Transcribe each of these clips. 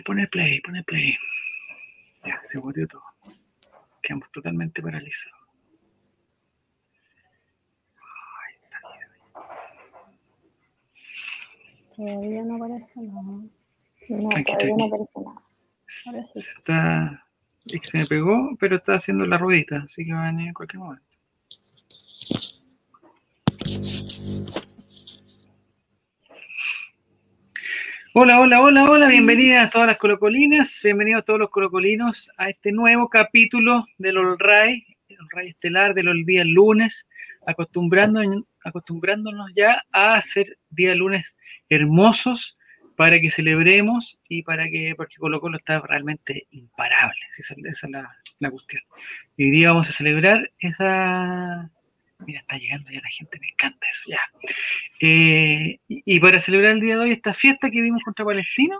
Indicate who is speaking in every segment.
Speaker 1: play. Ya, se murió todo. Quedamos totalmente paralizados.
Speaker 2: Todavía no aparece nada. No,
Speaker 1: Aquí,
Speaker 2: todavía no aparece nada. Ahora sí.
Speaker 1: Se me pegó, pero está haciendo la ruedita, así que va a venir en cualquier momento. Hola, bienvenidas a todas las colocolinas, bienvenidos a todos los colocolinos a este nuevo capítulo del All Ray, el All Ray estelar de los días lunes, acostumbrándonos ya a hacer días lunes hermosos para que celebremos y porque Colo Colo está realmente imparable, esa es la cuestión. Y hoy día vamos a celebrar esa... Mira, está llegando ya la gente, me encanta eso, ya. Y para celebrar el día de hoy esta fiesta que vimos contra Palestino,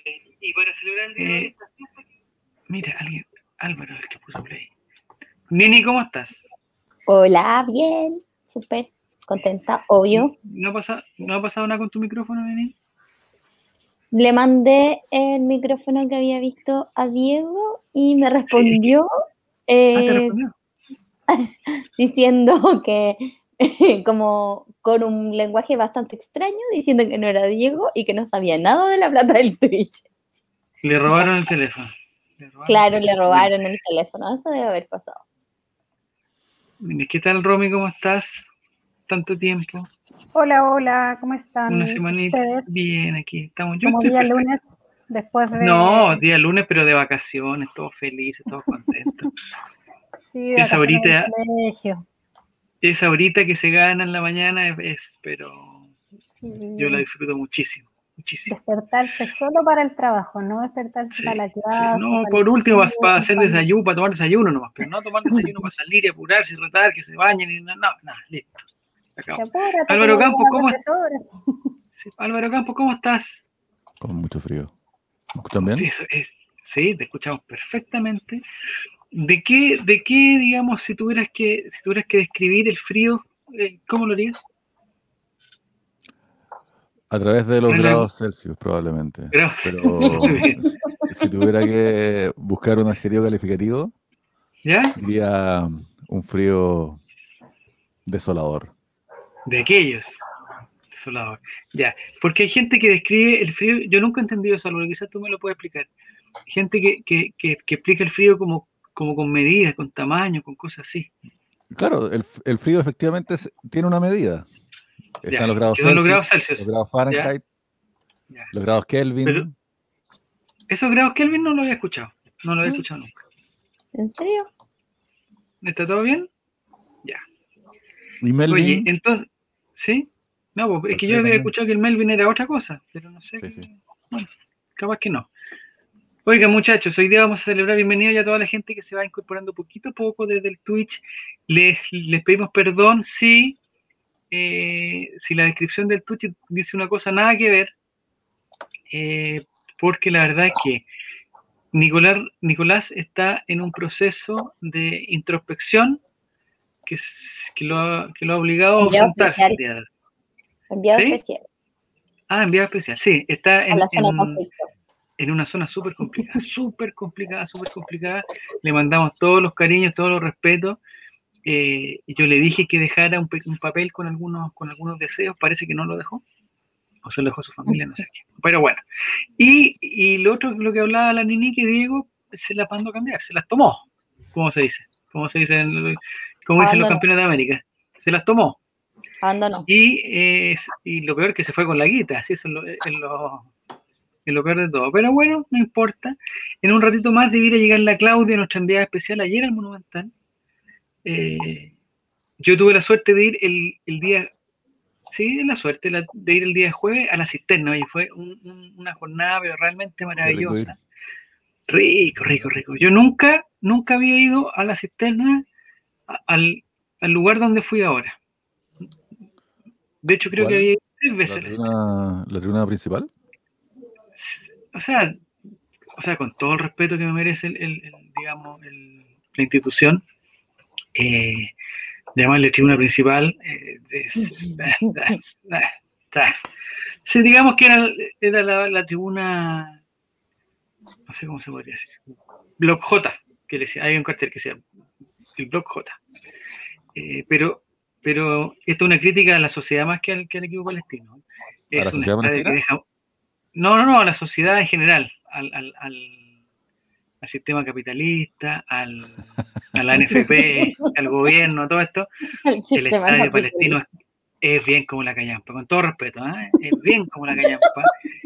Speaker 1: mira, Álvaro, el que puso play. Nini, ¿cómo estás?
Speaker 2: Hola, bien, súper contenta, obvio.
Speaker 1: ¿No ha pasado nada con tu micrófono, Nini?
Speaker 2: Le mandé el micrófono que había visto a Diego y me respondió,
Speaker 1: ¿Te respondió?
Speaker 2: diciendo que como con un lenguaje bastante extraño, diciendo que no era Diego y que no sabía nada de la plata del Twitch.
Speaker 1: Le robaron el teléfono.
Speaker 2: Le robaron el teléfono, eso debe haber pasado.
Speaker 1: ¿Qué tal, Romy? ¿Cómo estás? Tanto tiempo.
Speaker 3: Hola, ¿cómo están?
Speaker 1: Una semanita.
Speaker 3: ¿Ustedes?
Speaker 1: Bien, aquí estamos.
Speaker 3: Yo como día perfecto. Lunes, después de...
Speaker 1: No, día lunes, pero de vacaciones, todos felices, todos contentos.
Speaker 3: Sí, de vacaciones del colegio.
Speaker 1: Esa horita que se gana en la mañana pero
Speaker 3: sí.
Speaker 1: Yo la disfruto muchísimo.
Speaker 3: Despertarse solo para el trabajo, no despertarse para la clase.
Speaker 1: Sí. No, por último, para hacer desayuno, para tomar desayuno nomás, pero no tomar desayuno para salir y apurarse y retar, que se bañen y nada, listo. Álvaro Campos, ¿cómo estás? Sí, Álvaro Campos, ¿cómo estás?
Speaker 4: Con mucho frío. ¿Me escuchan bien?
Speaker 1: Sí, te escuchamos perfectamente. ¿De qué, digamos, si tuvieras que describir el frío, cómo lo harías?
Speaker 4: A través de los grados Celsius, probablemente. Pero si tuviera que buscar un adjetivo calificativo,
Speaker 1: ¿ya?
Speaker 4: Diría un frío desolador.
Speaker 1: De aquellos. Desolador. Ya. Porque hay gente que describe el frío, yo nunca he entendido eso, quizás tú me lo puedes explicar. Gente que explica el frío como con medidas, con tamaño, con cosas así.
Speaker 4: Claro, el frío efectivamente tiene una medida. Están los grados Celsius, los grados Fahrenheit, los grados Kelvin.
Speaker 1: Pero esos grados Kelvin no lo había escuchado. No lo había escuchado nunca.
Speaker 2: ¿En serio?
Speaker 1: ¿Está todo bien? Ya.
Speaker 4: ¿Y Melvin?
Speaker 1: Oye, entonces, ¿sí? No, pues, es que yo había escuchado que el Melvin era otra cosa, pero no sé.
Speaker 4: Sí.
Speaker 1: Bueno, capaz que no. Oigan, muchachos, hoy día vamos a celebrar, bienvenido ya a toda la gente que se va incorporando poquito a poco desde el Twitch. Les pedimos perdón si la descripción del Twitch dice una cosa nada que ver, porque la verdad es que Nicolás está en un proceso de introspección que lo ha obligado a ausentarse el día de hoy.
Speaker 2: Enviado especial.
Speaker 1: Enviado especial, sí, está en una zona súper complicada, le mandamos todos los cariños, todos los respetos. Yo le dije que dejara un papel con algunos deseos, parece que no lo dejó, o se lo dejó a su familia, no sé qué. Pero bueno, y lo otro, lo que hablaba la Nini, que Diego se las mandó a cambiar, se las tomó, ¿cómo se dice? Como dicen los campeones de América, se las tomó.
Speaker 2: Abandonó.
Speaker 1: Y lo peor que se fue con la guita, así eso es lo peor de todo. Pero bueno, no importa. En un ratito más debiera llegar la Claudia, nuestra enviada especial, ayer al Monumental. Yo tuve la suerte de ir el día, de ir el día jueves a la cisterna. Oye, fue una jornada pero realmente maravillosa. Rico. Yo nunca había ido a la cisterna, al lugar donde fui ahora. De hecho, creo que había ido 3 veces.
Speaker 4: ¿La tribuna principal?
Speaker 1: O sea, con todo el respeto que me merece la institución, llamarle tribuna principal, sí, digamos que era la tribuna no sé cómo se podría decir, Block J, que decía, hay un cartel que decía el Block J. Pero esto es una crítica a la sociedad más que al equipo palestino.
Speaker 4: Es ¿a la sociedad palestina? Que deja...
Speaker 1: No, a la sociedad en general, al sistema capitalista, a la NFP, al gobierno, todo esto. El estadio palestino es bien como la callampa, con todo respeto, es bien como la callampa.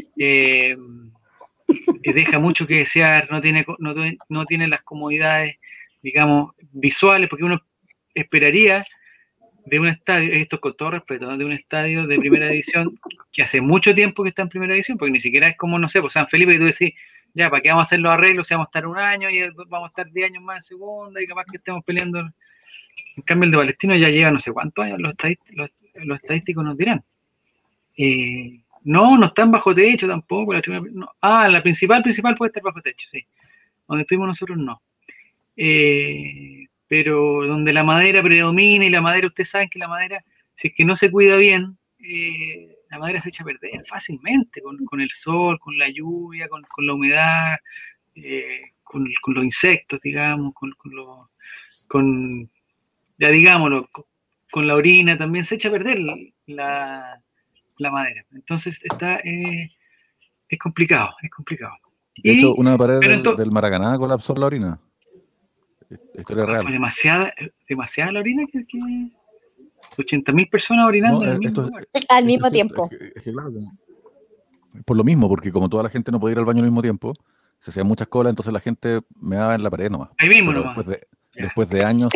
Speaker 1: Deja mucho que desear, no tiene las comodidades, digamos, visuales, porque uno esperaría de un estadio, esto con todo respeto, ¿no? De un estadio de primera división que hace mucho tiempo que está en primera división, porque ni siquiera es como, no sé, pues San Felipe, que tú decís, ya, ¿para qué vamos a hacer los arreglos? Si vamos a estar un año y vamos a estar 10 años más en segunda y capaz que estemos peleando. En cambio, el de Palestino ya lleva no sé cuántos años, los estadísticos nos dirán. No están bajo techo tampoco. La principal puede estar bajo techo, sí. Donde estuvimos nosotros no. Pero donde la madera predomina, y la madera, ustedes saben que la madera, si es que no se cuida bien, la madera se echa a perder fácilmente con el sol, con la lluvia, con la humedad, con los insectos, digamos, ya digámoslo, con la orina también se echa a perder la madera. Entonces es complicado.
Speaker 4: De hecho, una pared del Maracaná colapsó la orina. Historia real.
Speaker 1: Fue demasiada la orina que 80.000 personas orinando en el mismo lugar.
Speaker 2: Al mismo tiempo.
Speaker 4: Por lo mismo, porque como toda la gente no podía ir al baño al mismo tiempo, se hacían muchas colas, entonces la gente meaba en la pared nomás.
Speaker 1: Ahí mismo nomás.
Speaker 4: Después de años...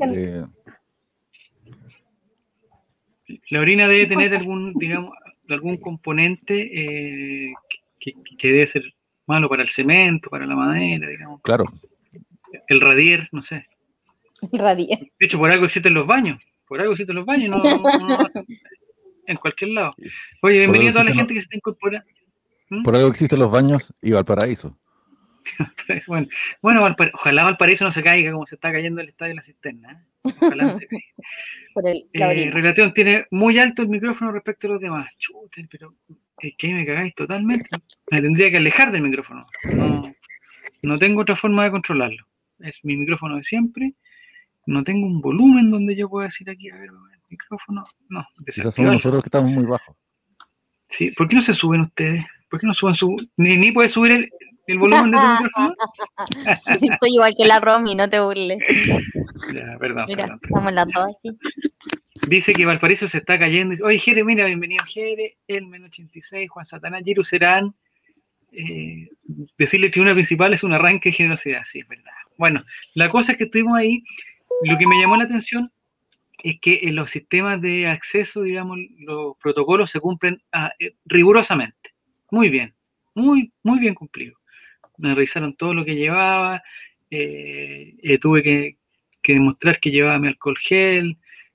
Speaker 1: La orina debe tener algún componente que debe ser malo para el cemento, para la madera, digamos.
Speaker 4: Claro.
Speaker 1: El radier, no sé.
Speaker 2: Radier.
Speaker 1: De hecho, por algo existen los baños. No, en cualquier lado. Oye, bienvenido a toda la gente que se está incorporando.
Speaker 4: Por algo existen los baños y Valparaíso.
Speaker 1: Bueno, ojalá Valparaíso no se caiga como se está cayendo el estadio de la Cisterna. Ojalá no se caiga. Relación tiene muy alto el micrófono respecto a los demás. Chuta, pero es que ahí me cagáis totalmente. Me tendría que alejar del micrófono. No tengo otra forma de controlarlo. Es mi micrófono de siempre. No tengo un volumen donde yo pueda decir aquí, a ver, el micrófono. No,
Speaker 4: quizás somos nosotros que estamos muy bajos.
Speaker 1: Sí, ¿por qué no se suben ustedes? ¿Por qué no suben ni puedes subir el volumen de tu micrófono?
Speaker 2: Estoy igual que la Romy, no te burles.
Speaker 1: Ya, perdón.
Speaker 2: Estamos las dos así.
Speaker 1: Dice que Valparaíso se está cayendo. Oye, Jere, mira, bienvenido Jere, Elmen 86, Juan Satanás, Giru Serán. Decirle tribuna principal es un arranque de generosidad, sí, es verdad. Bueno, la cosa es que estuvimos ahí. Lo que me llamó la atención es que en los sistemas de acceso, digamos, los protocolos se cumplen rigurosamente. Muy bien, muy bien cumplido. Me revisaron todo lo que llevaba, tuve que demostrar que llevaba mi alcohol gel,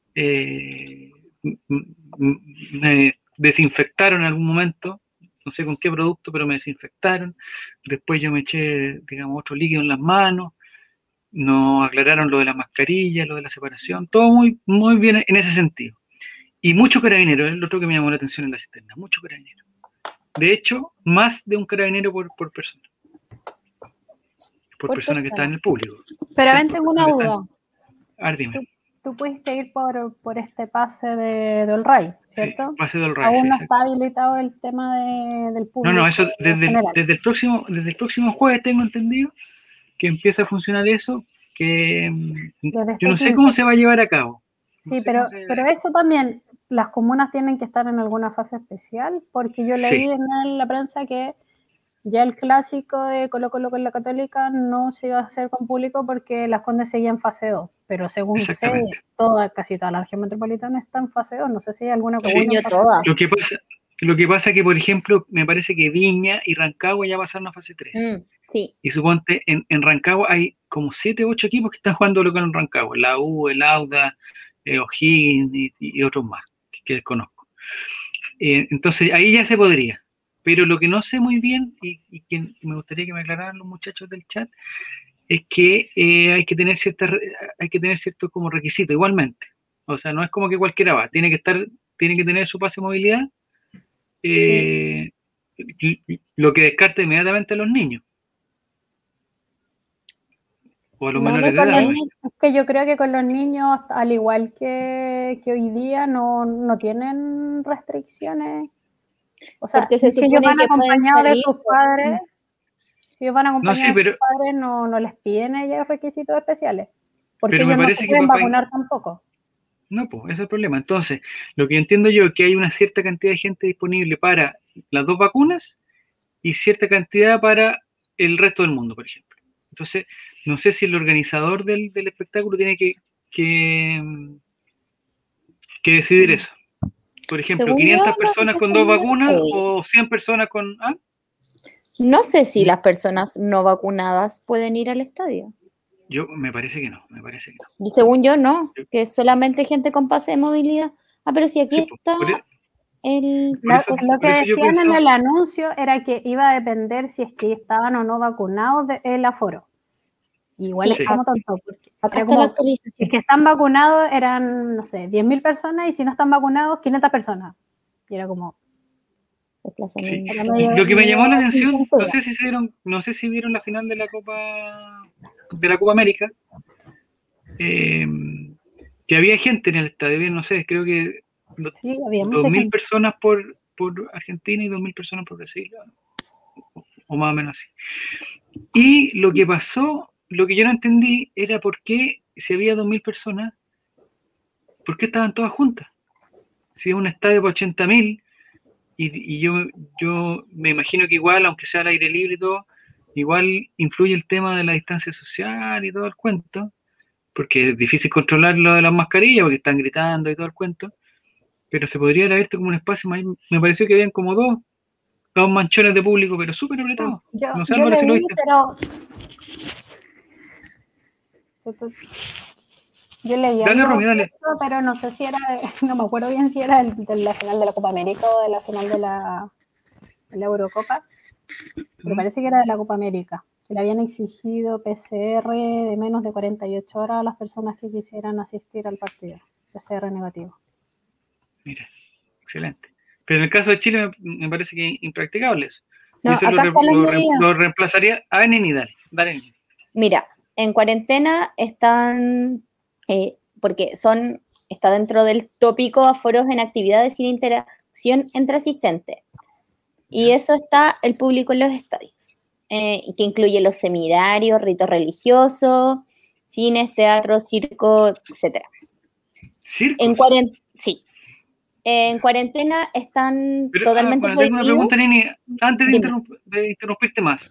Speaker 1: me desinfectaron en algún momento, no sé con qué producto, pero me desinfectaron. Después yo me eché, digamos, otro líquido en las manos. Nos aclararon lo de la mascarilla, lo de la separación, todo muy bien en ese sentido. Y mucho carabinero, es lo otro que me llamó la atención en la cisterna, mucho carabinero. De hecho, más de un carabinero por persona. Por persona que está en el público.
Speaker 3: Pero ven, tengo una duda.
Speaker 1: A ver, dime.
Speaker 3: Tú pudiste ir por este pase de Olray, ¿cierto?
Speaker 1: Sí, pase de Olray.
Speaker 3: Aún no está habilitado el tema del público.
Speaker 1: No, eso desde el próximo jueves tengo entendido que empieza a funcionar eso, que yo no sé cómo se va a llevar a cabo.
Speaker 3: Sí, pero eso también, las comunas tienen que estar en alguna fase especial, porque yo leí en la prensa que ya el clásico de Colo-Colo con la Católica no se iba a hacer con público porque Las Condes seguía en fase 2, pero según sé, casi toda la región metropolitana está en fase 2, no sé si hay alguna comuna.
Speaker 2: Toda.
Speaker 1: Lo que pasa es que, por ejemplo, me parece que Viña y Rancagua ya pasaron a fase 3.
Speaker 2: Sí.
Speaker 1: Y suponte, en Rancagua hay como 7 u 8 equipos que están jugando local en Rancagua. La U, el Auda, O'Higgins y otros más que desconozco. Entonces, ahí ya se podría. Pero lo que no sé muy bien, y que me gustaría que me aclararan los muchachos del chat, es que hay que tener ciertos como requisitos, igualmente. O sea, no es como que cualquiera va. Tiene que tener su pase de movilidad. Lo que descarta inmediatamente a los niños. o a los menores de edad.
Speaker 3: Es que yo creo que con los niños, al igual que hoy día, no tienen restricciones. O sea, si ellos van acompañados de sus padres, si ellos van acompañados de sus padres, no les piden ellos requisitos especiales. Porque ellos no se pueden vacunar tampoco.
Speaker 1: No, pues, ese es el problema. Entonces, lo que entiendo yo es que hay una cierta cantidad de gente disponible para las 2 vacunas y cierta cantidad para el resto del mundo, por ejemplo. Entonces, no sé si el organizador del espectáculo tiene que decidir eso. Por ejemplo, según 500 personas con 2 vacunas o 100 personas con... ¿ah?
Speaker 2: No sé si las personas no vacunadas pueden ir al estadio.
Speaker 1: Me parece que no.
Speaker 2: Y según yo, no, que solamente gente con pase de movilidad. Pero si aquí está
Speaker 3: lo que decían en el anuncio era que iba a depender si es que estaban o no vacunados el aforo. Igual es como tonto, porque acá está la actualización. Si es que están vacunados eran, no sé, 10.000 personas, y si no están vacunados, 500 personas. Y era como...
Speaker 1: Sí. Lo que me llamó la atención, no sé si vieron la final de la Copa América, que había gente en el estadio, no sé, creo que 2.000 personas por Argentina y 2.000 personas por Brasil, o más o menos así. Y lo que pasó, lo que yo no entendí era por qué, si había 2.000 personas, ¿por qué estaban todas juntas? Si es un estadio para 80.000, y yo me imagino que igual, aunque sea al aire libre y todo, igual influye el tema de la distancia social y todo el cuento, porque es difícil controlar lo de las mascarillas, porque están gritando y todo el cuento, pero se podría haber abierto como un espacio más. Me pareció que habían como dos manchones de público, pero súper apretados. No sé, Álvaro, si lo viste.
Speaker 3: Yo leí
Speaker 1: algo,
Speaker 3: dale. Pero no sé si era, no me acuerdo bien si era de la final de la Copa América o de la final de la Eurocopa, pero parece que era de la Copa América, que le habían exigido PCR de menos de 48 horas a las personas que quisieran asistir al partido, PCR negativo.
Speaker 1: Mira, excelente. Pero en el caso de Chile me parece que es impracticable eso.
Speaker 2: No,
Speaker 1: eso lo reemplazaría a Nini, dale.
Speaker 2: Mira, en cuarentena están, porque está dentro del tópico aforos en actividades sin interacción entre asistentes. Y eso está el público en los estadios, que incluye los seminarios, ritos religiosos, cines, teatro, circo, etc.
Speaker 1: ¿Circos?
Speaker 2: Sí. En cuarentena están totalmente
Speaker 1: prohibidos. Tengo una pregunta, Nini, antes de interrumpirte más.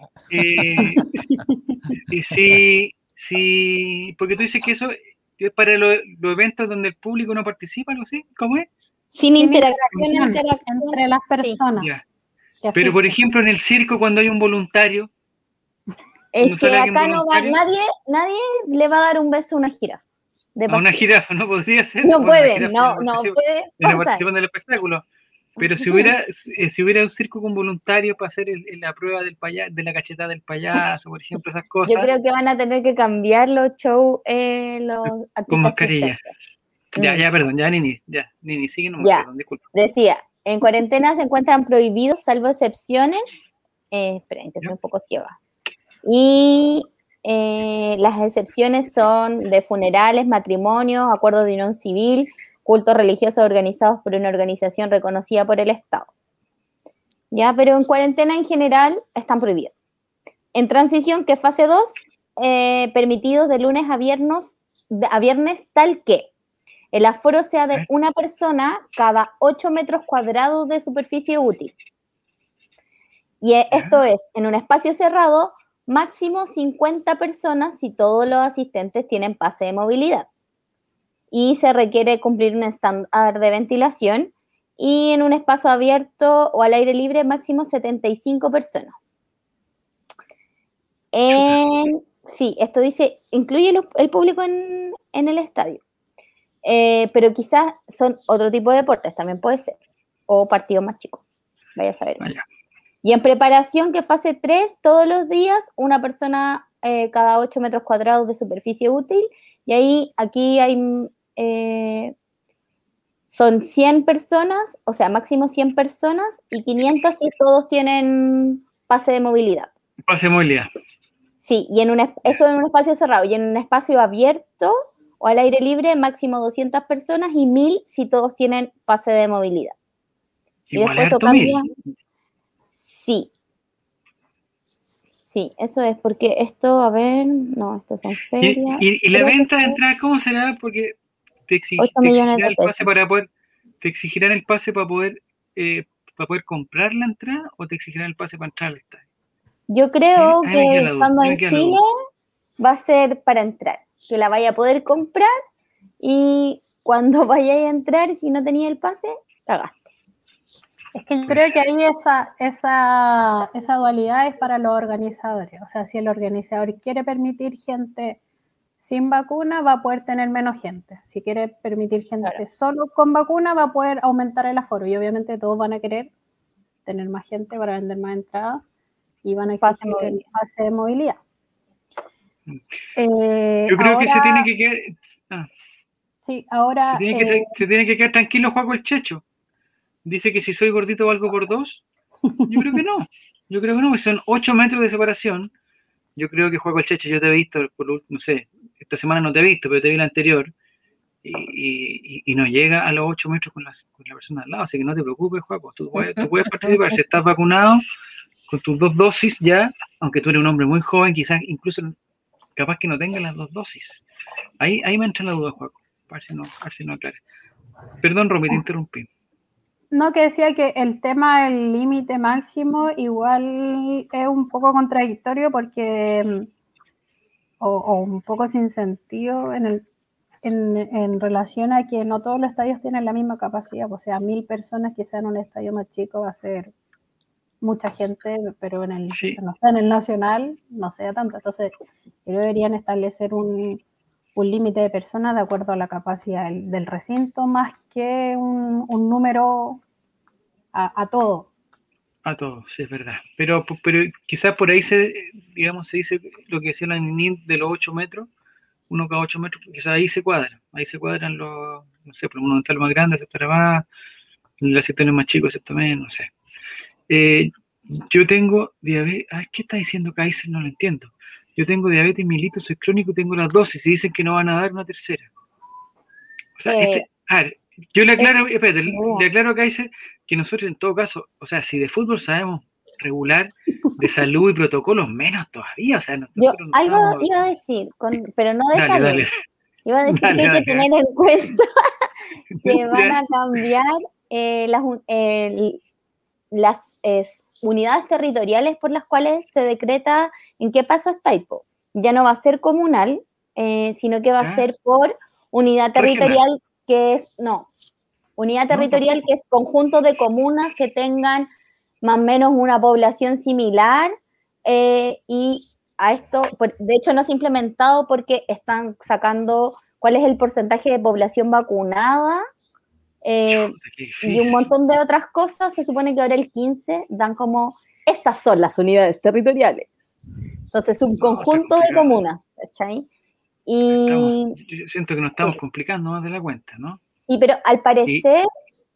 Speaker 1: Porque tú dices que eso es para los eventos donde el público no participa, ¿algo así? ¿Cómo es?
Speaker 2: Sin interacción
Speaker 3: entre las personas.
Speaker 1: Sí. Pero, por ejemplo, en el circo, cuando hay un voluntario...
Speaker 2: Es que acá no va, nadie le va a dar un beso a una jirafa.
Speaker 1: A una jirafa, ¿no podría ser?
Speaker 2: No puede, no puede.
Speaker 1: No participan del espectáculo. Pero si hubiera un circo con voluntarios para hacer la prueba de la cachetada del payaso, por ejemplo, esas cosas.
Speaker 2: Yo creo que van a tener que cambiar los shows,
Speaker 1: con mascarilla. Ya, perdón, Nini, sigue nomás, perdón, disculpa.
Speaker 2: Decía, en cuarentena se encuentran prohibidos, salvo excepciones. Esperen, que soy un poco ciega. Y las excepciones son de funerales, matrimonios, acuerdos de unión civil, cultos religiosos organizados por una organización reconocida por el Estado. Ya, pero en cuarentena en general están prohibidos. En transición, que es fase 2, permitidos de lunes a viernes, tal que el aforo sea de una persona cada 8 metros cuadrados de superficie útil. Y esto es, en un espacio cerrado, máximo 50 personas si todos los asistentes tienen pase de movilidad. Y se requiere cumplir un estándar de ventilación, y en un espacio abierto o al aire libre máximo 75 personas. Sí, esto dice, incluye el público en el estadio. Pero quizás son otro tipo de deportes, también puede ser. O partidos más chicos, vaya a saber. Y en preparación, que fase 3, todos los días, una persona cada 8 metros cuadrados de superficie útil. Y aquí hay... son 100 personas, o sea, máximo 100 personas, y 500 si todos tienen pase de movilidad.
Speaker 1: Pase de movilidad.
Speaker 2: Sí, y eso en un espacio cerrado, y en un espacio abierto o al aire libre, máximo 200 personas y 1000 si todos tienen pase de movilidad.
Speaker 1: Igual y después eso cambia.
Speaker 2: Sí. Sí, eso es, porque esto, a ver, no, esto son ferias.
Speaker 1: ¿Y la venta de entrada cómo será? Porque te exigirán el pase para poder, ¿te exigirán el pase para poder comprar la entrada o te exigirán el pase para entrar al estadio?
Speaker 2: Yo creo que estando en Chile va a ser para entrar, que la vaya a poder comprar y cuando vayáis a entrar, si no tenía el pase, cagaste.
Speaker 3: Es que yo creo que ahí esa dualidad es para los organizadores. O sea, si el organizador quiere permitir gente sin vacuna, va a poder tener menos gente. Si quiere permitir gente solo con vacuna, va a poder aumentar el aforo. Y obviamente todos van a querer tener más gente para vender más entradas y van a exigir el pase de movilidad.
Speaker 1: Yo creo que se tiene que quedar...
Speaker 3: Sí, ahora...
Speaker 1: Se tiene que quedar tranquilo Juaco el Checho. Dice que si soy gordito valgo por 2. Yo creo que no. Yo creo que no, son 8 metros de separación. Yo creo que Juaco el Checho, yo te he visto, no sé, esta semana no te he visto, pero te vi la anterior. Y no llega a los 8 metros con la persona al lado. Así que no te preocupes, Juaco. Tú puedes participar. Si estás vacunado con tus 2 dosis ya, aunque tú eres un hombre muy joven, quizás incluso capaz que no tengas las 2 dosis. Ahí me entra la duda, Juaco. A ver si no aclara. Perdón, Romy, te interrumpí.
Speaker 3: No, que decía que el tema del límite máximo igual es un poco contradictorio porque, o un poco sin sentido en relación a que no todos los estadios tienen la misma capacidad. O sea, 1000 personas quizá en un estadio más chico va a ser mucha gente, pero en el Nacional no sea tanto. Entonces, creo que deberían establecer un límite de personas de acuerdo a la capacidad del recinto, más que un número a todo.
Speaker 1: A todo, sí, es verdad. Pero quizás por ahí se dice lo que decía la Nini de los 8 metros, uno cada 8 metros, quizás ahí se cuadran los, no sé, por el monumental más grande aceptará más, las secciones más chicos acepta menos, no sé. Yo tengo diabetes, ¿qué está diciendo Kaiser? No lo entiendo. Yo tengo diabetes mellitus, soy crónico, tengo las dosis y dicen que no van a dar una tercera. O sea, yo le aclaro a Kaiser que nosotros en todo caso, o sea, si de fútbol sabemos regular, de salud y protocolos, menos todavía. O sea,
Speaker 2: yo algo iba a decir, pero no de salud. Dale. Iba a decir que hay que tener en cuenta que van a cambiar las unidades territoriales por las cuales se decreta en qué paso está Taipo. Ya no va a ser comunal, sino que va a ser por unidad territorial territorial que es conjunto de comunas que tengan más o menos una población similar y a esto, de hecho no se ha implementado porque están sacando cuál es el porcentaje de población vacunada y un montón de otras cosas. Se supone que ahora el 15 dan como, estas son las unidades territoriales. Entonces, un conjunto de comunas, ¿cachai?
Speaker 1: Yo siento que nos estamos complicando más de la cuenta, ¿no?
Speaker 2: Sí, pero al parecer,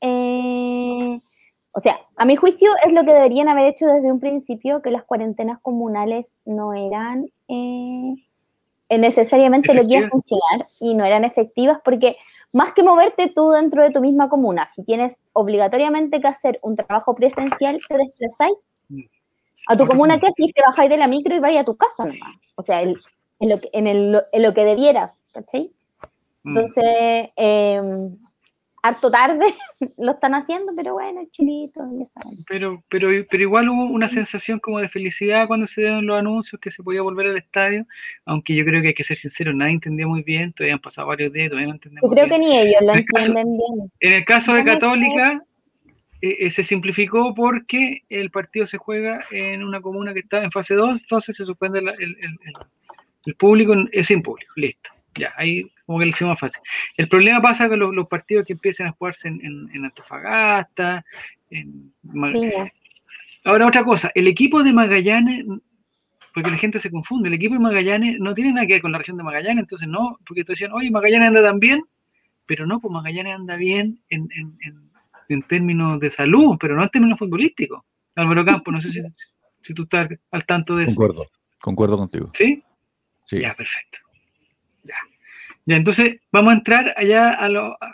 Speaker 2: o sea, a mi juicio es lo que deberían haber hecho desde un principio, que las cuarentenas comunales no eran necesariamente lo que iba a funcionar y no eran efectivas, porque más que moverte tú dentro de tu misma comuna, si tienes obligatoriamente que hacer un trabajo presencial, te desplazáis a tu comuna, que así te bajáis de la micro y vais a tu casa nomás. O sea, en lo que debieras, ¿cachai? Entonces, harto tarde lo están haciendo, pero bueno, chilito, ya saben.
Speaker 1: Pero igual hubo una sensación como de felicidad cuando se dieron los anuncios que se podía volver al estadio, aunque yo creo que hay que ser sincero, nadie entendía muy bien, todavía han pasado varios días, todavía no entendemos.
Speaker 2: Yo creo que ni ellos lo entienden bien.
Speaker 1: En el caso de Católica, se simplificó porque el partido se juega en una comuna que está en fase 2, entonces se suspende el público, es sin público, listo. Ya, ahí como que le hicimos más fácil. El problema pasa con los partidos que empiezan a jugarse en Antofagasta, Ahora otra cosa, el equipo de Magallanes, porque la gente se confunde, el equipo de Magallanes no tiene nada que ver con la región de Magallanes, entonces no, porque te decían, oye, Magallanes anda tan bien, pero no, pues Magallanes anda bien en términos de salud, pero no en términos futbolísticos. Álvaro Campos, no sé si tú estás al tanto de eso.
Speaker 4: Concuerdo. Concuerdo contigo.
Speaker 1: ¿Sí?
Speaker 4: Sí.
Speaker 1: Ya, perfecto. Ya, entonces vamos a entrar allá a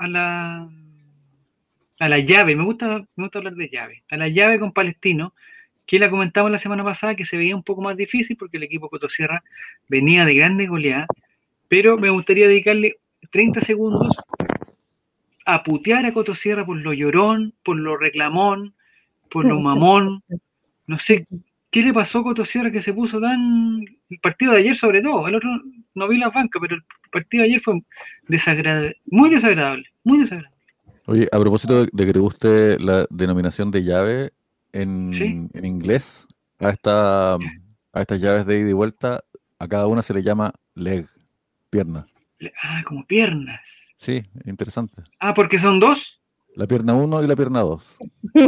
Speaker 1: la llave. Me gusta hablar de llave. A la llave con Palestino, que la comentamos la semana pasada, que se veía un poco más difícil porque el equipo Cotosierra venía de grandes goleadas, pero me gustaría dedicarle 30 segundos a putear a Cotosierra por lo llorón, por lo reclamón, por lo mamón. No sé, ¿qué le pasó a Cotosierra que se puso tan... El partido de ayer sobre todo, el otro no vi la banca, pero el partido de ayer fue desagradable, muy desagradable, muy desagradable.
Speaker 4: Oye, a propósito de que te guste la denominación de llave
Speaker 1: ¿Sí?
Speaker 4: en inglés, a estas llaves de ida y vuelta, a cada una se le llama leg, pierna.
Speaker 1: Como piernas.
Speaker 4: Sí, interesante.
Speaker 1: ¿Porque son dos?
Speaker 4: La pierna 1 y la pierna 2.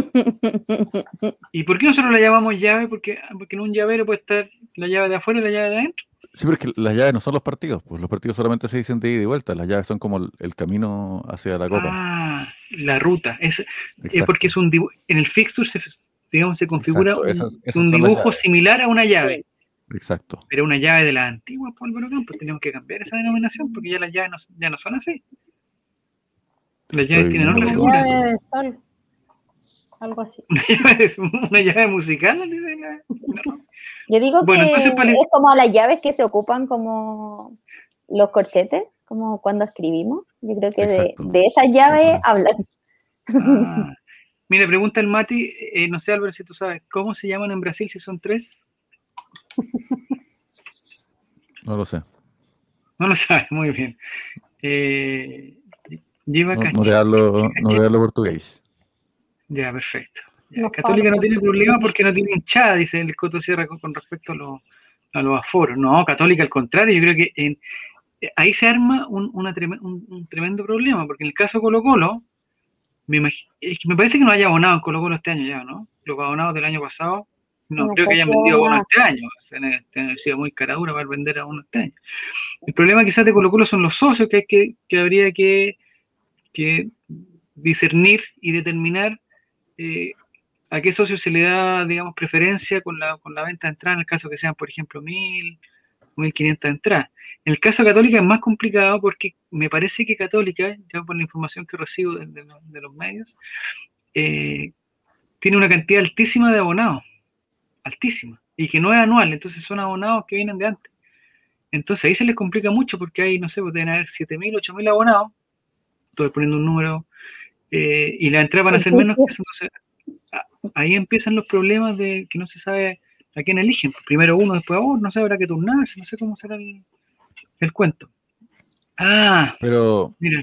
Speaker 1: ¿Y por qué nosotros la llamamos llave? Porque en un llavero puede estar la llave de afuera y la llave de adentro.
Speaker 4: Sí, porque las llaves no son los partidos, pues los partidos solamente se dicen de ida y vuelta, las llaves son como el camino hacia la copa.
Speaker 1: La ruta. Es porque es un dibujo. En el fixture se configura
Speaker 4: esas
Speaker 1: un dibujo similar a una llave.
Speaker 4: Exacto.
Speaker 1: Pero una llave de la antigua Álvaro Campos, tenemos que cambiar esa denominación porque ya las llaves ya no son así. Las llaves tienen otra figura.
Speaker 3: Una llave de sol. Algo así.
Speaker 1: Una llave musical.
Speaker 2: Yo digo que es como las llaves que se ocupan como los corchetes, como cuando escribimos. Yo creo que de esas llaves hablan.
Speaker 1: Mira, pregunta el Mati, no sé Álvaro si tú sabes, ¿cómo se llaman en Brasil si son 3?
Speaker 4: No lo sé.
Speaker 1: No lo sabes, muy bien. Lleva
Speaker 4: no te hablo portugués.
Speaker 1: Ya, perfecto. Ya, Católica no tiene problema porque no tiene hinchada, dice el Cotosierra con respecto a los aforos. No, Católica al contrario, yo creo que ahí se arma un tremendo problema, porque en el caso de Colo-Colo, me parece que no haya abonado en Colo-Colo este año ya, ¿no? Los abonados del año pasado, no creo que hayan vendido abonos este año. Han sido muy caradura para vender abonos este año. El problema quizás de Colo-Colo son los socios que habría que discernir y determinar a qué socio se le da, digamos, preferencia con la venta de entrada, en el caso que sean, por ejemplo, 1.000, 1.500 entradas. En el caso Católica es más complicado porque me parece que Católica, ya por la información que recibo de los medios, tiene una cantidad altísima de abonados, altísima, y que no es anual, entonces son abonados que vienen de antes. Entonces ahí se les complica mucho porque hay, no sé, deben haber 7.000, 8.000 abonados, estoy poniendo un número, y las entradas van a ser menos que eso, entonces ahí empiezan los problemas de que no se sabe a quién eligen. Primero uno, después otro, no sé, habrá que turnarse, no sé cómo será el cuento.
Speaker 4: Pero
Speaker 1: mira,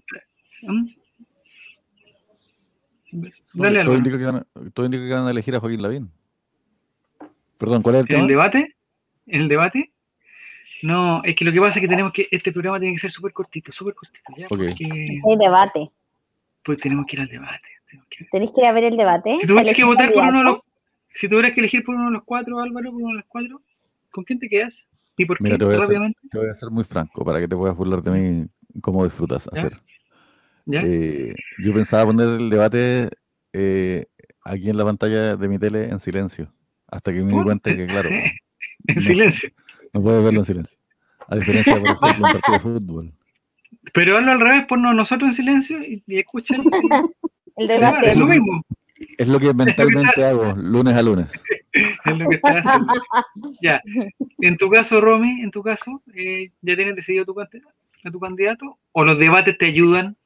Speaker 4: dale algo. Todo indica que van a elegir a Joaquín Lavín. Perdón, ¿cuál es el tema?
Speaker 1: ¿En el debate? No, es que lo que pasa es que este programa tiene que ser súper cortito, ¿ya?
Speaker 4: Okay.
Speaker 2: Porque el debate.
Speaker 1: Pues tenemos que ir al debate.
Speaker 2: ¿Tenés que ir a ver el debate?
Speaker 1: Si tuvieras que votar por si tuvieras que elegir por uno de los 4, Álvaro, por uno de los 4, ¿con quién te quedas? ¿Y por qué?
Speaker 4: Te voy a ser muy franco para que te puedas burlar de mí cómo disfrutas hacer.
Speaker 1: ¿Ya?
Speaker 4: Yo pensaba poner el debate aquí en la pantalla de mi tele en silencio, hasta que me di cuenta que, claro,
Speaker 1: en silencio.
Speaker 4: No puedes verlo en silencio. A diferencia, por ejemplo, un partido de fútbol.
Speaker 1: Pero hazlo al revés, ponnos nosotros en silencio y escuchen
Speaker 2: el debate.
Speaker 1: Es lo mismo.
Speaker 4: Es lo que mentalmente hago, lunes a lunes.
Speaker 1: Es lo que estás haciendo. Ya. En tu caso, Romy, ¿ya tienes decidido a tu candidato? ¿O los debates te ayudan?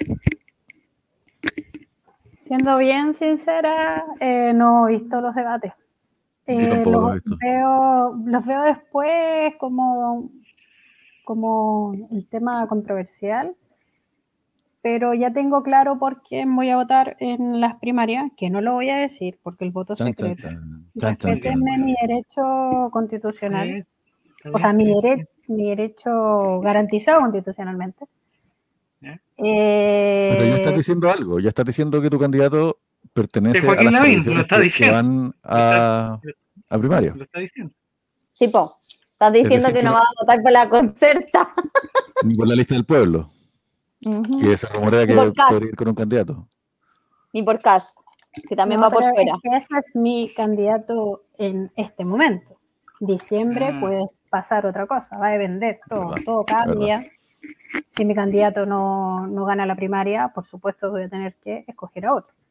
Speaker 3: Siendo bien sincera, no he visto los debates.
Speaker 4: Yo tampoco los he visto.
Speaker 3: Los veo después como el tema controversial, pero ya tengo claro por quién voy a votar en las primarias, que no lo voy a decir porque el voto es secreto. Respétenme mi derecho constitucional, o sea, mi derecho garantizado constitucionalmente.
Speaker 4: Pero ya estás diciendo algo, ya estás diciendo que tu candidato pertenece a las coaliciones que van a primaria.
Speaker 1: Lo está diciendo.
Speaker 2: Sí, po. Estás diciendo que no vas a votar por la Concerta.
Speaker 4: Ni por la lista del pueblo. Que se rumorea que podría ir con un candidato.
Speaker 2: Ni por Kast, que también va por fuera.
Speaker 3: Ese es mi candidato en este momento. Diciembre puede pasar otra cosa, va a depender, todo cambia. Si mi candidato no gana la primaria, por supuesto voy a tener que escoger a otro.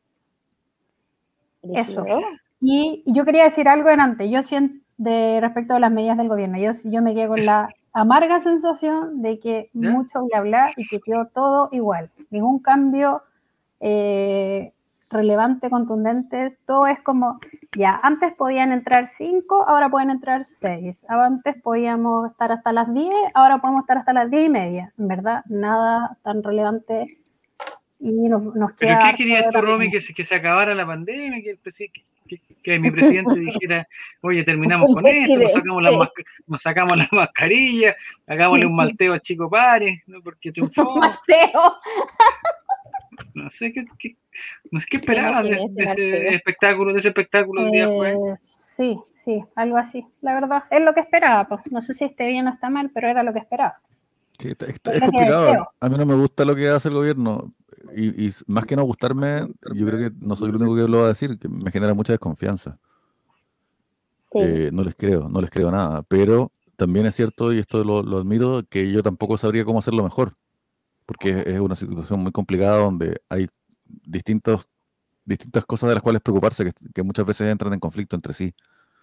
Speaker 3: Eso. Y yo quería decir algo delante. Yo siento, respecto a las medidas del gobierno, yo me quedé con la amarga sensación de que mucho bla bla y que quedó todo igual. Ningún cambio relevante, contundente. Todo es como, ya, antes podían entrar 5, ahora pueden entrar 6. Antes podíamos estar hasta las 10, ahora podemos estar hasta las 10:30. En verdad, nada tan relevante. Y nos
Speaker 1: ¿Pero qué querías tú, Romy, que se acabara la pandemia, que mi presidente dijera, oye, terminamos con esto, nos sacamos las mascarillas, hagámosle un malteo a Chico Párez, ¿no? Porque triunfó.
Speaker 2: ¡Malteo!
Speaker 1: No sé qué esperaba de ese espectáculo del día jueves.
Speaker 3: Sí, algo así. La verdad, es lo que esperaba. Pues. No sé si esté bien o está mal, pero era lo que esperaba.
Speaker 4: Sí, es complicado. A mí no me gusta lo que hace el gobierno. Y más que no gustarme, yo creo que no soy el único que lo va a decir, que me genera mucha desconfianza. Sí. No les creo nada. Pero también es cierto, y esto lo admiro, que yo tampoco sabría cómo hacerlo mejor. Porque es una situación muy complicada donde hay distintas cosas de las cuales preocuparse que muchas veces entran en conflicto entre sí.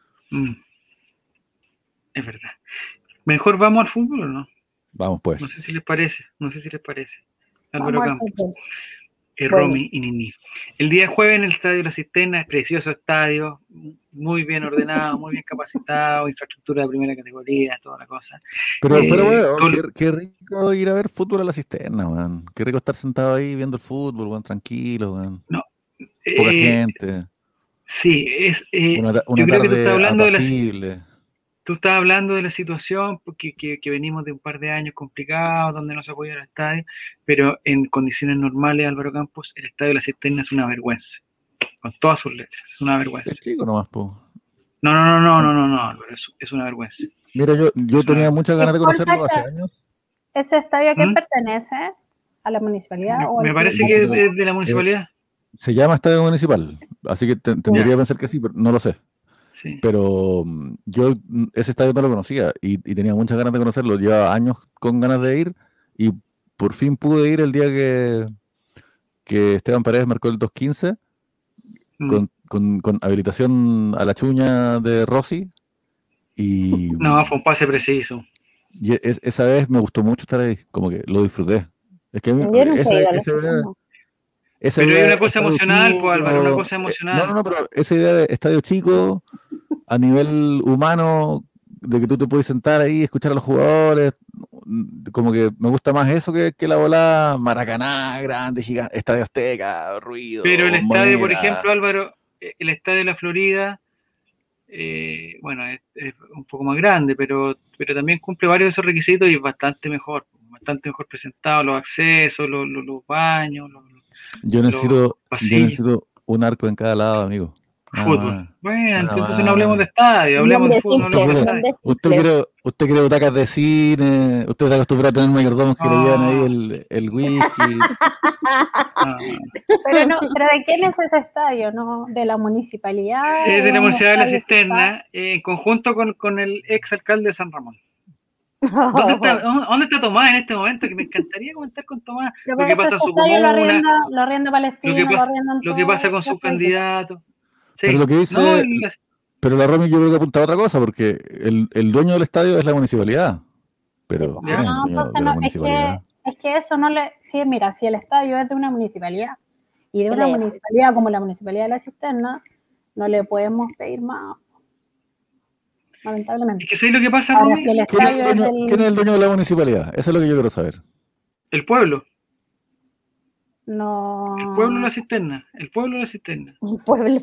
Speaker 1: Es verdad. ¿Mejor vamos al fútbol o no?
Speaker 4: Vamos pues.
Speaker 1: No sé si les parece. Álvaro Campos, Romy y Nini. El día jueves en el Estadio La Cisterna, precioso estadio, muy bien ordenado, muy bien capacitado, infraestructura de primera categoría, toda la cosa.
Speaker 4: Pero bueno, qué rico ir a ver fútbol a La Cisterna, man. Qué rico estar sentado ahí viendo el fútbol, man, tranquilo, man.
Speaker 1: No,
Speaker 4: poca gente.
Speaker 1: Sí,
Speaker 4: una
Speaker 1: yo creo que tú estás hablando
Speaker 4: apacible.
Speaker 1: Tú estás hablando de la situación porque que venimos de un par de años complicados donde no se apoya el estadio, pero en condiciones normales, Álvaro Campos, el estadio de La Cisterna es una vergüenza, con todas sus letras, es una vergüenza.
Speaker 4: Es chico nomás, po.
Speaker 1: No, Álvaro, es una vergüenza.
Speaker 4: Mira, yo tenía muchas ganas de conocerlo hace años.
Speaker 3: ¿Ese estadio a qué pertenece? ¿A la municipalidad?
Speaker 1: Me parece que es de la municipalidad.
Speaker 4: Se llama Estadio Municipal, así que tendría que pensar que sí, pero no lo sé.
Speaker 1: Sí.
Speaker 4: Pero yo ese estadio no lo conocía y tenía muchas ganas de conocerlo. Llevaba años con ganas de ir y por fin pude ir el día que Esteban Paredes marcó el 2-15 con habilitación a la chuña de Rossi. Y
Speaker 1: no, fue un pase preciso.
Speaker 4: Y esa vez me gustó mucho estar ahí, como que lo disfruté. Es que
Speaker 1: pero hay una cosa emocional, pues, Álvaro, una cosa emocional.
Speaker 4: No, pero esa idea de estadio chico, a nivel humano, de que tú te puedes sentar ahí y escuchar a los jugadores, como que me gusta más eso que la bola Maracaná, grande, gigante, Estadio Azteca, ruido.
Speaker 1: Pero el estadio, por ejemplo, Álvaro, el estadio de la Florida, bueno, es un poco más grande, pero también cumple varios de esos requisitos y es bastante mejor presentado, los accesos, los baños,
Speaker 4: Yo necesito un arco en cada lado, amigo.
Speaker 1: Fútbol. Bueno, entonces no hablemos de estadio, hablemos de fútbol, no hablemos de estadio.
Speaker 4: Usted quiere butacas de cine, usted está acostumbrado a tener mayordomos que le llevan ahí el whisky.
Speaker 3: Pero ¿de quién es ese estadio? ¿No? ¿De la municipalidad?
Speaker 1: Es de la Municipalidad de La Cisterna, en conjunto con el ex alcalde de San Ramón. ¿Dónde está Tomás en este momento? Que me encantaría comentar con Tomás lo que pasa en su comuna,
Speaker 3: lo arrienda Palestina,
Speaker 1: lo que pasa con sus candidatos. Sí.
Speaker 4: Pero lo que dice, pero la Romy yo creo que apunta a otra cosa, porque el dueño del estadio es la municipalidad. Pero ¿quién es el dueño de la municipalidad?
Speaker 3: Es que eso no le... Sí, mira, si el estadio es de una municipalidad y de una municipalidad como la Municipalidad de La Cisterna, no le podemos pedir más. Lamentablemente.
Speaker 1: Es que ¿sabes lo que pasa, Romy?
Speaker 4: ¿Quién es el dueño de la municipalidad? Eso es lo que yo quiero saber.
Speaker 1: El pueblo.
Speaker 3: No.
Speaker 1: El pueblo de La Cisterna. El pueblo de La Cisterna.
Speaker 2: El pueblo.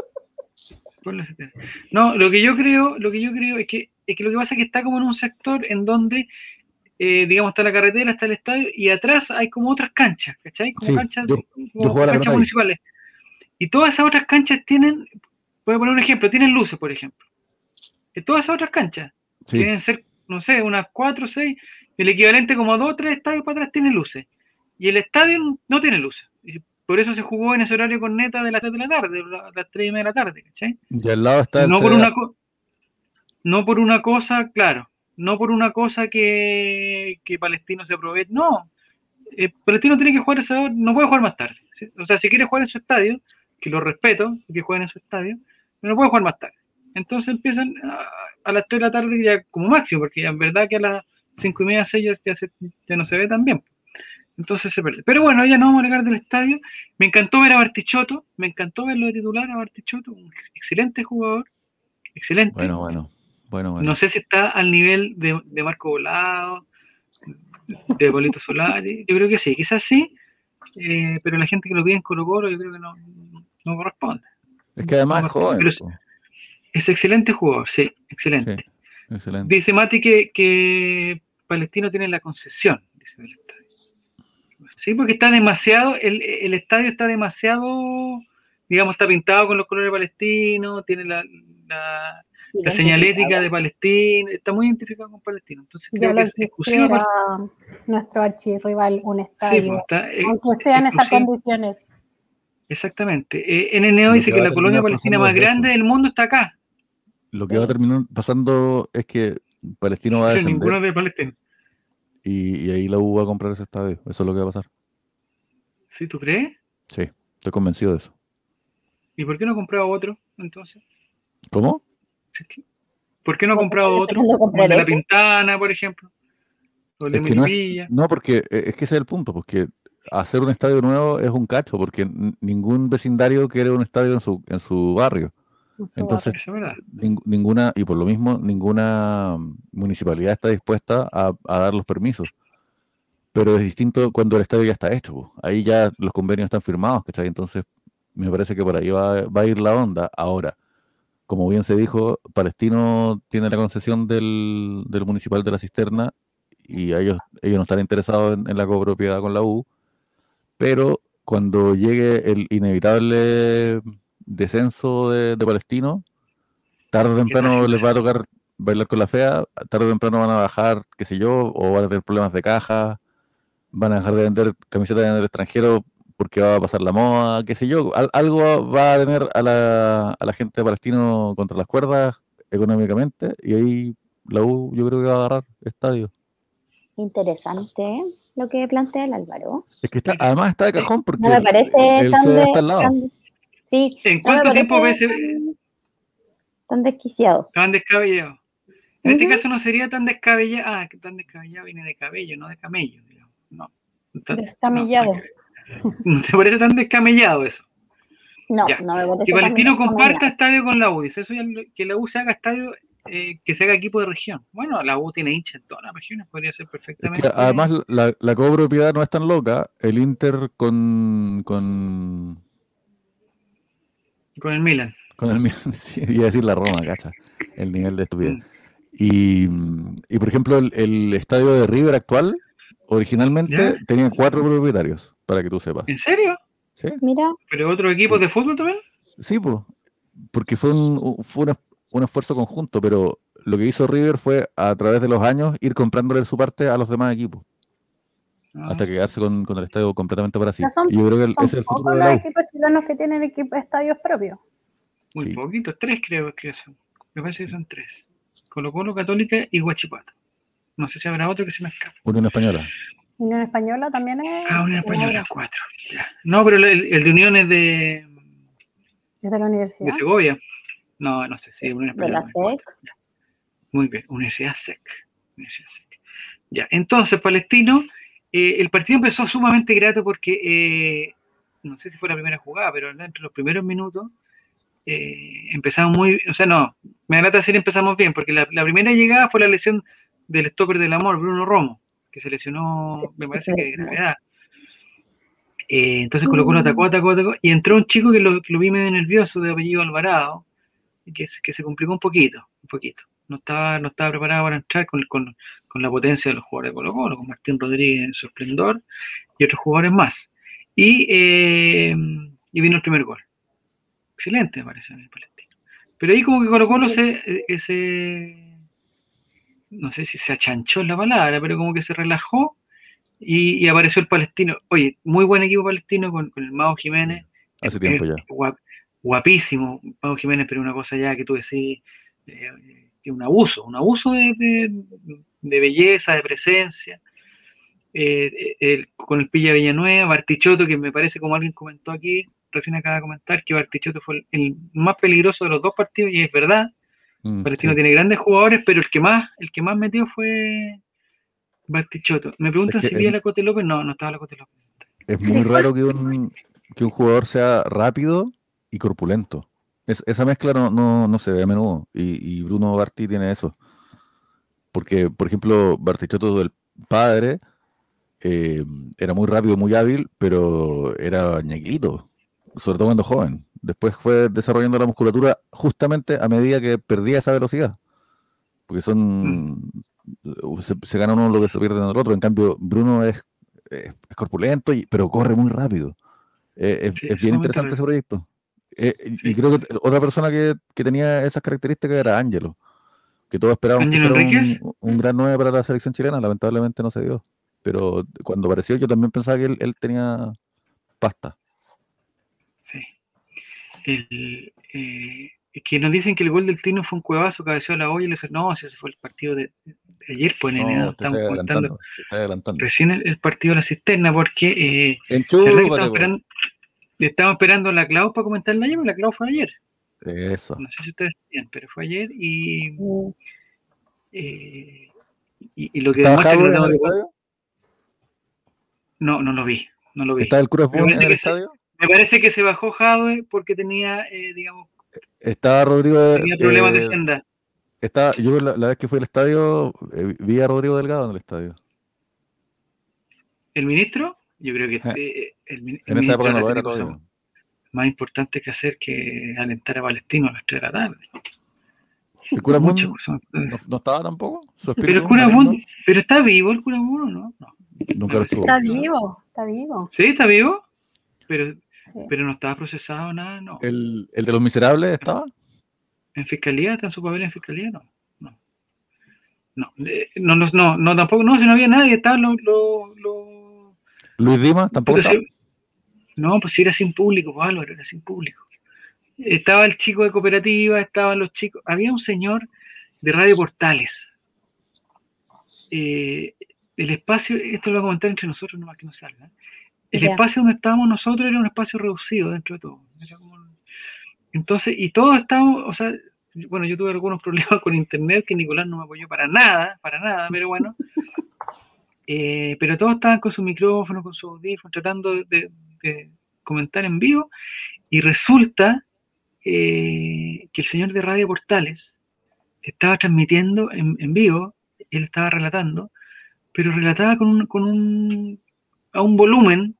Speaker 1: No, lo que yo creo es que lo que pasa es que está como en un sector en donde, digamos, está la carretera, está el estadio, y atrás hay como otras canchas, ¿cachai? Como canchas municipales. Y todas esas otras canchas tienen, voy a poner un ejemplo, tienen luces, por ejemplo. Todas esas otras canchas tienen ser, no sé, unas 4 o 6, el equivalente como a 2 o 3 estadios para atrás tiene luces. Y el estadio no tiene luces. Y por eso se jugó en ese horario con neta de las 3 de la tarde, las 3:30 de la tarde, ¿cachai?
Speaker 4: Y al lado está
Speaker 1: no por no por una cosa, claro, no por una cosa que Palestino se aproveche, no. Palestino tiene que jugar esa hora, no puede jugar más tarde. ¿Sí? O sea, si quiere jugar en su estadio, que lo respeto, que jueguen en su estadio, pero no puede jugar más tarde. Entonces empiezan a las 3 de la tarde ya como máximo, porque ya en verdad que a las 5:30, 6 ya no se ve tan bien. Entonces se pierde. Pero bueno, ya no vamos a alegar del estadio. Me encantó ver a Bartichotto, me encantó verlo de titular a Bartichotto, un excelente jugador, excelente.
Speaker 4: Bueno.
Speaker 1: No sé si está al nivel de Marco Volado, de Pablito Solari, yo creo que sí, quizás sí, pero la gente que lo pide en Colo-Colo yo creo que no corresponde.
Speaker 4: Es que además es joven.
Speaker 1: Pero es excelente jugador, sí, excelente.
Speaker 4: Sí, excelente.
Speaker 1: Dice Mati que Palestino tiene la concesión, dice, del estadio. Sí, porque está demasiado, el estadio está demasiado, digamos, está pintado con los colores palestinos, tiene la señalética de Palestina, está muy identificado con Palestina. Entonces creo que es exclusivo
Speaker 3: para nuestro archirrival un estadio, sí, aunque sean esas condiciones.
Speaker 1: Exactamente. NNO dice que la colonia palestina más grande del mundo está acá.
Speaker 4: Lo que va a terminar pasando es que Palestino va a descender.
Speaker 1: Ninguno de Palestina.
Speaker 4: Y ahí la U va a comprar ese estadio. Eso es lo que va a pasar.
Speaker 1: ¿Sí, tú crees?
Speaker 4: Sí, estoy convencido de eso.
Speaker 1: ¿Y por qué no ha comprado otro, entonces?
Speaker 4: ¿Cómo?
Speaker 1: ¿Por qué no ha comprado otro? ¿El de La Pintana, por ejemplo? ¿O el de Melipilla?
Speaker 4: No, porque es que ese es el punto, porque hacer un estadio nuevo es un cacho, porque ningún vecindario quiere un estadio en su barrio. Entonces, ninguna, y por lo mismo, ninguna municipalidad está dispuesta a dar los permisos. Pero es distinto cuando el estadio ya está hecho. Ahí ya los convenios están firmados, ¿cachai? Entonces, me parece que por ahí va a ir la onda. Ahora, como bien se dijo, Palestino tiene la concesión del municipal de La Cisterna y ellos no están interesados en la copropiedad con la U, pero cuando llegue el inevitable descenso de Palestino, tarde o temprano les va a tocar bailar con la fea, tarde o temprano van a bajar, qué sé yo, o van a tener problemas de caja, van a dejar de vender camisetas en el extranjero porque va a pasar la moda, qué sé yo, algo va a tener a la gente de Palestino contra las cuerdas económicamente, y ahí la U yo creo que va a agarrar estadio.
Speaker 2: Interesante lo que plantea el Álvaro.
Speaker 4: Es que además está de cajón porque
Speaker 2: no me parece
Speaker 4: el CD está al lado.
Speaker 2: Sí,
Speaker 1: ¿En cuánto tiempo ves
Speaker 2: tan desquiciado?
Speaker 1: Tan descabellado. En este caso no sería tan descabellado. Que tan descabellado viene de cabello, no de camello, digamos. No.
Speaker 3: Descamellado.
Speaker 1: ¿No te parece tan descamellado eso?
Speaker 2: No, no me parece.
Speaker 1: Que Palestino comparta estadio con la U. Dice eso, que la U se haga estadio, que se haga equipo de región. Bueno, la U tiene hinchas en todas las regiones, podría ser perfectamente.
Speaker 4: Es que además la copropiedad no es tan loca. El Inter con
Speaker 1: el Milan.
Speaker 4: Con el Milan, sí, iba a decir la Roma, cacha. El nivel de estupidez. Y por ejemplo, el estadio de River actual, originalmente tenía 4 propietarios, para que tú sepas.
Speaker 1: ¿En serio?
Speaker 4: Sí.
Speaker 2: Mira.
Speaker 1: ¿Pero otros equipos de fútbol también?
Speaker 4: Sí, pues. Porque fue un esfuerzo conjunto, pero lo que hizo River fue, a través de los años, ir comprándole su parte a los demás equipos. Hasta quedarse con el estadio completamente para sí.
Speaker 3: Y yo creo que ese es el futuro de la U. Los equipos chilenos que tienen estadios propios.
Speaker 1: Muy poquitos, 3 creo que son. Me parece que son 3. Colo-Colo, Católica y Huachipato. No sé si habrá otro que se me escapa.
Speaker 4: Unión Española.
Speaker 3: Unión Española también es.
Speaker 1: Unión Española, 4. Ya. No, pero el de Unión es de.
Speaker 3: ¿Es de la universidad?
Speaker 1: De Segovia. No sé, sí, Unión Española.
Speaker 2: ¿De la SEC?
Speaker 1: Muy bien, Universidad SEC. Ya, entonces, Palestino, el partido empezó sumamente grato porque, no sé si fue la primera jugada, pero entre los primeros minutos, empezamos muy, o sea, no, me agrada decir empezamos bien, porque la primera llegada fue la lesión del stopper del amor, Bruno Romo, que se lesionó, me parece que de gravedad. Entonces Colo-Colo atacó, y entró un chico que lo vi medio nervioso, de apellido Alvarado, que se complicó un poquito. No estaba preparado para entrar con la potencia de los jugadores de Colo-Colo, con Martín Rodríguez en su esplendor y otros jugadores más. Y vino el primer gol. Excelente, me parece, en el Palestino. Pero ahí como que Colo-Colo no sé si se achanchó en la palabra, pero como que se relajó y apareció el Palestino. Oye, muy buen equipo Palestino con el Mago Jiménez.
Speaker 4: Hace tiempo ya.
Speaker 1: Guapísimo, Mago Jiménez, pero una cosa ya que tú decís, un abuso de belleza, de presencia. Con el Pilla Villanueva, Bartichotto, que me parece, como alguien comentó aquí, recién acaba de comentar, que Bartichotto fue el más peligroso de los dos partidos, y es verdad. Palestino tiene grandes jugadores, pero el que más metió fue Bartichotto. Me preguntan si vi a la Cote López. No estaba la Cote López.
Speaker 4: Es muy raro que un jugador sea rápido y corpulento. Esa mezcla no se ve a menudo. Y Bruno Barti tiene eso. Porque, por ejemplo, Bartichotto, el padre, era muy rápido, muy hábil, pero era ñequilito, sobre todo cuando joven. Después fue desarrollando la musculatura justamente a medida que perdía esa velocidad. Porque se gana uno lo que se pierde en el otro. En cambio, Bruno es corpulento, pero corre muy rápido. Es bien interesante ese proyecto. Y creo que otra persona que tenía esas características era Ángelo, que todos esperábamos que fuera un gran 9 para la selección chilena. Lamentablemente no se dio. Pero cuando apareció yo también pensaba que él tenía pasta.
Speaker 1: Sí. Que nos dicen que el gol del Tino fue un cuevazo, cabeceó a la olla y le dice, no, si ese fue el partido de ayer, pues nene, estamos comentando recién el partido de la cisterna, porque estamos esperando la Clau para comentarla ayer, la Clau fue ayer.
Speaker 4: Eso.
Speaker 1: No sé si ustedes sabían, pero fue ayer y lo que demuestra que no tengo que... No lo vi.
Speaker 4: ¿Está el Cruz Boom en el estadio?
Speaker 1: Me parece que se bajó Jadwe porque tenía, digamos...
Speaker 4: Estaba Rodrigo...
Speaker 1: Tenía problemas de agenda.
Speaker 4: Yo la vez que fui al estadio, vi a Rodrigo Delgado en el estadio.
Speaker 1: ¿El ministro? Yo creo que
Speaker 4: en esa época no lo era todavía.
Speaker 1: Más importante que hacer que alentar a Palestino a las 3 de la tarde.
Speaker 4: ¿El cura Boom no estaba tampoco?
Speaker 1: Pero el cura Boom, ¿pero está vivo el cura Boom o no?
Speaker 4: Nunca lo estuvo.
Speaker 3: Está vivo.
Speaker 1: ¿Sí? ¿Está vivo? Pero no estaba procesado nada, no.
Speaker 4: ¿El de los miserables estaba?
Speaker 1: ¿En fiscalía? ¿Está en su papel en fiscalía? No, tampoco, no, si no había nadie, estaban
Speaker 4: ¿Luis Dimas tampoco estaba?
Speaker 1: No, pues si era sin público, pues Álvaro, era sin público. Estaba el chico de cooperativa, estaban los chicos, había un señor de Radio Portales. El espacio, esto lo voy a comentar entre nosotros, nomás que no salga. El espacio donde estábamos nosotros era un espacio reducido dentro de todo. Entonces, y todos estábamos, o sea, bueno, yo tuve algunos problemas con internet que Nicolás no me apoyó para nada, pero bueno. Pero todos estaban con su micrófono, con su audífono, tratando de comentar en vivo, y resulta que el señor de Radio Portales estaba transmitiendo en vivo, él estaba relatando, pero relataba a un volumen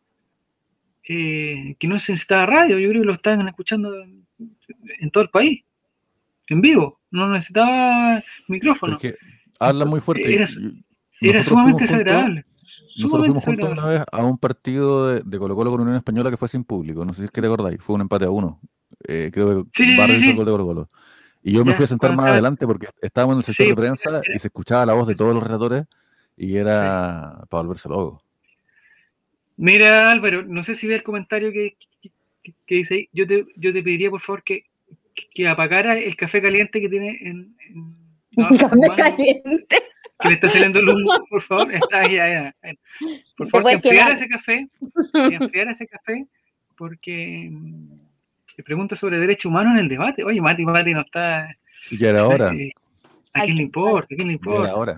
Speaker 1: que no se necesitaba radio. Yo creo que lo estaban escuchando en todo el país, en vivo, no necesitaba micrófono.
Speaker 4: Porque habla muy fuerte.
Speaker 1: Era sumamente desagradable.
Speaker 4: Nosotros fuimos juntos una vez a un partido de Colo-Colo con Unión Española que fue sin público, no sé si es que te acordáis, fue un empate a 1. Creo que Barrio hizo el gol de Colo-Colo. Y yo me fui a sentar más adelante porque estábamos en el sector de prensa y se escuchaba la voz de todos los relatores y era para volverse loco.
Speaker 1: Mira, Álvaro, no sé si ve el comentario que dice ahí. Yo te pediría, por favor, que apagara el café caliente que tiene en
Speaker 2: café caliente.
Speaker 1: Que le está saliendo luz, por favor. Está ahí. Por favor, que enfriara ese café, porque se pregunta sobre derechos humanos en el debate. Oye, Mati no está...
Speaker 4: Ya era hora.
Speaker 1: ¿A quién le importa?
Speaker 4: Ya era hora.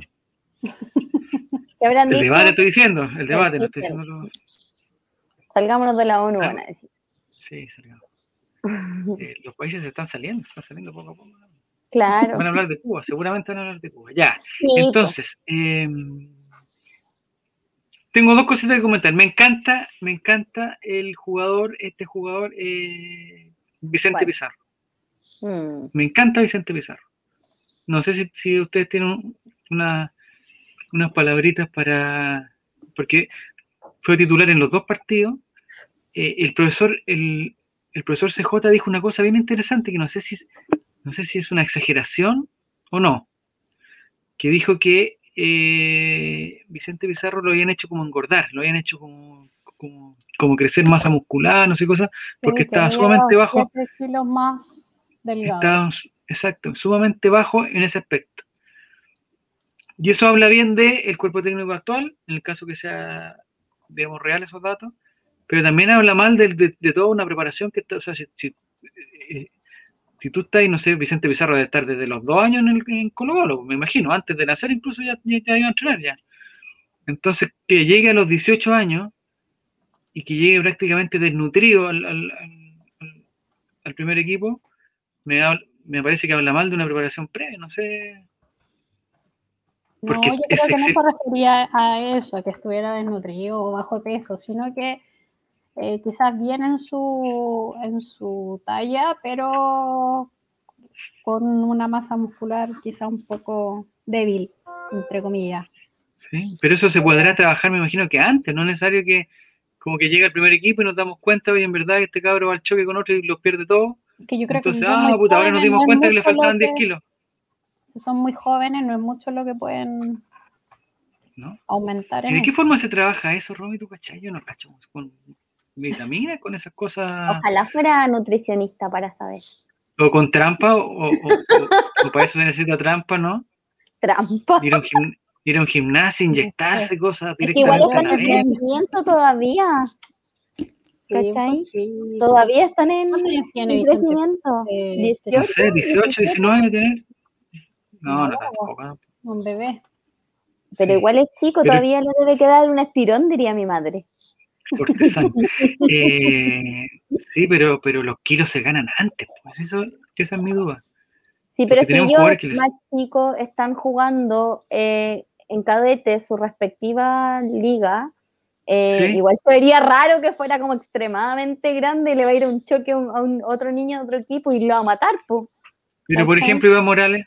Speaker 1: El debate estoy diciendo, el debate, no estoy diciendo
Speaker 2: Salgámonos de la ONU, van a decir.
Speaker 1: Sí, salgamos. Los países están saliendo poco a poco.
Speaker 2: Claro.
Speaker 1: Van a hablar de Cuba, seguramente van a hablar de Cuba. Ya. Sí, entonces, tengo dos cositas que comentar. Me encanta este jugador, Vicente Pizarro. Me encanta Vicente Pizarro. No sé si ustedes tienen unas palabritas porque fue titular en los dos partidos. El profesor CJ dijo una cosa bien interesante que no sé si es una exageración o no, que dijo que Vicente Pizarro lo habían hecho como engordar, lo habían hecho como crecer masa muscular, no sé cosas, porque estaba sumamente bajo.
Speaker 3: 7 kilos más delgado.
Speaker 1: Exacto, sumamente bajo en ese aspecto. Y eso habla bien del cuerpo técnico actual, en el caso que sea, digamos, real esos datos, pero también habla mal de toda una preparación que está, o sea, si tú estás, no sé, Vicente Pizarro debe estar desde los 2 años en Colo-Colo, me imagino, antes de nacer incluso ya iba a entrenar ya. Entonces, que llegue a los 18 años y que llegue prácticamente desnutrido al primer equipo, me parece que habla mal de una preparación previa, no sé.
Speaker 3: No, yo creo que no se refería a eso, a que estuviera desnutrido o bajo peso, sino que quizás bien en su talla, pero con una masa muscular quizá un poco débil, entre comillas.
Speaker 1: Sí, pero eso se podrá trabajar, me imagino que antes, no es necesario que como que llega el primer equipo y nos damos cuenta, oye, en verdad que este cabro va al choque con otro y los pierde todos.
Speaker 3: Que yo creo
Speaker 1: entonces,
Speaker 3: que si
Speaker 1: puta, ahora nos dimos cuenta que le faltaban 10 kilos.
Speaker 3: Si son muy jóvenes, no es mucho lo que pueden aumentar.
Speaker 1: ¿Y de qué forma se trabaja eso, Romy? ¿Tú cachai? Yo no cacho. ¿Con vitaminas? ¿Con esas cosas?
Speaker 2: Ojalá fuera nutricionista para saber.
Speaker 1: ¿O con trampa? ¿O para eso se necesita trampa, no?
Speaker 2: Trampa.
Speaker 1: Ir a un gimnasio, inyectarse cosas directamente.
Speaker 2: Igual están en crecimiento todavía. ¿Cachai? Todavía están en crecimiento. 18,
Speaker 1: no sé, 18, 19 de tener. No tampoco.
Speaker 3: Un bebé.
Speaker 2: Pero igual es chico, todavía le debe quedar un estirón, diría mi madre.
Speaker 1: Cortesano. Sí, pero los kilos se ganan antes. Pues esa es mi duda.
Speaker 2: Sí, pero si ellos más chicos están jugando en cadete su respectiva liga, igual sería raro que fuera como extremadamente grande y le va a ir un choque a un otro niño de otro equipo y lo va a matar, po.
Speaker 1: Pero por ejemplo, Iván Morales.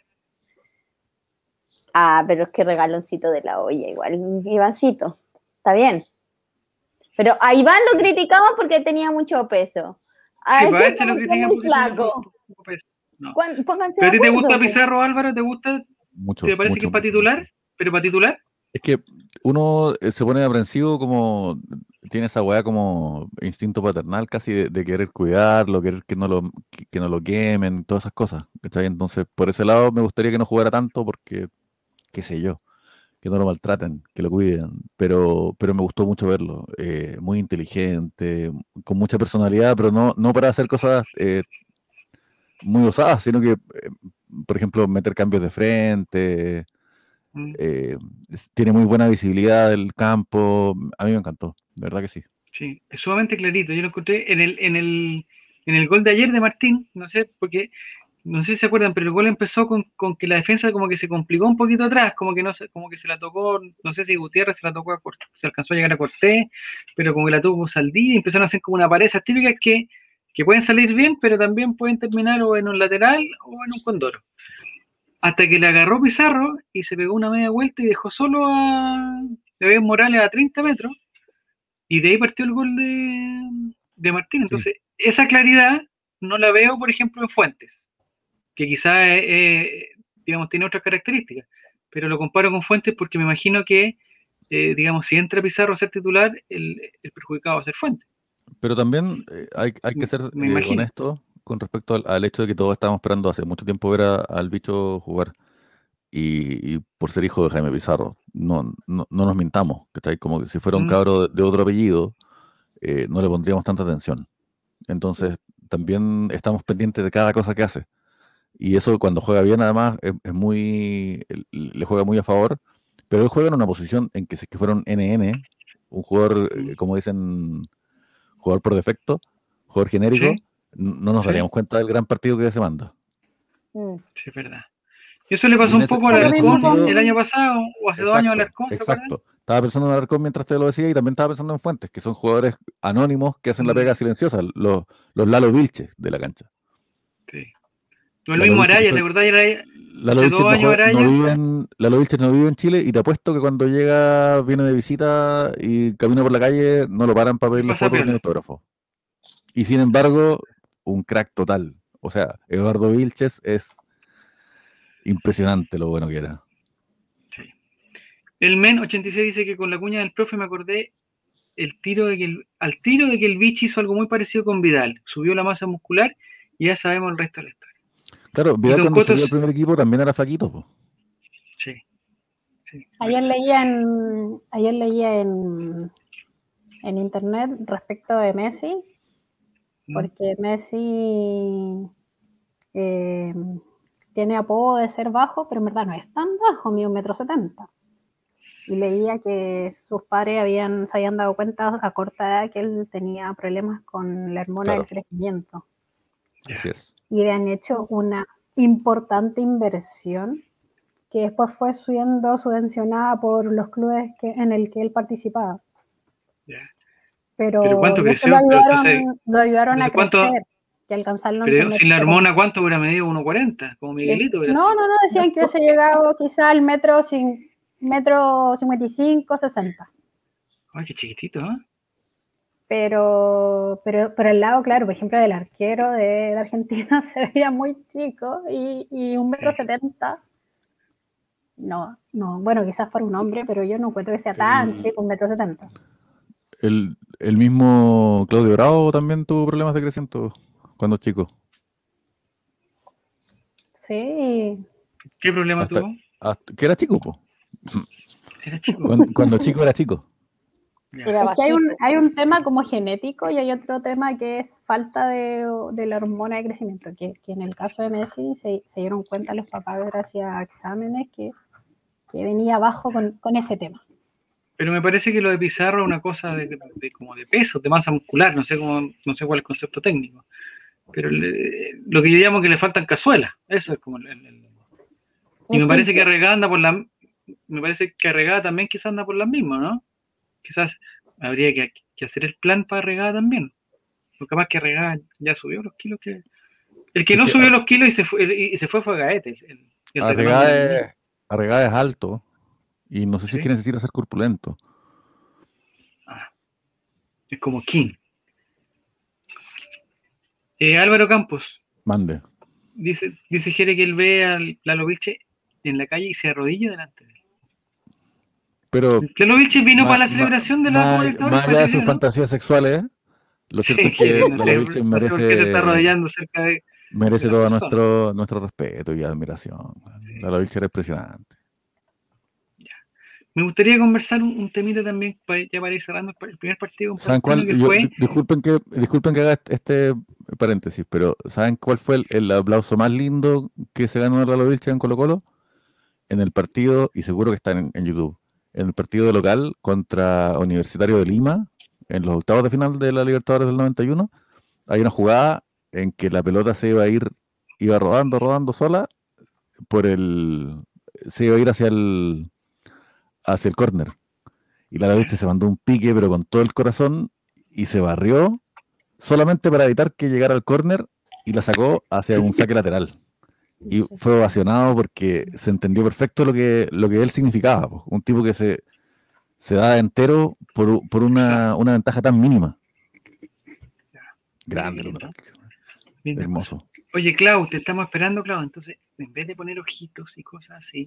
Speaker 2: Pero es que regaloncito de la olla, igual, Ivancito, está bien. Pero a Iván lo criticaban porque tenía mucho peso.
Speaker 1: Sí, para este lo critican
Speaker 2: muy flaco.
Speaker 1: No. ¿Pero a ti te gusta Pizarro, Álvaro? ¿Te gusta?
Speaker 4: Mucho.
Speaker 1: ¿Te parece que es para titular? ¿Pero para titular?
Speaker 4: Es que uno se pone aprensivo, como tiene esa weá como instinto paternal casi de querer cuidarlo, querer que no lo quemen, todas esas cosas. ¿Cachai? Entonces, por ese lado me gustaría que no jugara tanto porque, qué sé yo, que no lo maltraten, que lo cuiden. Pero me gustó mucho verlo. Muy inteligente, con mucha personalidad, pero no para hacer cosas muy osadas, sino que, por ejemplo, meter cambios de frente. Tiene muy buena visibilidad del campo. A mí me encantó, de verdad que sí.
Speaker 1: Sí, es sumamente clarito. Yo lo encontré en el gol de ayer de Martín, no sé, porque no sé si se acuerdan, pero el gol empezó con que la defensa como que se complicó un poquito atrás, como que se la tocó, no sé si Gutiérrez se la tocó se alcanzó a llegar a Cortés, pero como que la tuvo Saldí y empezaron a hacer como una pared esas típicas que pueden salir bien, pero también pueden terminar o en un lateral o en un condoro. Hasta que le agarró Pizarro y se pegó una media vuelta y dejó solo a Evan Morales a 30 metros, y de ahí partió el gol de Martín. Entonces, esa claridad no la veo, por ejemplo, en Fuentes, que quizás, digamos, tiene otras características, pero lo comparo con Fuentes porque me imagino que, digamos, si entra Pizarro a ser titular, el perjudicado va a ser Fuentes.
Speaker 4: Pero también hay que ser honesto con respecto al hecho de que todos estábamos esperando hace mucho tiempo ver al bicho jugar. Y por ser hijo de Jaime Pizarro, no nos mintamos, ¿cachai? Como que si fuera un cabro de otro apellido, no le pondríamos tanta atención. Entonces, también estamos pendientes de cada cosa que hace. Y eso cuando juega bien, además, le juega muy a favor. Pero él juega en una posición en que si que fuera un NN, un jugador, como dicen, jugador por defecto, jugador genérico, no nos daríamos cuenta del gran partido que se manda.
Speaker 1: Sí, es verdad. Y eso le pasó un poco a Alarcón el año pasado, o hace 2 años a Alarcón.
Speaker 4: Exacto. Estaba pensando en Alarcón mientras te lo decía, y también estaba pensando en Fuentes, que son jugadores anónimos que hacen la pega silenciosa, los Lalo Vilches de la cancha.
Speaker 1: Sí. O el mismo Araya, ¿te acordás?
Speaker 4: Lalo Vilches no vive en Chile, y te apuesto que cuando viene de visita y camina por la calle, no lo paran para pedirle fotos ni autógrafo. Y sin embargo, un crack total. O sea, Eduardo Vilches es impresionante lo bueno que era.
Speaker 1: Sí. El Men 86 dice que con la cuña del profe me acordé al tiro de que el Vichy hizo algo muy parecido con Vidal. Subió la masa muscular y ya sabemos el resto de la historia.
Speaker 4: Claro, Vidal cuando subió al primer equipo también era flaquito, po.
Speaker 1: Sí.
Speaker 3: Ayer leía en internet respecto de Messi, porque Messi tiene apodo de ser bajo, pero en verdad no es tan bajo, mide 1,70 m. Y leía que sus padres se habían dado cuenta a corta edad que él tenía problemas con la hormona del crecimiento.
Speaker 4: Así es.
Speaker 3: Y habían hecho una importante inversión que después fue siendo subvencionada por los clubes en el que él participaba. Pero
Speaker 1: ¿cuánto creció?
Speaker 3: Lo ayudaron a crecer, que alcanzarlo.
Speaker 1: Pero sin la hormona, ¿cuánto hubiera medido? 1,40, como Miguelito.
Speaker 3: No, decían que hubiese llegado quizá al metro 55, 60.
Speaker 1: Ay, qué chiquitito, ¿eh?
Speaker 3: Pero al lado, claro, por ejemplo, del arquero de Argentina se veía muy chico y 1,70 m. No, bueno, quizás por un hombre, pero yo no encuentro que sea tan chico, 1,70 m.
Speaker 4: El mismo Claudio Bravo también tuvo problemas de crecimiento cuando chico.
Speaker 3: Sí.
Speaker 1: ¿Qué problema tuvo?
Speaker 4: Que era chico, po.
Speaker 1: Era chico.
Speaker 4: Cuando chico era chico.
Speaker 3: Es que hay un tema como genético y hay otro tema que es falta de la hormona de crecimiento, que en el caso de Messi se dieron cuenta los papás gracias a exámenes que venía abajo con ese tema.
Speaker 1: Pero me parece que lo de Pizarro es una cosa como de peso, de masa muscular, no sé cuál es el concepto técnico. Pero lo que yo llamo que le faltan cazuelas, eso es como y me parece que Arregada anda también quizás anda por las mismas, ¿no? Quizás habría que hacer el plan para Arregada también. Lo capaz que Arregada ya subió los kilos que... El que no subió los kilos y se fue fue Gaete.
Speaker 4: Arregada es alto y no sé si es que necesita ser corpulento.
Speaker 1: Es como King. Álvaro Campos.
Speaker 4: Mande.
Speaker 1: Dice Jere que él ve a Lalo Vilche en la calle y se arrodilla delante de él.
Speaker 4: Pero
Speaker 1: Lalo Vilche vino para la celebración de la Copa Libertadores.
Speaker 4: Más allá de sus fantasías sexuales, lo cierto es que Lalo Vilche merece...
Speaker 1: ¿Por qué se está arrodillando cerca de...
Speaker 4: Merece todo nuestro respeto y admiración. Lalo Vilche era impresionante.
Speaker 1: Me gustaría conversar un temita también para ir cerrando el primer partido.
Speaker 4: Disculpen que haga este paréntesis, pero ¿saben cuál fue el aplauso más lindo que se ganó Lalo Vilche en Colo-Colo? En el partido, y seguro que está en YouTube, en el partido de local contra Universitario de Lima, en los octavos de final de la Libertadores del 91, hay una jugada en que la pelota iba rodando sola, se iba a ir hacia el córner. Y Lalo Vilche se mandó un pique, pero con todo el corazón, y se barrió solamente para evitar que llegara al córner y la sacó hacia un saque lateral. Y fue ovacionado porque se entendió perfecto lo que él significaba. Po. Un tipo que se da entero por una ventaja tan mínima. Grande, hermoso.
Speaker 1: Oye, Clau, te estamos esperando, Clau. Entonces, en vez de poner ojitos y cosas así,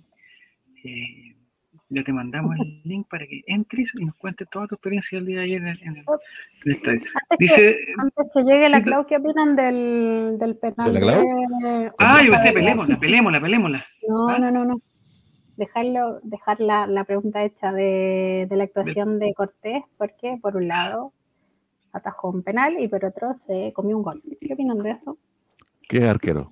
Speaker 1: ya te mandamos el link para que entres y nos cuentes toda tu experiencia el día de ayer en el estadio.
Speaker 3: Antes que llegue la Clau, ¿qué opinan del penal?
Speaker 4: ¿De la Clau?
Speaker 1: Yo pensé, pelémosla.
Speaker 3: No. Dejar la pregunta hecha de la actuación de Cortés, porque por un lado atajó un penal y por otro se comió un gol. ¿Qué opinan de eso?
Speaker 4: ¿Qué arquero?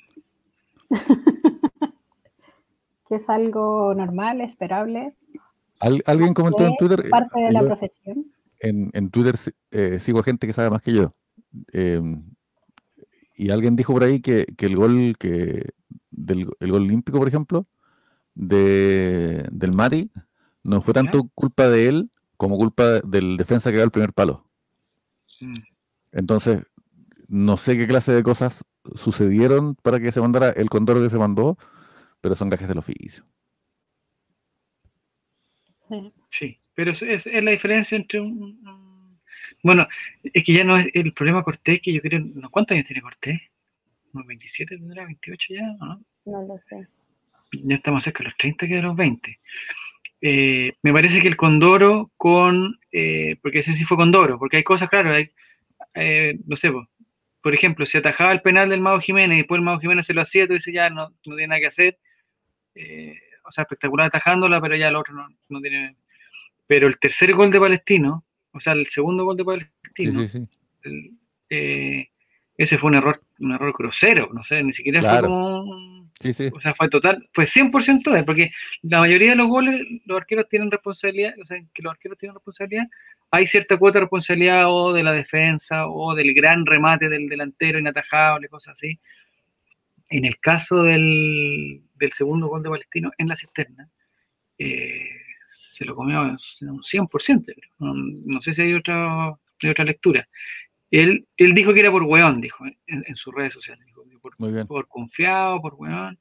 Speaker 3: Que es algo normal, esperable.
Speaker 4: Alguien comentó en Twitter.
Speaker 3: Parte de la profesión.
Speaker 4: En Twitter sigo a gente que sabe más que yo. Y alguien dijo por ahí que el gol el gol olímpico, por ejemplo, del Mati, no fue tanto culpa de él como culpa del defensa que da el primer palo. Entonces, no sé qué clase de cosas sucedieron para que se mandara el condoro que se mandó, pero son gajes del oficio.
Speaker 1: Sí, pero es la diferencia entre Bueno, es que ya no es el problema Cortés, que yo creo... ¿Cuántos años tiene Cortés? ¿Unos 27 tendrá? ¿28 ya? ¿No?
Speaker 2: No lo sé.
Speaker 1: Ya estamos cerca de los 30 que de los 20. Me parece que el condoro porque ese sí fue condoro, porque hay cosas, claro, no sé, por ejemplo, si atajaba el penal del Mago Jiménez y después el Mago Jiménez se lo hacía, tú dices, ya no tiene nada que hacer. O sea, espectacular atajándola, pero ya el otro no tiene. Pero el tercer gol de Palestino, o sea, el segundo gol de Palestino, ese fue un error grosero, no sé, ni siquiera fue como. O sea, fue 100% de él, porque la mayoría de los goles, los arqueros tienen responsabilidad, o sea, que los arqueros tienen responsabilidad, hay cierta cuota de responsabilidad o de la defensa o del gran remate del delantero inatajable, cosas así. En el caso del segundo gol de Palestino en la cisterna, se lo comió un 100%, no sé si hay otra lectura. Él dijo que era por weón, dijo en sus redes sociales, dijo, por confiado, por weón.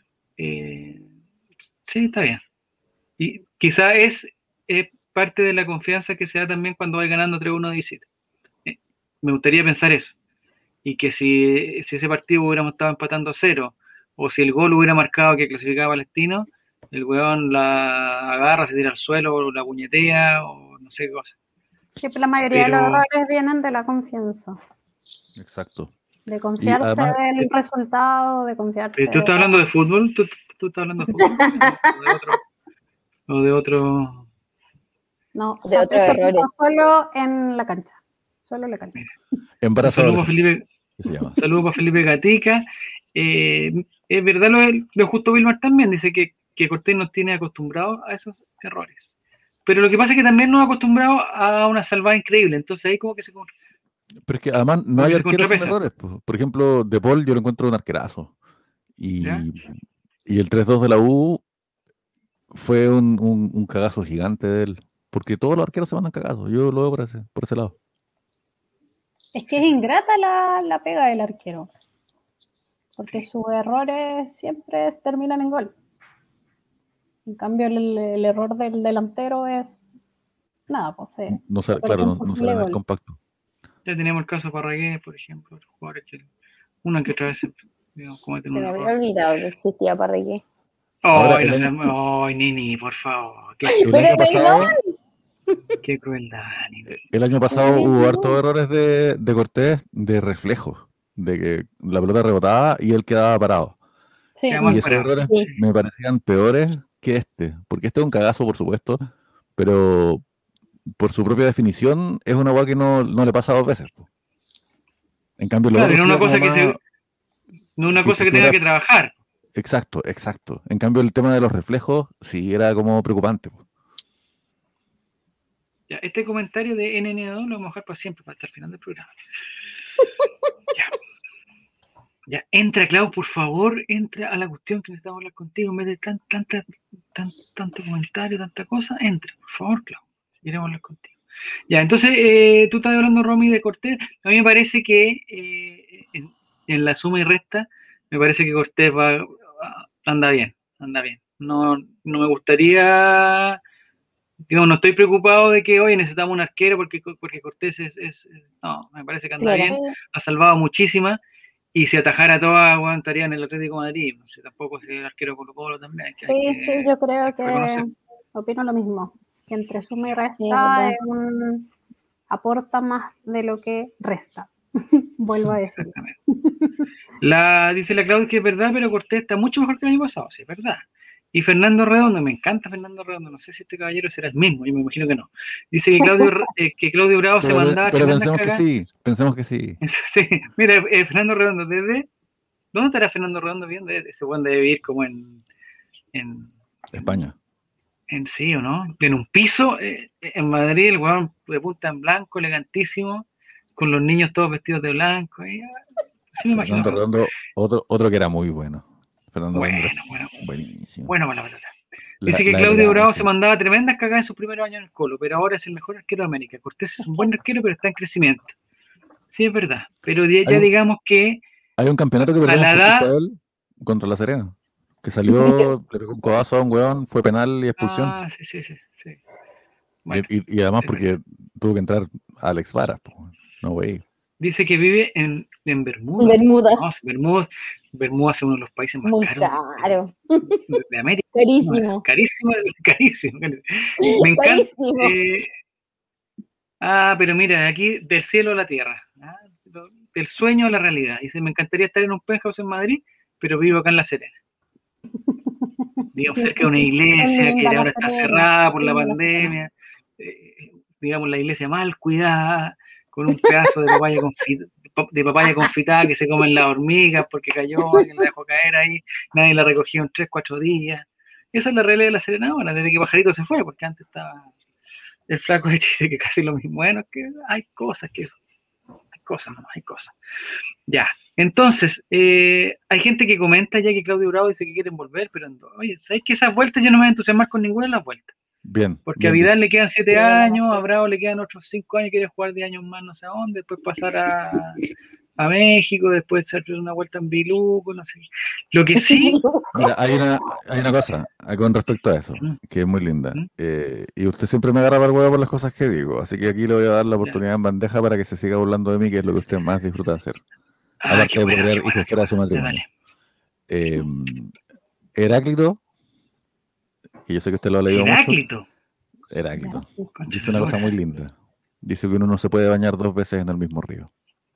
Speaker 1: Sí, está bien. Y quizá es parte de la confianza que se da también cuando va ganando 3-1 de visita. Me gustaría pensar eso. Y que si ese partido hubiéramos estado empatando a 0, o si el gol hubiera marcado que clasificaba a Palestino, el weón la agarra, se tira al suelo, o la puñetea, o no sé qué cosa.
Speaker 3: Sí, pero la mayoría de los errores vienen de la confianza.
Speaker 4: Exacto.
Speaker 3: De confiarse además, del resultado, de confiarse.
Speaker 1: ¿Tú estás hablando de fútbol? ¿Tú estás hablando de fútbol? ¿O de otro?
Speaker 3: No, de otros errores. Solo en la cancha. Solo en la cancha.
Speaker 1: Saludos para Felipe Gatica. Es verdad lo de Justo Vilmar también, dice que Cortés nos tiene acostumbrados a esos errores. Pero lo que pasa es que también nos ha acostumbrado a una salvada increíble, entonces ahí como que se...
Speaker 4: Pero es que además no hay arqueros sin errores. Por ejemplo, De Paul yo lo encuentro un arquerazo. Y el 3-2 de la U fue un cagazo gigante de él. Porque todos los arqueros se mandan cagazos. Yo lo veo por ese lado.
Speaker 3: Es que es ingrata la pega del arquero. Porque sus errores siempre terminan en gol. En cambio, el error del delantero es nada, pues
Speaker 4: no sale en el compacto.
Speaker 1: Ya tenemos el caso de Parragués, por ejemplo, jugadores que una que otra vez cometen un error.
Speaker 2: Se me había olvidado que existía Parragués.
Speaker 1: Ay, Nini, por favor.
Speaker 4: El año pasado,
Speaker 1: qué crueldad, Nini.
Speaker 4: El año pasado hubo hartos errores de Cortés de reflejo, de que la pelota rebotaba y él quedaba parado.
Speaker 3: Sí.
Speaker 4: Y esos errores me parecían peores que porque este es un cagazo, por supuesto, pero por su propia definición es una hueá que no le pasa 2 veces. En cambio,
Speaker 1: no es una cosa que tenga que trabajar.
Speaker 4: Exacto. En cambio, el tema de los reflejos sí era como preocupante.
Speaker 1: Ya, este comentario de NN2 lo vamos a dejar para siempre, para hasta el final del programa. Ya, entra, Clau, por favor, entra a la cuestión que necesitamos hablar contigo. En vez de tanto comentario, tanta cosa, entra, por favor, Clau. Queremos hablar contigo. Ya, entonces, tú estás hablando, Romy, de Cortés. A mí me parece que en la suma y resta, me parece que Cortés anda bien. No me gustaría... no estoy preocupado de que hoy necesitamos un arquero porque Cortés no, me parece que anda bien, ha salvado muchísimas, y si atajara todas, bueno, estaría en el Atlético de Madrid. No sé, tampoco si el arquero Colo-Colo también.
Speaker 3: Sí, yo creo que opino lo mismo, que entre suma y resta aporta más de lo que resta. Vuelvo a decir.
Speaker 1: Exactamente. Dice la Claudia que es verdad, pero Cortés está mucho mejor que el año pasado, sí, es verdad. Y Fernando Redondo, me encanta Fernando Redondo, no sé si este caballero será el mismo, yo me imagino que no. Dice que Claudio Bravo se mandaba tremendas cagadas.
Speaker 4: Pensemos que sí.
Speaker 1: Sí, mira, Fernando Redondo, ¿dónde estará Fernando Redondo bien? Ese buen debe vivir como en
Speaker 4: España.
Speaker 1: Sí, ¿o no? En un piso, en Madrid, el weón de punta en blanco, elegantísimo, con los niños todos vestidos de blanco. Sí, me imagino.
Speaker 4: Fernando Redondo, otro que era muy bueno. Fernando
Speaker 1: bueno,
Speaker 4: buenísimo.
Speaker 1: Bueno para la pelota. Dice que Claudio Bravo se mandaba tremendas cagadas en sus primeros años en el Colo, pero ahora es el mejor arquero de América. Cortés es un buen arquero, pero está en crecimiento. Sí, es verdad. Pero ya digamos que...
Speaker 4: Hay un campeonato que perdimos contra La Serena, que salió, le pegó un codazo a un weón, fue penal y expulsión.
Speaker 1: Sí.
Speaker 4: Bueno, y además porque tuvo que entrar Alex Varas. No, güey.
Speaker 1: Dice que vive en Bermuda. No, Bermuda es uno de los países más caros de América. Carísimo. Me encanta. Pero mira, aquí del cielo a la tierra. del sueño a la realidad. Dice, me encantaría estar en un penthouse en Madrid, pero vivo acá en La Serena. Digamos, cerca de una iglesia que ahora está cerrada por la pandemia. Digamos, la iglesia mal cuidada, con un pedazo de papaya confitada que se comen las hormigas porque cayó, alguien la dejó caer ahí, nadie la recogió en 3-4 días. Esa es la realidad de La Serena ahora, desde que Pajarito se fue, porque antes estaba el flaco de dice que casi lo mismo. Bueno, es que hay cosas, hay cosas. Ya, entonces, hay gente que comenta ya que Claudio Bravo dice que quieren volver, pero oye, ¿sabes que esas vueltas yo no me voy a entusiasmar con ninguna de las vueltas?
Speaker 4: Bien.
Speaker 1: Porque
Speaker 4: bien
Speaker 1: a Vidal
Speaker 4: dicho.
Speaker 1: le quedan 7 años, a Bravo le quedan otros 5 años, quiere jugar 10 años más, no sé a dónde, después pasar a México, después hacer una vuelta en Biluco, no sé. Lo que sí...
Speaker 4: Mira, hay una cosa con respecto a eso, que es muy linda. Y usted siempre me agarra para el huevo por las cosas que digo, así que aquí le voy a dar la oportunidad en bandeja para que se siga burlando de mí, que es lo que usted más disfruta de hacer. Aparte de procrear hijos fuera de su matrimonio. Heráclito, que yo sé que usted lo ha leído mucho. Heráclito. Dice una cosa muy linda. Dice que uno no se puede bañar 2 veces en el mismo río.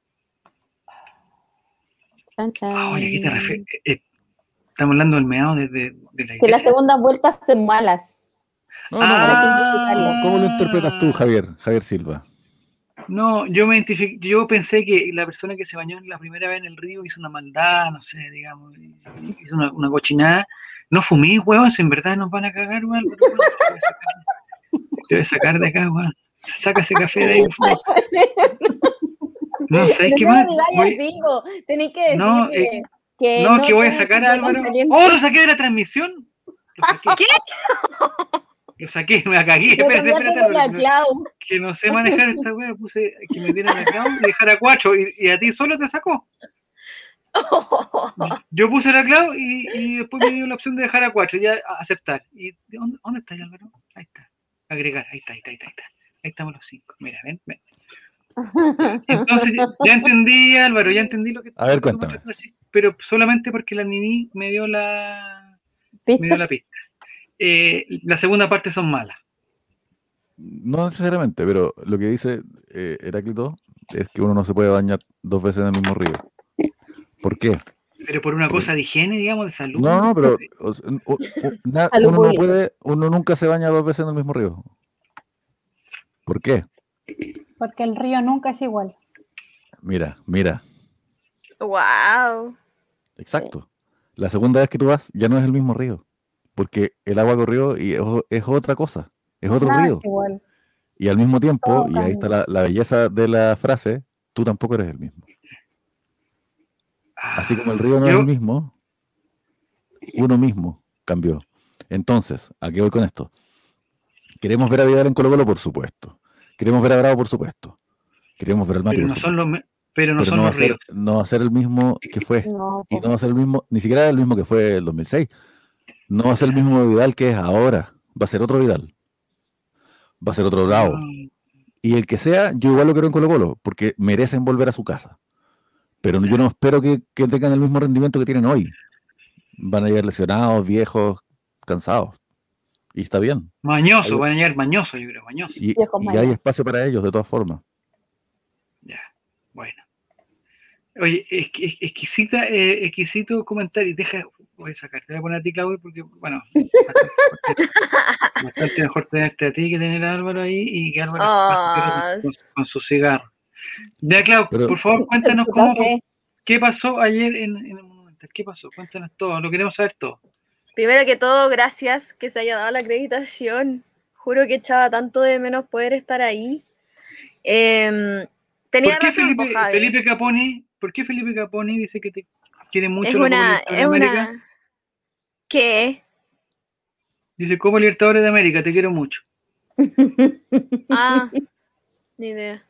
Speaker 1: Oye, ¿a qué te refieres? Estamos hablando del meado de la iglesia.
Speaker 2: Que las segundas vueltas son malas.
Speaker 4: No. ¿Cómo lo interpretas tú, Javier Silva?
Speaker 1: No, yo pensé que la persona que se bañó la primera vez en el río hizo una maldad, no sé, digamos, hizo una cochinada. No fumí, huevos, en verdad nos van a cagar, weón. Te voy a sacar de acá, weón. Saca ese café de ahí, por favor. No, ¿sabes qué más?
Speaker 2: Tenés que decir
Speaker 1: que voy a sacar a Álvaro. ¡Oh, lo saqué de la transmisión! Lo saqué.
Speaker 2: ¿Qué?
Speaker 1: Lo saqué, me cagué. Espérate. Que no sé manejar esta wea, puse que me diera la Clau y dejar a 4 y a ti solo te sacó. Yo puse la Clau y después me dio la opción de dejar a 4, ya aceptar. ¿Y dónde está Álvaro? Ahí está. Agregar, ahí está. Ahí estamos los 5. Mira, ven. Entonces, ya entendí, Álvaro, ya entendí lo que...
Speaker 4: A ver, cuéntame.
Speaker 1: Pero solamente porque la Nini me dio la pista. La segunda parte son malas.
Speaker 4: No necesariamente, pero lo que dice Heráclito es que uno no se puede bañar 2 veces en el mismo río. ¿Por qué?
Speaker 1: Pero por una cosa de higiene, digamos, de salud.
Speaker 4: No, pero uno nunca se baña 2 veces en el mismo río. ¿Por qué?
Speaker 3: Porque el río nunca es igual.
Speaker 4: Mira.
Speaker 5: Wow.
Speaker 4: Exacto. La segunda vez que tú vas ya no es el mismo río, porque el agua corrió y es otra cosa, es otro río.
Speaker 3: Igual.
Speaker 4: Y al mismo tiempo, y ahí está la belleza de la frase, tú tampoco eres el mismo. Así como el río no es el mismo, uno mismo cambió. Entonces, ¿a qué voy con esto? ¿Queremos ver a Vidal en Colo-Colo? Por supuesto. ¿Queremos ver a Bravo? Por supuesto. ¿Queremos ver al Mati?
Speaker 1: Pero no son los ríos.
Speaker 4: No va a ser el mismo que fue. No, y no va a ser el mismo, ni siquiera el mismo que fue el 2006. No va a ser el mismo Vidal que es ahora. Va a ser otro Vidal. Va a ser otro Bravo. Y el que sea, yo igual lo quiero en Colo-Colo, porque merecen volver a su casa. Pero yo no espero que tengan el mismo rendimiento que tienen hoy. Van a llegar lesionados, viejos, cansados. Y está bien.
Speaker 1: Van a llegar mañosos, yo creo, mañosos.
Speaker 4: Y hay espacio para ellos, de todas formas.
Speaker 1: Ya, bueno. Oye, exquisito comentario. Voy a sacar, te voy a poner a ti, Claudio, porque, bueno, bastante mejor tenerte a ti que tener a Álvaro ahí y que Álvaro pase con su cigarro. Ya, Claudio, por favor, cuéntanos qué pasó ayer en el Monumental. ¿Qué pasó? Cuéntanos todo, lo queremos saber todo.
Speaker 5: Primero que todo, gracias que se haya dado la acreditación. Juro que echaba tanto de menos poder estar ahí. Tenía razón,
Speaker 1: Felipe Caponi, ¿por qué Felipe Caponi dice que te quiere mucho?
Speaker 5: Es una... ¿Qué?
Speaker 1: Dice, Copa Libertadores de América, te quiero mucho.
Speaker 5: Ni idea.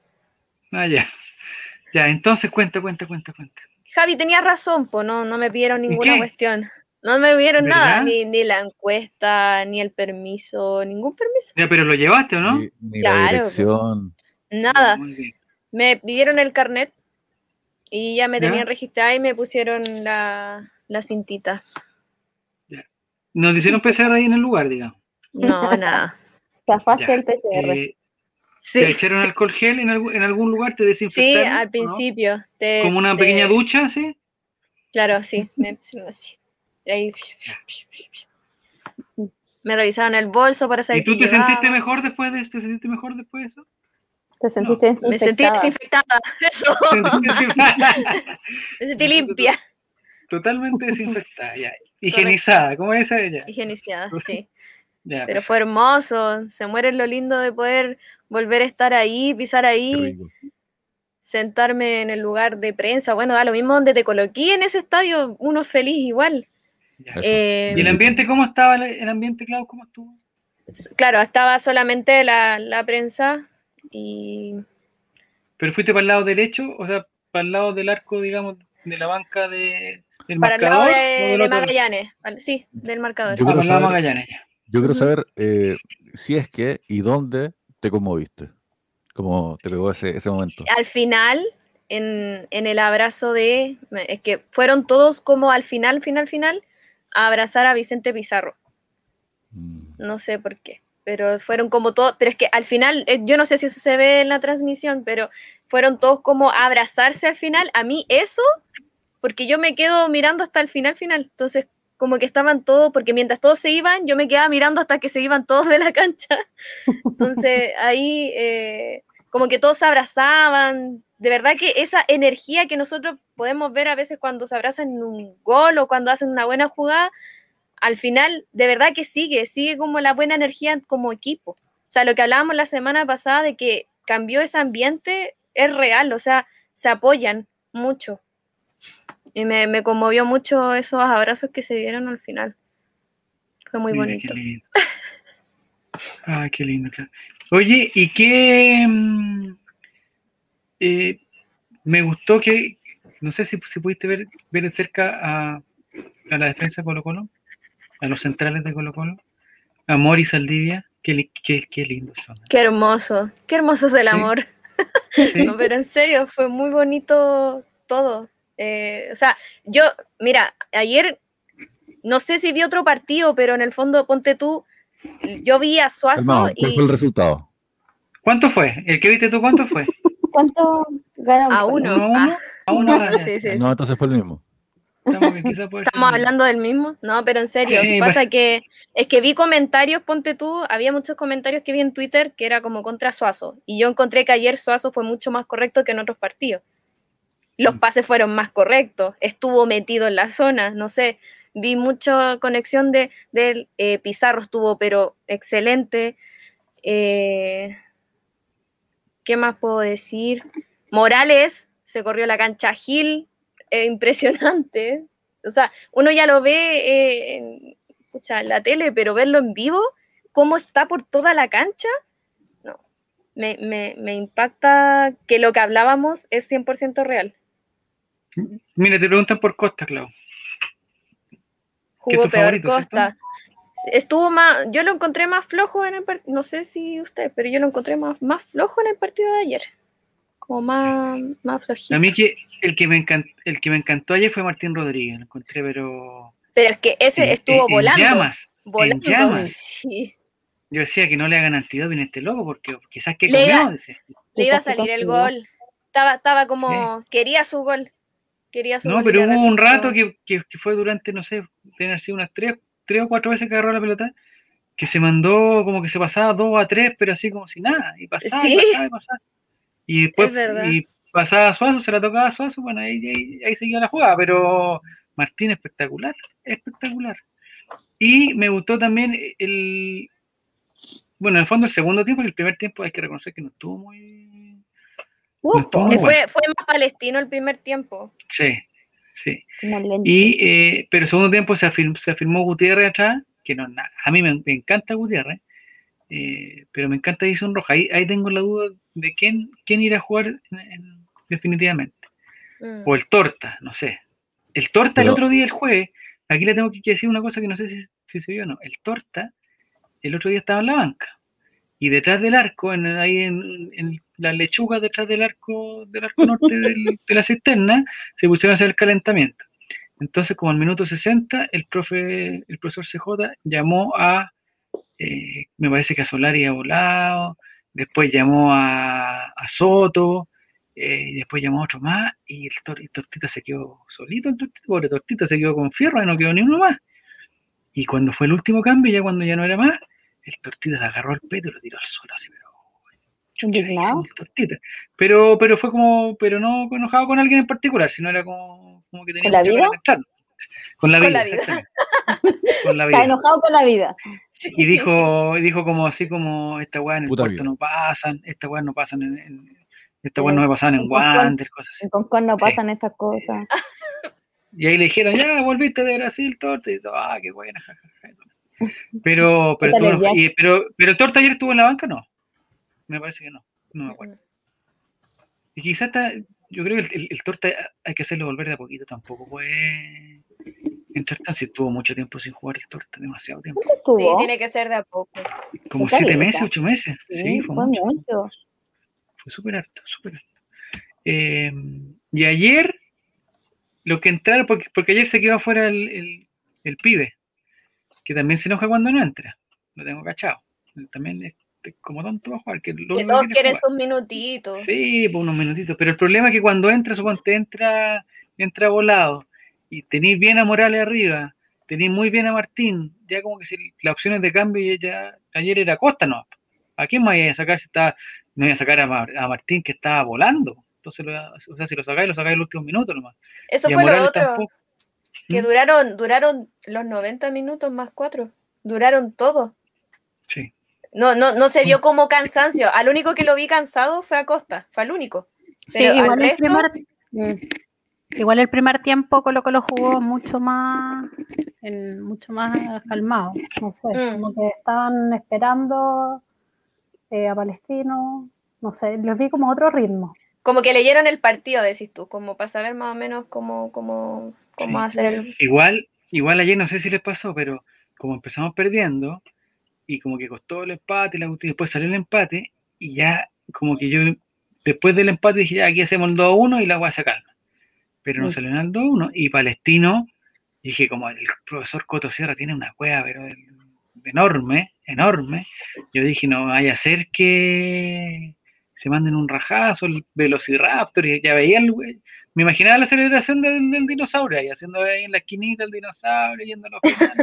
Speaker 1: Ya, entonces cuenta.
Speaker 5: Javi, tenía razón, no me pidieron ninguna cuestión. No me pidieron nada, ni la encuesta, ni el permiso, ningún permiso.
Speaker 1: Ya, pero lo llevaste, ¿o no?
Speaker 4: Ni la dirección.
Speaker 5: Nada. Me pidieron el carnet y ya me tenían registrada y me pusieron la cintita.
Speaker 1: Ya. ¿Nos hicieron PCR ahí en el lugar, digamos?
Speaker 5: No, nada.
Speaker 2: Zafaste el PCR.
Speaker 5: Sí.
Speaker 1: ¿Te echaron alcohol gel en algún lugar? ¿Te desinfectaron?
Speaker 5: Sí, al principio.
Speaker 1: ¿No? ¿Como una pequeña ducha, sí?
Speaker 5: Claro, sí. Así. Ahí. Me revisaron el bolso para saber.
Speaker 1: ¿Y tú te sentiste mejor después de eso?
Speaker 2: ¿Te sentiste desinfectada?
Speaker 5: Me sentí desinfectada, eso. Me sentí limpia.
Speaker 1: Totalmente desinfectada, ya. Higienizada, ¿cómo es ella?
Speaker 5: Higienizada, sí.
Speaker 1: Ya,
Speaker 5: pero fue hermoso, se muere lo lindo de poder volver a estar ahí, pisar ahí, sentarme en el lugar de prensa, bueno, da lo mismo donde te coloqué en ese estadio, uno feliz igual.
Speaker 1: ¿Y el ambiente cómo estaba? ¿El ambiente, Clau, cómo estuvo?
Speaker 5: Claro, estaba solamente la prensa y...
Speaker 1: ¿Pero fuiste para el lado derecho? O sea, para el lado del arco, digamos, de la banca del
Speaker 5: para
Speaker 1: marcador.
Speaker 5: Para el lado de Magallanes, sí, del marcador.
Speaker 4: Yo quiero saber si es que y dónde te conmoviste. ¿Cómo te pegó ese momento?
Speaker 5: Al final, en el abrazo es que fueron todos como al final, a abrazar a Vicente Pizarro. No sé por qué, pero fueron como todos, pero es que al final, yo no sé si eso se ve en la transmisión, pero fueron todos como a abrazarse al final. A mí eso, porque yo me quedo mirando hasta el final, entonces como que estaban todos, porque mientras todos se iban, yo me quedaba mirando hasta que se iban todos de la cancha. Entonces ahí como que todos se abrazaban. De verdad que esa energía que nosotros podemos ver a veces cuando se abrazan en un gol o cuando hacen una buena jugada, al final de verdad que sigue como la buena energía como equipo. O sea, lo que hablábamos la semana pasada de que cambió ese ambiente es real, o sea, se apoyan mucho. Y me conmovió mucho esos abrazos que se dieron al final. Fue muy bonito.
Speaker 1: Qué lindo. Qué lindo. Oye, ¿y qué? Me gustó que, no sé si pudiste ver de cerca a la defensa de Colo-Colo, a los centrales de Colo-Colo, a Mori y Saldivia, qué lindos son.
Speaker 5: Qué hermoso es el amor. ¿Sí? No, pero en serio, fue muy bonito todo. O sea, mira, ayer, no sé si vi otro partido, pero en el fondo, ponte tú, yo vi a Suazo
Speaker 4: ¿Cuál fue el resultado?
Speaker 1: ¿Cuánto fue? ¿El que viste tú cuánto fue?
Speaker 2: ¿Cuánto ganaron?
Speaker 5: A 1.
Speaker 1: A 1.
Speaker 5: Sí.
Speaker 4: No, entonces fue el mismo.
Speaker 5: Estamos hablando del mismo. No, pero en serio, pasa que es que vi comentarios, ponte tú, había muchos comentarios que vi en Twitter que era como contra Suazo, y yo encontré que ayer Suazo fue mucho más correcto que en otros partidos. Los pases fueron más correctos, estuvo metido en la zona, no sé, vi mucha conexión de Pizarro estuvo, pero excelente. ¿Qué más puedo decir? Morales se corrió la cancha, Gil, impresionante. O sea, uno ya lo ve en la tele, pero verlo en vivo, cómo está por toda la cancha, no. Me impacta que lo que hablábamos es 100% real.
Speaker 1: Mira, te preguntan por Costa, Clau.
Speaker 5: Jugó peor Costa. Estuvo más, yo lo encontré más flojo en el partido, no sé si usted, pero yo lo encontré más flojo en el partido de ayer. Como más flojito.
Speaker 1: A mí el que me encantó ayer fue Martín Rodríguez, lo encontré, pero
Speaker 5: es que ese estuvo volando.
Speaker 1: En llamas.
Speaker 5: Sí.
Speaker 1: Yo decía que no le hagan antidoping a este loco, porque quizás que comió,
Speaker 5: le iba a salir el gol. Estaba como, quería su gol.
Speaker 1: No, pero hubo un rato que fue durante, no sé, deben haber sido unas 3 o 4 veces que agarró la pelota, que se mandó como que se pasaba 2 a 3, pero así como si nada, y pasaba. Y después pasaba a Suazo, se la tocaba a Suazo, bueno, ahí seguía la jugada, pero Martín espectacular. Y me gustó también en el fondo el segundo tiempo, y el primer tiempo hay que reconocer que no estuvo muy...
Speaker 5: fue más palestino el primer tiempo.
Speaker 1: Sí. Pero el segundo tiempo se afirmó Gutiérrez atrás, que no, a mí me encanta Gutiérrez, pero me encanta Edison Rojas. Ahí tengo la duda de quién irá a jugar definitivamente. O el Torta, no sé. El Torta el otro día, el jueves, aquí le tengo que decir una cosa que no sé si se vio o no. El Torta el otro día estaba en la banca, y detrás del arco, ahí en la lechuga detrás del arco norte de la cisterna, se pusieron a hacer el calentamiento. Entonces, como al minuto 60, el profesor CJ llamó a, me parece que a Solari ha volado, después llamó a Soto, y después llamó a otro más, y el Tortita se quedó solito, pobre Tortita se quedó con fierro y no quedó ni uno más. Y cuando fue el último cambio, ya cuando ya no era más, el Tortita le agarró el peto y lo tiró al suelo así, pero
Speaker 2: indignado.
Speaker 1: Tortita. Pero fue como, pero no enojado con alguien en particular, sino era como que tenía mucha ganas de entrar. Con la vida. Con la vida.
Speaker 2: Está enojado con la vida.
Speaker 1: Sí. Y dijo como así como esta weá en el puerto no pasan, esta weá no pasan esta weá no me pasaban en Wander, cosas así.
Speaker 2: En Concón no pasan estas cosas.
Speaker 1: Y ahí le dijeron, ya volviste de Brasil, Torta, y todo, qué buena, jajaja. Pero el Torta ayer estuvo en la banca, no. Me parece que no me acuerdo. Y quizás yo creo que el Torta hay que hacerlo volver de a poquito, tampoco puede entrar tan, si estuvo mucho tiempo sin jugar el Torta, demasiado tiempo.
Speaker 5: Sí, tiene que ser de a poco.
Speaker 1: Como 7 meses, 8 meses. Sí, fue mucho. Fue súper harto. Y ayer, lo que entraron, porque ayer se quedó afuera el pibe, que también se enoja cuando no entra, lo tengo cachado. También es como tonto va a jugar. Que
Speaker 5: todos quieren sus minutitos.
Speaker 1: Sí, pues unos minutitos, pero el problema es que cuando entra, suponte entra volado, y tenéis bien a Morales arriba, tenéis muy bien a Martín, ya como que si las opciones de cambio ya ayer era Costa, ¿no? ¿A quién me voy a sacar no voy a sacar a Martín que estaba volando? Entonces, si lo sacáis en los últimos minutos nomás.
Speaker 5: Eso fue lo otro, tampoco. Que duraron los 90 minutos más 4, duraron todo.
Speaker 1: Sí.
Speaker 5: No se vio como cansancio, al único que lo vi cansado fue a Costa, fue al único. Pero
Speaker 3: sí, igual el primer tiempo Colo jugó mucho más calmado, no sé, como que estaban esperando a Palestino, no sé, los vi como otro ritmo.
Speaker 5: Como que leyeron el partido, decís tú, como para saber más o menos cómo hacer el...
Speaker 1: Igual ayer no sé si les pasó, pero como empezamos perdiendo, y como que costó el empate, y después salió el empate, y ya como que yo, después del empate dije, ya aquí hacemos el 2-1 y la voy a sacar. Pero no salió en el 2-1, y Palestino, dije, como el profesor Coto Sierra tiene una cueva, pero enorme, yo dije, no vaya a ser que se manden un rajazo, el Velociraptor, y ya veía me imaginaba la celebración del dinosaurio, ahí haciendo ahí en la esquinita el dinosaurio, yendo a los finales.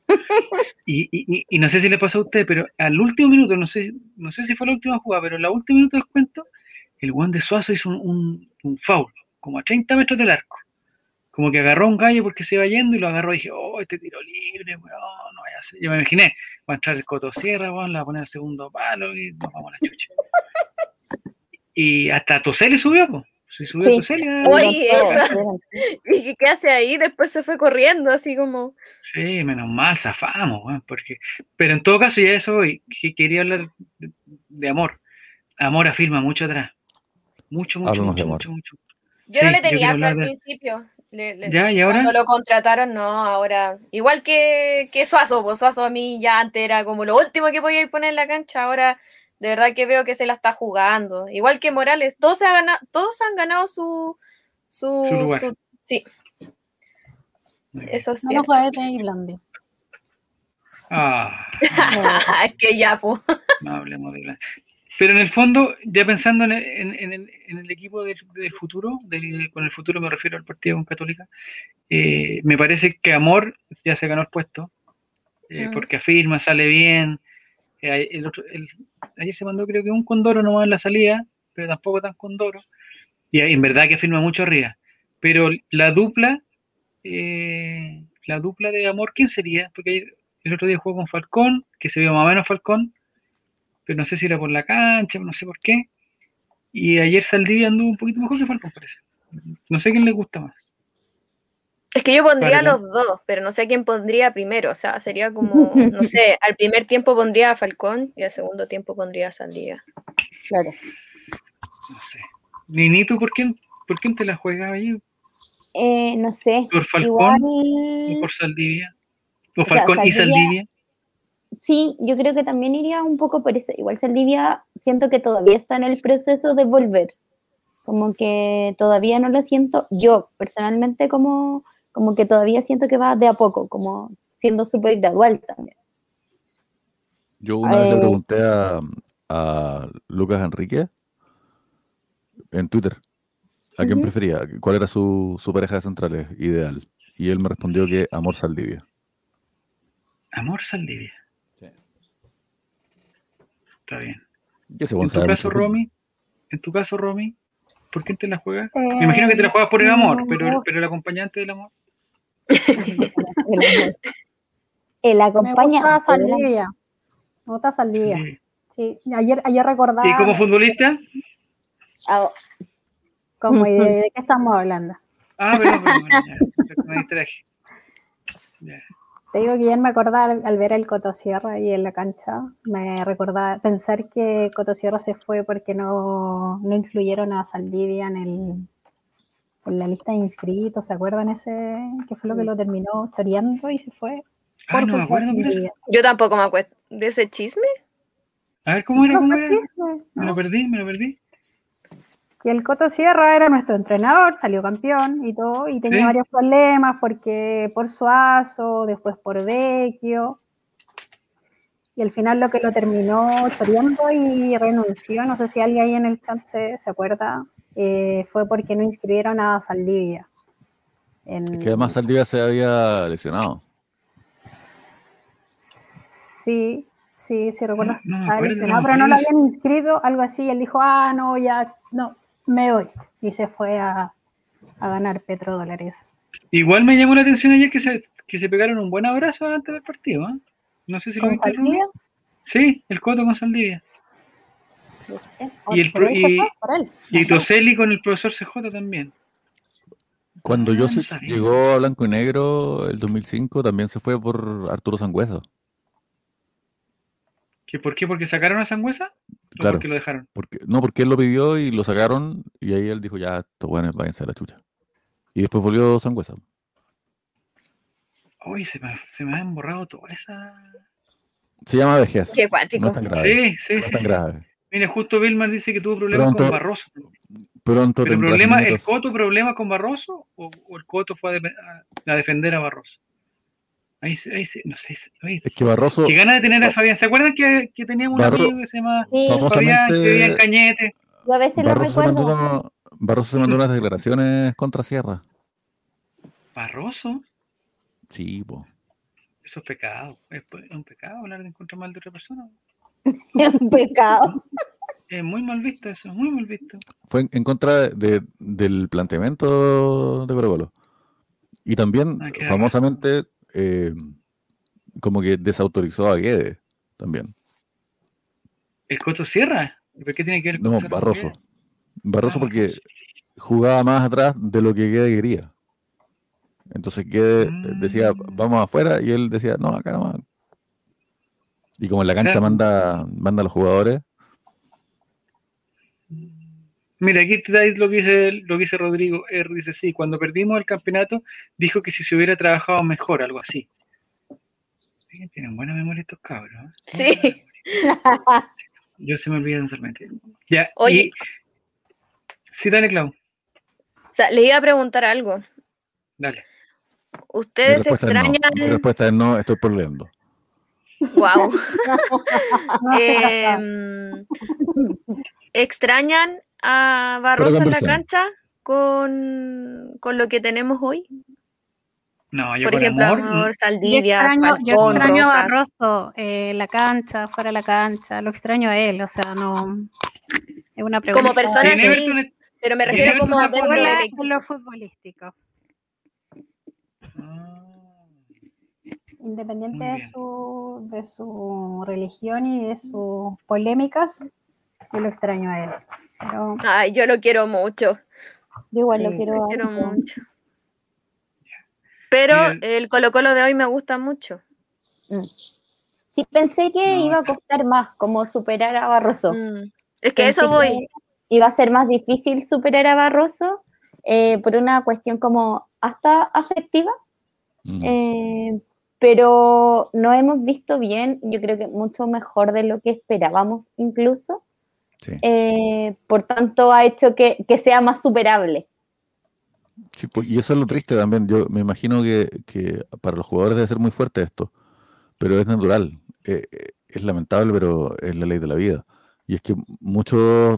Speaker 1: Y no sé si le pasó a usted, pero al último minuto, no sé si fue la última jugada, pero en el último minuto de descuento, el Juan de Suazo hizo un foul, como a 30 metros del arco. Como que agarró a un gallo porque se iba yendo y lo agarró y dije, este tiro libre, weón, no vaya a ser. Yo me imaginé, va a entrar el Coto Sierra, weón, le va a poner el segundo palo y nos vamos a la chucha. Y hasta Toseli subió, pues. Sí, subió Toseli.
Speaker 5: Oye, dije, ¿qué hace ahí? Después se fue corriendo, así como...
Speaker 1: Sí, menos mal, zafamos, weón, pero en todo caso, ya eso hoy, quería hablar de Amor. Amor afirma mucho atrás. Mucho.
Speaker 5: Yo no le tenía fe al principio.
Speaker 1: ¿Ya? ¿Y ahora?
Speaker 5: Cuando lo contrataron, no, ahora... Igual que Suazo, pues Suazo a mí ya antes era como lo último que podía poner en la cancha, ahora de verdad que veo que se la está jugando. Igual que Morales, todos han ganado su
Speaker 1: lugar.
Speaker 5: Sí. Eso es cierto.
Speaker 3: No juegue de Islandia.
Speaker 5: Que ya, pues.
Speaker 1: No hablemos de Islandia. Pero en el fondo, ya pensando en el equipo del futuro, con el futuro me refiero al partido con Católica, me parece que Amor ya se ganó el puesto, porque afirma, sale bien. Ayer se mandó creo que un Condoro nomás en la salida, pero tampoco tan Condoro. Y en verdad que afirma mucho arriba. Pero la dupla de Amor, ¿quién sería? Porque ayer, el otro día jugó con Falcón, que se vio más o menos Falcón, pero no sé si era por la cancha, no sé por qué. Y ayer Saldivia anduvo un poquito mejor que Falcón, parece. No sé quién le gusta más.
Speaker 5: Es que yo pondría a los dos, pero no sé quién pondría primero. O sea, sería como, no sé, al primer tiempo pondría a Falcón y al segundo tiempo pondría a Saldivia.
Speaker 2: Claro.
Speaker 1: No sé. Ninito, ¿por quién te la juegas ahí?
Speaker 2: No sé.
Speaker 1: ¿Por Falcón o por Saldivia? ¿O Falcón y Saldivia?
Speaker 2: Sí, yo creo que también iría un poco por eso. Igual Saldivia siento que todavía está en el proceso de volver. Como que todavía no lo siento. Yo, personalmente, como que todavía siento que va de a poco, como siendo súper gradual también.
Speaker 4: Yo una vez le pregunté a a Lucas Enrique en Twitter. ¿A quién prefería? ¿Cuál era su pareja de centrales ideal? Y él me respondió que Amor Saldivia.
Speaker 1: Amor Saldivia.
Speaker 4: Sí.
Speaker 1: Está bien. ¿En tu caso, Romy? ¿Por qué te la juegas? Me imagino que te la juegas por el amor, pero el acompañante del amor.
Speaker 2: El acompañante.
Speaker 3: Me gusta Saldivia. Sí, ayer recordaba.
Speaker 1: ¿Y como futbolista?
Speaker 3: ¿Cómo? ¿Y de qué estamos hablando?
Speaker 1: Perdón, me distraje. Ya.
Speaker 3: Te digo que ayer me acordaba al ver el Coto Sierra ahí en la cancha, me recordaba pensar que Coto Sierra se fue porque no incluyeron a Saldivia en la lista de inscritos, ¿se acuerdan ese? Que fue lo que lo terminó choreando y se fue.
Speaker 1: No me acuerdo por eso.
Speaker 5: Yo tampoco me acuerdo de ese chisme.
Speaker 1: A ver, ¿cómo era? Me lo perdí.
Speaker 3: Que el Coto Sierra era nuestro entrenador, salió campeón y todo, y tenía varios problemas porque por Suazo, después por Vecchio, y al final lo que lo terminó choreando y renunció, no sé si alguien ahí en el chat se acuerda, fue porque no inscribieron a Saldivia.
Speaker 4: Es que además Saldivia se había lesionado.
Speaker 3: Sí, recuerdo.
Speaker 1: No
Speaker 3: lesionado, pero no lo habían inscrito, algo así, él dijo, no, me voy, y se fue a ganar petrodólares.
Speaker 1: Igual me llamó la atención ayer que se pegaron un buen abrazo antes del partido, ¿eh? No sé si lo viste, Rubí. Sí, el Coto con Saldivia. Y Toselli con el profesor CJ también.
Speaker 4: Cuando Josic llegó a Blanco y Negro el 2005, también se fue por Arturo Sangüesa.
Speaker 1: ¿Por qué? ¿Porque sacaron a Sangüesa?
Speaker 4: Claro.
Speaker 1: ¿Por qué lo dejaron?
Speaker 4: Porque él lo pidió y lo sacaron, y ahí él dijo, ya, estos buenos váyanse a la chucha. Y después volvió Sangüesa.
Speaker 1: Uy, se me ha emborrado toda esa...
Speaker 4: Se llama vejez.
Speaker 5: Qué cuático.
Speaker 4: No es tan grave.
Speaker 1: Sí.
Speaker 4: No es tan grave.
Speaker 1: Mira, justo Vilmar dice que tuvo problemas con Barroso.
Speaker 4: Pronto
Speaker 1: ¿Pero el Coto problemas con Barroso o el Coto fue a defender a Barroso? Ahí no sé.
Speaker 4: Es que Barroso...
Speaker 1: Qué ganas de tener a Fabián. ¿Se acuerdan que teníamos un amigo que se llama Fabián, que vivía en Cañete?
Speaker 2: Yo a veces lo recuerdo.
Speaker 4: Barroso se mandó unas declaraciones contra Sierra.
Speaker 1: ¿Barroso?
Speaker 4: Sí, po.
Speaker 1: Eso es pecado. ¿Es un pecado hablar de encontrar mal de otra persona?
Speaker 2: Es un pecado.
Speaker 1: Es muy mal visto eso, muy mal visto.
Speaker 4: Fue en contra del planteamiento de Colo-Colo. Y también, famosamente, como que desautorizó a Guedes también.
Speaker 1: ¿El Coto Sierra? ¿Por qué tiene que ver con
Speaker 4: No, Barroso. Barroso porque jugaba más atrás de lo que Guedes quería. Entonces Guedes decía, vamos afuera, y él decía, no, acá nomás. Y como en la cancha manda a los jugadores.
Speaker 1: Mira, aquí te lo que dice Rodrigo R. Dice, sí, cuando perdimos el campeonato, dijo que si se hubiera trabajado mejor, algo así. Tienen buena memoria estos cabros, ¿eh?
Speaker 5: Sí.
Speaker 1: Yo se me olvidé totalmente. Ya,
Speaker 5: oye.
Speaker 1: Sí, dale, Clau.
Speaker 5: O sea, les iba a preguntar algo.
Speaker 1: Dale.
Speaker 5: ¿Ustedes extrañan...?
Speaker 4: Mi respuesta es no, estoy peleando.
Speaker 5: Wow. ¿Extrañan a Barroso en la cancha con lo que tenemos hoy?
Speaker 1: No, yo
Speaker 5: por ejemplo,
Speaker 1: amor,
Speaker 5: Saldivia,
Speaker 3: yo extraño a Barroso, la cancha, fuera de la cancha, lo extraño a él, o sea, no es una pregunta.
Speaker 5: Como persona sí, pero me refiero como
Speaker 3: de lo futbolístico. Independiente de su religión y de sus polémicas, yo lo extraño a él. Pero...
Speaker 5: Ay, yo lo quiero mucho.
Speaker 2: Yo igual lo quiero
Speaker 5: mucho. Pero el Colo-Colo de hoy me gusta mucho.
Speaker 2: Sí, pensé que iba a costar más, como superar a Barroso.
Speaker 5: Es que eso voy.
Speaker 2: Iba a ser más difícil superar a Barroso por una cuestión como hasta afectiva. Pero no hemos visto bien, yo creo que mucho mejor de lo que esperábamos incluso.
Speaker 4: Sí.
Speaker 2: Por tanto, ha hecho que sea más superable.
Speaker 4: Sí, pues, y eso es lo triste también. Yo me imagino que para los jugadores debe ser muy fuerte esto, pero es natural. Es lamentable, pero es la ley de la vida. Y es que muchos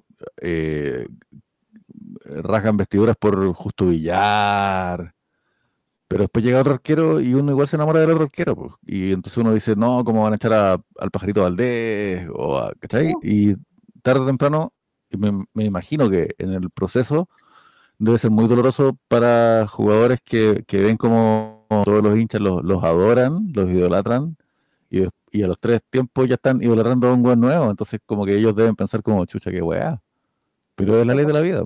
Speaker 4: rasgan vestiduras por Justo Villar, pero después llega otro arquero y uno igual se enamora del otro arquero, pues. Y entonces uno dice, no, ¿cómo van a echar al Pajarito Valdés? ¿Cachai? Y tarde o temprano, y me imagino que en el proceso debe ser muy doloroso para jugadores que ven como todos los hinchas los adoran, los idolatran, y a los 3 tiempos ya están idolatrando a un buen nuevo, entonces como que ellos deben pensar como, chucha, qué weá. Pero es la ley de la vida.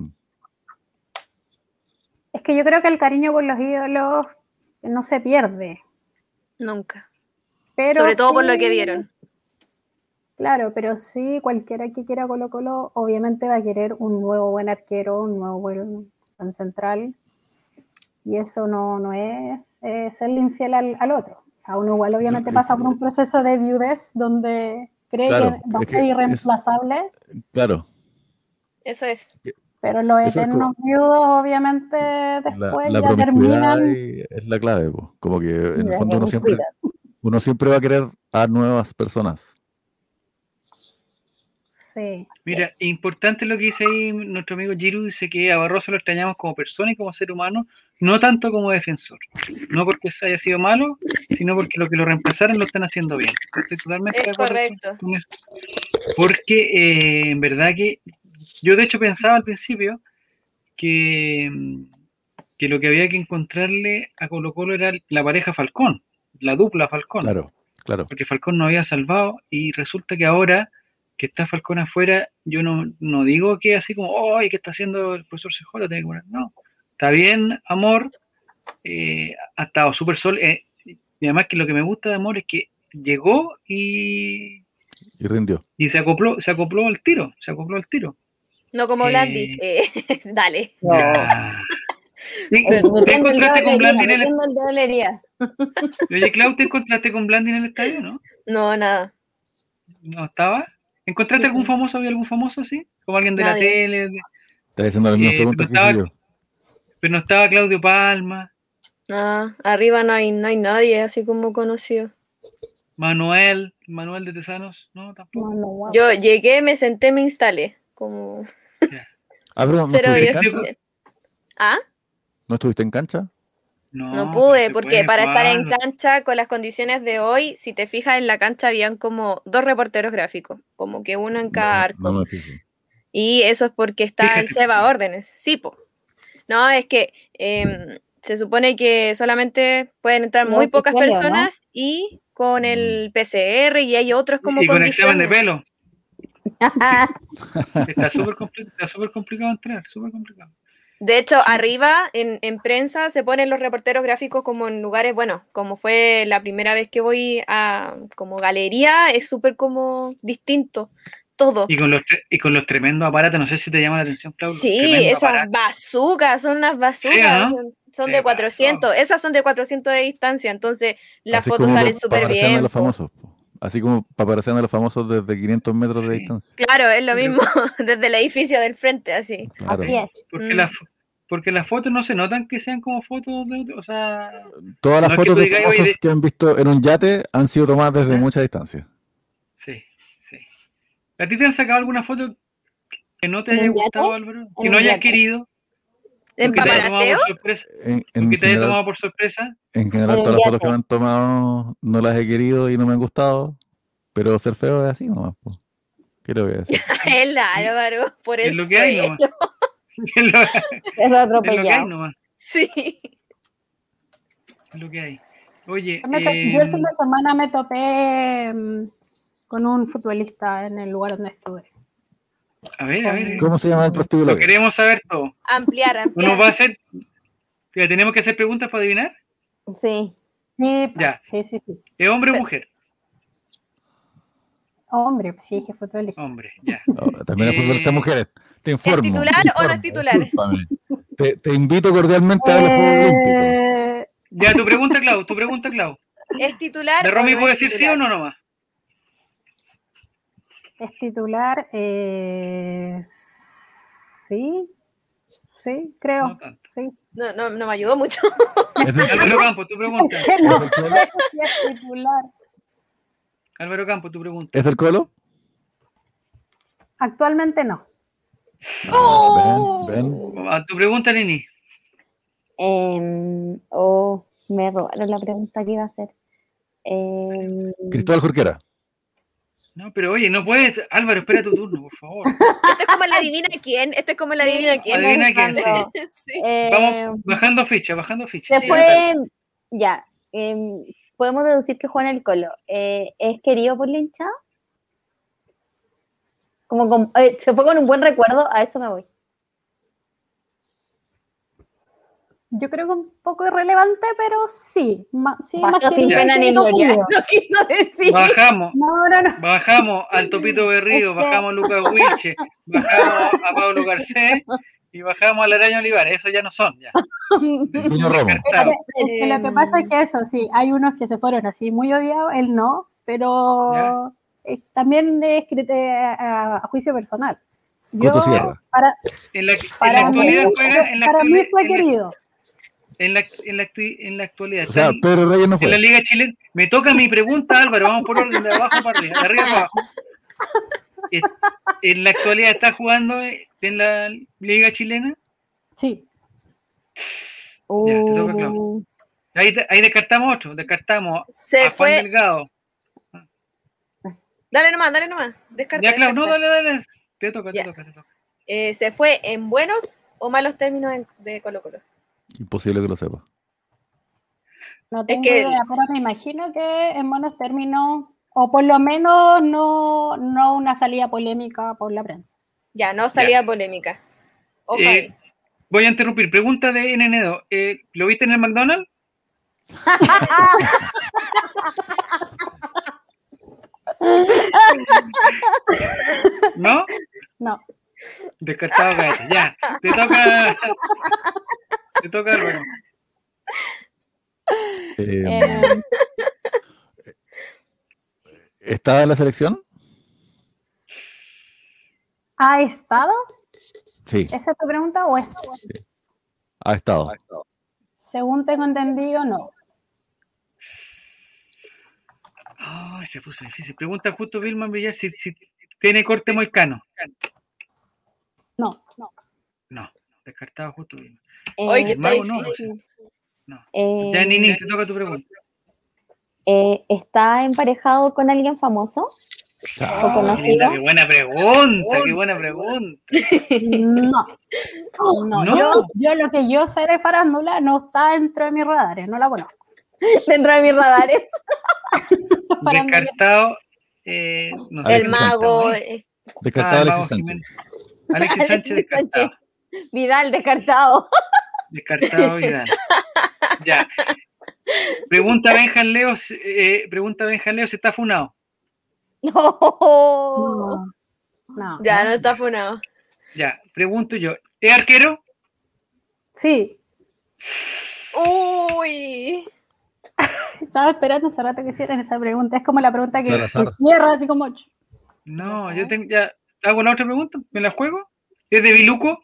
Speaker 3: Es que yo creo que el cariño por los ídolos no se pierde.
Speaker 5: Nunca.
Speaker 3: Pero
Speaker 5: sobre todo
Speaker 3: sí,
Speaker 5: por lo que dieron.
Speaker 3: Claro, pero sí, cualquiera que quiera Colo-Colo obviamente va a querer un nuevo buen arquero, un nuevo buen central, y eso no es serle infiel al otro. O sea, uno igual obviamente pasa por un proceso de viudez donde cree que va a ser irreemplazable.
Speaker 4: Claro.
Speaker 5: Eso es.
Speaker 3: Pero los eternos viudos obviamente después ya terminan.
Speaker 4: Es la clave, po. Como que en el fondo uno siempre va a querer a nuevas personas.
Speaker 3: Sí.
Speaker 1: Mira, importante lo que dice ahí nuestro amigo Giru, dice que a Barroso lo extrañamos como persona y como ser humano, no tanto como defensor. No porque haya sido malo, sino porque lo que lo reemplazaron lo están haciendo bien. Estoy totalmente de acuerdo con eso. Porque en verdad que yo de hecho pensaba al principio que lo que había que encontrarle a Colo-Colo era la pareja Falcón, la dupla Falcón.
Speaker 4: Claro.
Speaker 1: Porque Falcón no había salvado y resulta que ahora que está Falcón afuera, yo no digo que así como, ¡ay, qué está haciendo el profesor CJ! Tiene que poner. No, está bien, Amor, ha estado súper sol. Y además que lo que me gusta de Amor es que llegó y
Speaker 4: rindió.
Speaker 1: Y se acopló al tiro,
Speaker 5: No como Blandi. Dale.
Speaker 1: ¿Te encontraste con Blandi en el estadio? Oye, Clau, ¿te encontraste con Blandi en el estadio, no?
Speaker 5: No, nada.
Speaker 1: ¿No estaba? ¿Encontraste algún famoso? ¿Había algún famoso así? Como alguien de la tele.
Speaker 4: Estás haciendo las mismas preguntas que hice yo.
Speaker 1: Pero no estaba Claudio Palma.
Speaker 5: Arriba no hay nadie así como conocido.
Speaker 1: Manuel de Tesanos, no, tampoco.
Speaker 3: No, wow.
Speaker 5: Yo llegué, me senté, me instalé. Como.
Speaker 4: Pero
Speaker 5: ¿No
Speaker 4: estuviste en cancha?
Speaker 5: No pude, porque para estar en cancha con las condiciones de hoy, si te fijas en la cancha habían como 2 reporteros gráficos, como que uno en cada arco.
Speaker 4: No me fijo.
Speaker 5: Y eso es porque está el Seba Órdenes. Sí, po. No, es que se supone que solamente pueden entrar muy pocas personas, ¿no? Y con el PCR y hay otros como
Speaker 1: y condiciones. Con examen de pelo. Está súper complicado entrar, súper complicado.
Speaker 5: De hecho, arriba en prensa se ponen los reporteros gráficos como en lugares, bueno, como fue la primera vez que voy a como galería, es súper como distinto todo.
Speaker 1: Y con los tremendos aparatos, no sé si te llama la atención, Claudio.
Speaker 5: Sí, esas bazucas, son unas bazucas, ¿sí, no? son de 400, esas son de 400 de distancia, entonces las fotos salen súper bien.
Speaker 4: Los famosos, así como paparazziando a los famosos desde 500 metros de distancia.
Speaker 5: Claro, es lo mismo, desde el edificio del frente, así.
Speaker 4: Claro.
Speaker 3: Así es.
Speaker 1: Porque las fotos no se notan que sean como fotos de, o sea...
Speaker 4: Todas las fotos de famosos que han visto en un yate han sido tomadas desde mucha distancia.
Speaker 1: Sí. ¿A ti te han sacado alguna foto que no te haya gustado, Álvaro? ¿Que no hayas querido?
Speaker 5: ¿En paparazzo?
Speaker 1: ¿Que te haya tomado por sorpresa?
Speaker 4: En general, todas las fotos que me han tomado no las he querido y no me han gustado. Pero ser feo es así nomás. ¿Qué le voy a decir?
Speaker 5: El Álvaro, por el
Speaker 1: suelo. Es lo que hay nomás.
Speaker 3: Es atropellado.
Speaker 1: Es lo que hay nomás.
Speaker 5: Sí.
Speaker 1: Es lo que hay. Oye,
Speaker 3: yo el fin de semana me topé con un futbolista en el lugar donde estuve.
Speaker 1: A ver.
Speaker 4: ¿Cómo se llama el prostíbulo?
Speaker 1: Lo queremos saber todo.
Speaker 5: Ampliar.
Speaker 1: ¿Nos va a hacer? ¿Tenemos que hacer preguntas para adivinar?
Speaker 2: Sí.
Speaker 1: Ya.
Speaker 3: Sí.
Speaker 1: ¿Es hombre o mujer?
Speaker 3: Hombre, sí, que futbolista.
Speaker 1: Hombre, ya.
Speaker 4: También hay futbolistas mujeres. Te informo.
Speaker 5: ¿Es titular o no es titular?
Speaker 4: Te invito cordialmente a los Juegos Olímpicos.
Speaker 1: Ya, tu pregunta, Clau.
Speaker 5: ¿Es titular?
Speaker 1: ¿De Romy puede decir sí o no nomás?
Speaker 3: ¿Es titular? Sí, creo.
Speaker 1: No tanto.
Speaker 3: Sí.
Speaker 5: No me ayudó mucho.
Speaker 1: Álvaro Campos, tu pregunta.
Speaker 3: No sé si es titular.
Speaker 1: Álvaro Campos, tu pregunta.
Speaker 4: ¿Es del Colo?
Speaker 3: Actualmente no.
Speaker 1: ven. A tu pregunta, Nini.
Speaker 2: Me robaron la pregunta que iba a hacer.
Speaker 4: Cristóbal Jorquera.
Speaker 1: No, pero oye, no puedes. Álvaro, espera tu turno, por favor.
Speaker 5: Esto es como la adivina quién.
Speaker 1: Adivina quién, sí. Vamos bajando ficha.
Speaker 2: Se fue, ya. Podemos deducir que Juan el Colo es querido por la hinchada. Se fue con un buen recuerdo, a eso me voy.
Speaker 3: Yo creo que un poco irrelevante, pero sí. Sí,
Speaker 2: más sin pena ni gloria. Eso quiso decir.
Speaker 1: Bajamos al Topito Berrío, bajamos a Lucas Wilche, bajamos a Pablo Garcés y bajamos al Araña Olivares. Eso ya no son, ya.
Speaker 3: Lo que pasa es que eso, sí, hay unos que se fueron así muy odiados, él no, pero también es a juicio personal. Para mí fue querido.
Speaker 1: En la actualidad.
Speaker 4: O sea, Pedro Reyes no fue.
Speaker 1: En la Liga Chilena. Me toca mi pregunta, Álvaro. Vamos por orden, de abajo para arriba, de arriba para abajo. ¿En la actualidad está jugando en la Liga Chilena?
Speaker 3: Sí.
Speaker 1: Ya, te toca, Claudio. Ahí descartamos otro. Descartamos a Juan Delgado.
Speaker 5: Dale nomás.
Speaker 1: Ya, Claudio, no, dale. Te toca.
Speaker 5: ¿Se fue en buenos o malos términos de Colo-Colo?
Speaker 4: Imposible que lo sepa.
Speaker 3: No tengo idea, pero me imagino que en buenos términos, o por lo menos no una salida polémica por la prensa.
Speaker 5: Ya, no salida polémica.
Speaker 1: Voy a interrumpir. Pregunta de NN2. ¿Lo viste en el McDonald's? ¿No?
Speaker 3: No.
Speaker 1: Descartado, cállate. Ya, te toca, Álvaro.
Speaker 4: ¿Estaba en la selección?
Speaker 3: ¿Ha estado?
Speaker 4: Sí.
Speaker 3: ¿Esa es tu pregunta o es?
Speaker 4: Sí. Ha estado.
Speaker 3: Según tengo entendido, no.
Speaker 1: Se puso difícil. Pregunta justo Vilman Villar si tiene corte moicano.
Speaker 3: No.
Speaker 1: Descartado justo Vilman.
Speaker 5: Oye, que está difícil.
Speaker 1: No. Ya, Nini, te toca tu pregunta.
Speaker 2: ¿Está emparejado con alguien famoso? ¿O conocido?
Speaker 1: ¡Qué buena pregunta!
Speaker 3: No. Yo lo que yo sé de farándula no está dentro de mis radares, no la conozco.
Speaker 2: Dentro de mis radares.
Speaker 1: Descartado. No sé,
Speaker 5: el mago.
Speaker 4: Descartado Alexis Sánchez.
Speaker 1: Alexis Sánchez descartado.
Speaker 2: Vidal descartado.
Speaker 1: Descartado Vidal. Ya. Pregunta Benjan Leo si está funado.
Speaker 3: No.
Speaker 5: Ya, no está funado.
Speaker 1: Ya, pregunto yo. ¿Es arquero?
Speaker 3: Sí.
Speaker 5: Uy.
Speaker 3: Estaba esperando hace rato que hicieran esa pregunta. Es como la pregunta que cierra así como...
Speaker 1: No, yo ya hago la otra pregunta. ¿Me la juego? ¿Es de Biluco?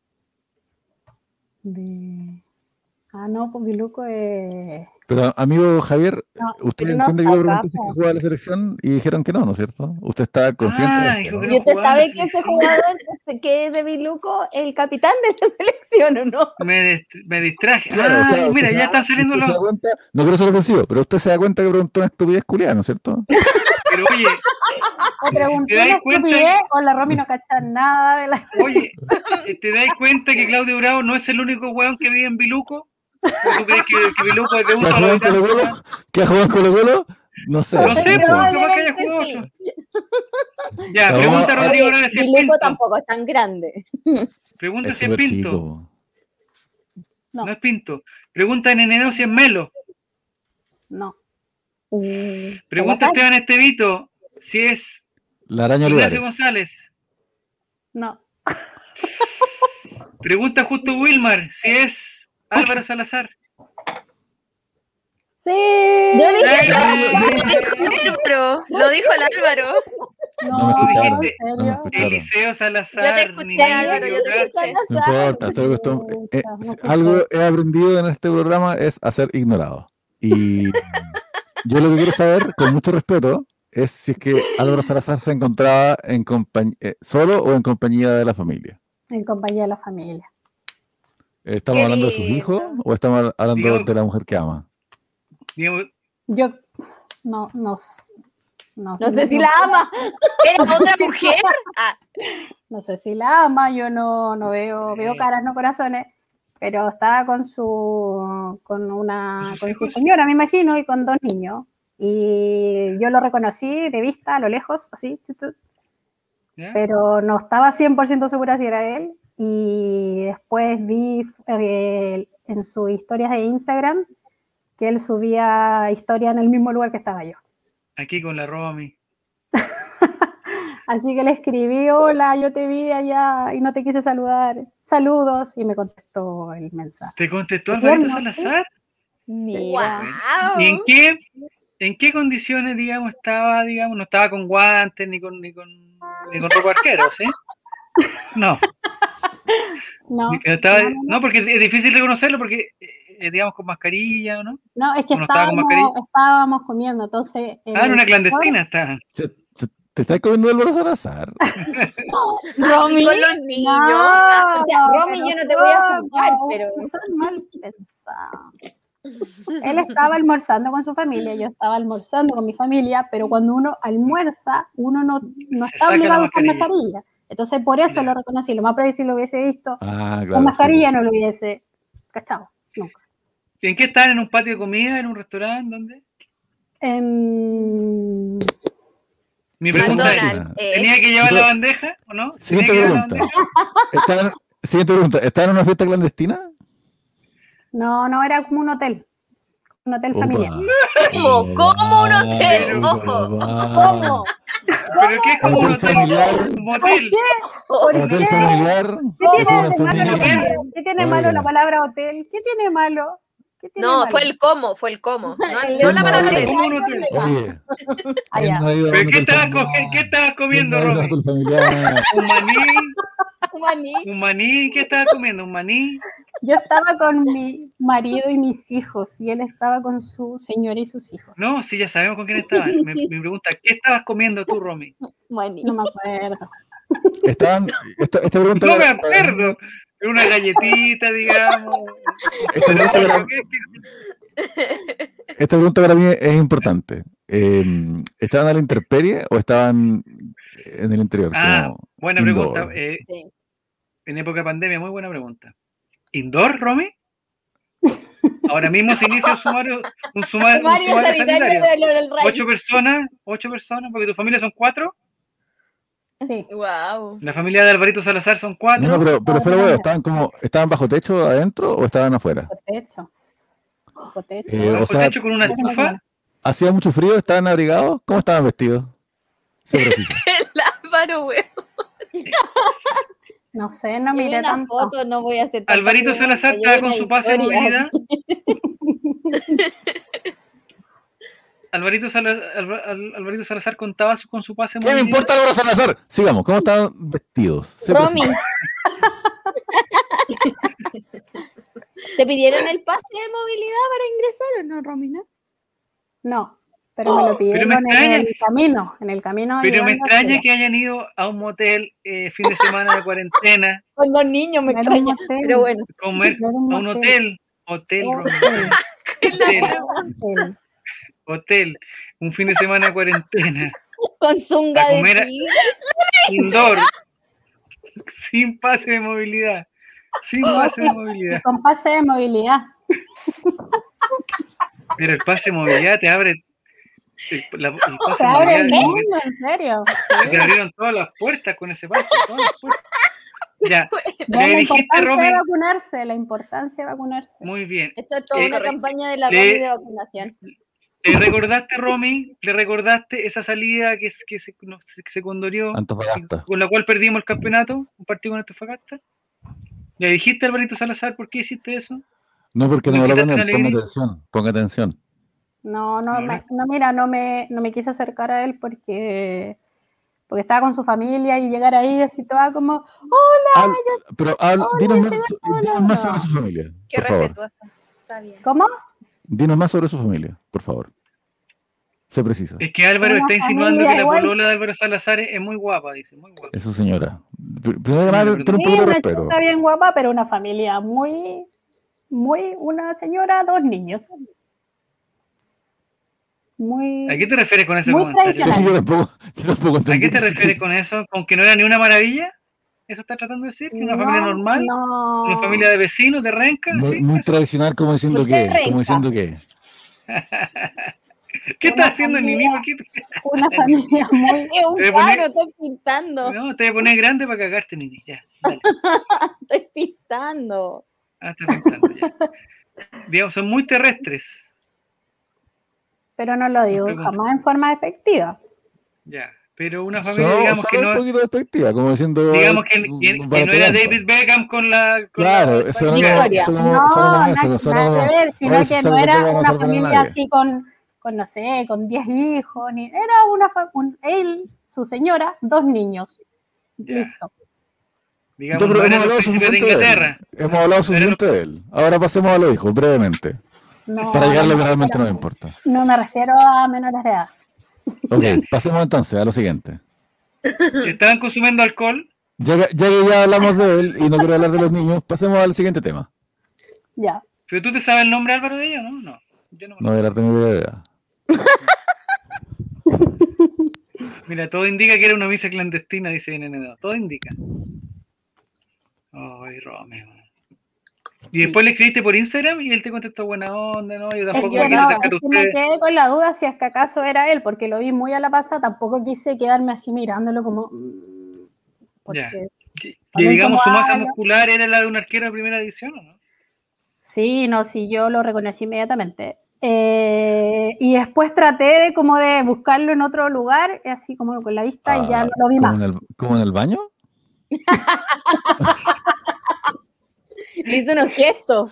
Speaker 3: No, porque Biluco es...
Speaker 4: Pero, amigo Javier, usted entiende que yo pregunté si jugaba la selección y dijeron que no, ¿no es cierto? Usted está consciente.
Speaker 2: ¿Y usted sabe que ese jugador que es de Biluco, el capitán de la selección o no?
Speaker 1: Me distraje.
Speaker 4: Claro,
Speaker 1: mira, ya están saliendo los...
Speaker 4: No quiero ser ofensivo, pero usted se da cuenta que preguntó una estupidez culiada, ¿no es cierto?
Speaker 1: Pero oye...
Speaker 3: O pregunté una estupidez o la Romy no cacha nada de la...
Speaker 1: Oye, ¿te das cuenta que Claudio Bravo no es el único weón que vive en Biluco? ¿Tú crees que Biluco es de un solo habitante?
Speaker 4: ¿Qué ha jugado en Colo-Colo? No sé.
Speaker 1: No sé, pero capaz que haya jugado. Ya, pregunta Rodrigo Morales si es Pinto.
Speaker 2: Biluco tampoco es tan grande.
Speaker 1: Pregunta si es Pinto. No es Pinto. Pregunta en NN2 si es Melo.
Speaker 3: No.
Speaker 1: Pregunta Esteban Estevito si es
Speaker 4: la Araña
Speaker 1: Ignacio González.
Speaker 3: No.
Speaker 1: Pregunta Justo Wilmar si es Álvaro Salazar.
Speaker 3: Sí.
Speaker 5: Lo dijo el Álvaro.
Speaker 3: No,
Speaker 1: tú dijiste Eliseo Salazar.
Speaker 5: Yo te escuché, Álvaro, yo te escuché.
Speaker 4: No importa, algo he aprendido en este programa es a ser ignorado. Y yo lo que quiero saber, con mucho respeto, es si es que Álvaro Salazar se encontraba solo o en compañía de la familia.
Speaker 3: En compañía de la familia.
Speaker 4: ¿Estamos hablando de sus hijos o estamos hablando de la mujer que ama?
Speaker 3: Yo no
Speaker 2: sé si la ama.
Speaker 5: ¿Eres otra mujer?
Speaker 3: No sé si la ama, yo no veo caras, no corazones, pero estaba con su señora, me imagino, y con 2 niños. Y yo lo reconocí de vista, a lo lejos, así, pero no estaba 100% segura si era él. Y después vi en sus historias de Instagram que él subía historias en el mismo lugar que estaba yo.
Speaker 1: Aquí con la Romy.
Speaker 3: Así que le escribí, hola, yo te vi allá y no te quise saludar. Saludos, y me contestó el mensaje.
Speaker 1: ¿Te contestó Alvarito Salazar?
Speaker 2: Mira.
Speaker 5: Wow.
Speaker 1: ¿Y en qué condiciones, digamos, estaba, digamos, no estaba con guantes ni con ropa arquero, ¿sí? No. No, porque es difícil reconocerlo porque, digamos, con mascarilla, ¿no?
Speaker 3: No, es que estábamos comiendo, entonces...
Speaker 1: en una clandestina estaban.
Speaker 4: ¿Te estás comiendo Álvaro Salazar?
Speaker 2: Romy,
Speaker 5: con los niños.
Speaker 2: Romy, yo no te voy a juzgar, pero...
Speaker 3: Son mal pensados. Él estaba almorzando con su familia, yo estaba almorzando con mi familia, pero cuando uno almuerza, uno no está obligado a usar mascarilla. Entonces, por eso lo reconocí. Lo más probable es si lo hubiese visto con mascarilla, no lo hubiese cachado nunca.
Speaker 1: ¿En qué están? ¿En un patio de comida? ¿En un restaurante? ¿Dónde? Mi pregunta es, ¿tenía que llevar la bandeja o no?
Speaker 4: Siguiente pregunta. ¿Está en una fiesta clandestina?
Speaker 3: No, era como un hotel. Un hotel familiar.
Speaker 5: ¿Cómo un hotel? Ojo.
Speaker 2: ¿Cómo?
Speaker 1: ¿Pero qué es como un hotel familiar? ¿Un motel?
Speaker 4: ¿Hotel familiar?
Speaker 3: ¿Qué tiene malo la palabra hotel? ¿Qué tiene malo?
Speaker 5: No, fue el cómo. No la palabra hotel.
Speaker 4: Oye.
Speaker 1: ¿Pero qué estabas comiendo, Romy? ¿Un maní? ¿Qué estabas comiendo? ¿Un maní?
Speaker 3: Yo estaba con mi marido y mis hijos, y él estaba con su señora y sus hijos.
Speaker 1: No, sí, ya sabemos con quién estaban. Mi pregunta, ¿qué estabas comiendo tú, Romy?
Speaker 3: No me acuerdo.
Speaker 4: Esta pregunta
Speaker 1: no me acuerdo. Una galletita, digamos.
Speaker 4: Esta pregunta para mí es importante. ¿Estaban a la intemperie o estaban en el interior?
Speaker 1: Buena pregunta. En época de pandemia, muy buena pregunta. ¿Indoor, Romy? Ahora mismo se inicia un sumario sanitario. 8 personas, porque tu familia son 4.
Speaker 3: Sí.
Speaker 5: Wow.
Speaker 1: La familia de Alvarito Salazar son 4.
Speaker 4: No, pero fuera huevo, ¿estaban bajo techo adentro o estaban afuera?
Speaker 3: Bajo techo.
Speaker 1: Bajo techo con una estufa.
Speaker 4: ¿Hacía mucho frío? ¿Estaban abrigados? ¿Cómo estaban vestidos?
Speaker 5: El Álvaro, weón.
Speaker 3: No sé, no miré tanto.
Speaker 2: Foto, no voy a hacer
Speaker 1: Alvarito Salazar estaba con su pase de movilidad. Alvarito Salazar contaba con su pase de movilidad.
Speaker 4: ¿Qué me importa Álvaro Salazar? Sigamos, ¿cómo estaban vestidos?
Speaker 2: Romy. ¿Te pidieron el pase de movilidad para ingresar o no, Romy?
Speaker 3: No, pero me lo pidieron en el camino.
Speaker 1: Pero me extraña que hayan ido a un motel fin de semana de cuarentena.
Speaker 2: Con los niños me extraña, pero bueno.
Speaker 1: Comer a un hotel. Hotel. Un fin de semana de cuarentena.
Speaker 2: Con zunga de tigre.
Speaker 1: Indoor. Sin pase de movilidad.
Speaker 3: Con pase de movilidad.
Speaker 1: Pero el pase de movilidad te abre. El pase
Speaker 3: se abre el mundo, en serio.
Speaker 1: Te abrieron todas las puertas con ese pase. Todas las puertas. Ya,
Speaker 3: la importancia de vacunarse.
Speaker 1: Muy bien.
Speaker 2: Esto es toda una campaña de la Romy de vacunación.
Speaker 1: ¿Le recordaste, Romy? ¿Le recordaste esa salida que se condorió? Con la cual perdimos el campeonato, un partido con Antofagasta. ¿Le dijiste a Alvarito Salazar por qué hiciste eso?
Speaker 4: No, porque no habló con él. Ponga atención.
Speaker 3: No, mira, no me quise acercar a él porque estaba con su familia y llegar ahí así toda como, hola.
Speaker 4: Dinos más sobre su familia.
Speaker 5: Qué respetuoso. Está bien.
Speaker 3: ¿Cómo?
Speaker 4: Dinos más sobre su familia, por favor. Se precisa.
Speaker 1: Es que Álvaro está insinuando que la polola de Álvaro Salazar es muy guapa, dice, muy guapa.
Speaker 4: Eso, señora. Primero que nada, tiene un poco de respeto.
Speaker 3: Está bien guapa, pero una familia muy, una señora, 2 niños. Muy,
Speaker 1: ¿A qué te refieres con ese
Speaker 3: comentario?
Speaker 4: Sí, yo tampoco
Speaker 1: ¿A qué te refieres con eso? ¿Con que no era ni una maravilla? ¿Eso estás tratando de decir? ¿Que una familia normal?
Speaker 3: No.
Speaker 1: ¿Una familia de vecinos de Renca?
Speaker 4: Muy tradicional, como diciendo que.
Speaker 1: ¿Qué estás haciendo, Nini?
Speaker 3: Una familia muy...
Speaker 2: Es un paro, estoy pintando.
Speaker 1: No, te voy a poner grande para cagarte, Nini. Ya, dale.
Speaker 2: Estoy pintando.
Speaker 1: Estás pintando, ya. Digamos, son muy terrestres.
Speaker 3: Pero no lo digo jamás en forma efectiva.
Speaker 1: Ya, pero una familia, digamos que no...
Speaker 4: un poquito despectiva, como diciendo...
Speaker 1: Digamos que no era David Beckham con la...
Speaker 4: Claro, eso no nada que
Speaker 3: ver, sino que no era una familia así con, no sé, con 10 hijos, ni era él, su señora, 2 niños. Listo.
Speaker 1: Digamos, no eran los príncipes de Inglaterra.
Speaker 4: Hemos hablado suficiente de él. Ahora pasemos a los hijos, brevemente. Para llegar a lo que realmente nos importa.
Speaker 3: No me refiero a menores de edad.
Speaker 4: Ok, pasemos entonces a lo siguiente.
Speaker 1: ¿Estaban consumiendo alcohol?
Speaker 4: Ya que ya hablamos de él y no quiero hablar de los niños, pasemos al siguiente tema.
Speaker 3: Ya.
Speaker 1: ¿Pero tú te sabes el nombre, Álvaro, de ella, no? No, yo no.
Speaker 4: No voy a hablar de mi idea.
Speaker 1: Mira, todo indica que era una misa clandestina, dice NND. Todo indica. Ay, Romeo. Y después le escribiste por Instagram y él te contestó buena onda, ¿no? Yo tampoco me quise acercar a usted.
Speaker 3: Me quedé con la duda si es que acaso era él, porque lo vi muy a la pasada, tampoco quise quedarme así mirándolo como...
Speaker 1: Ya. Y digamos, su masa muscular era la de un arquero de primera división, ¿o no?
Speaker 3: Sí, no, sí, yo lo reconocí inmediatamente. Y después traté de buscarlo en otro lugar, así como con la vista, y ya no lo vi más.
Speaker 4: ¿Como en el baño?
Speaker 2: Le hice unos gestos.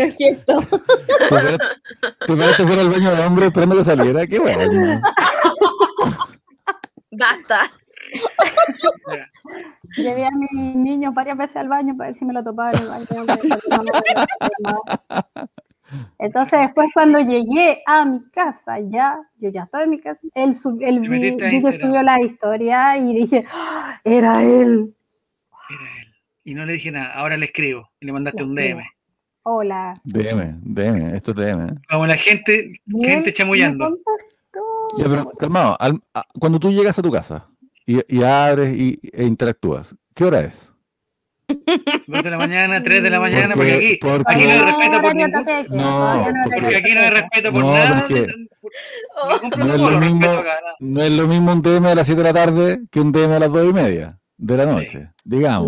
Speaker 4: ¿Te paraste fuera al baño de hombre esperando que saliera? ¡Qué bueno!
Speaker 5: Basta.
Speaker 3: Llevé a mi niño varias veces al baño para ver si me lo topaba en el baño. Entonces después cuando llegué a mi casa, yo ya estaba en mi casa, él vi que subió la historia y dije, ¡oh, era él!
Speaker 1: Era él. Y no le dije nada, ahora le escribo y le mandaste un DM.
Speaker 3: Hola.
Speaker 4: DM, esto es DM.
Speaker 1: Como la gente chamullando.
Speaker 4: Ya, pero calmado, cuando tú llegas a tu casa y abres e interactúas, ¿qué hora es?
Speaker 1: 2 de la mañana, 3 de la mañana, porque aquí no hay respeto por ningún... Porque aquí no hay respeto por nada.
Speaker 4: No es lo mismo un DM a las 7 de la tarde que un DM a las 2:30 de la noche, digamos.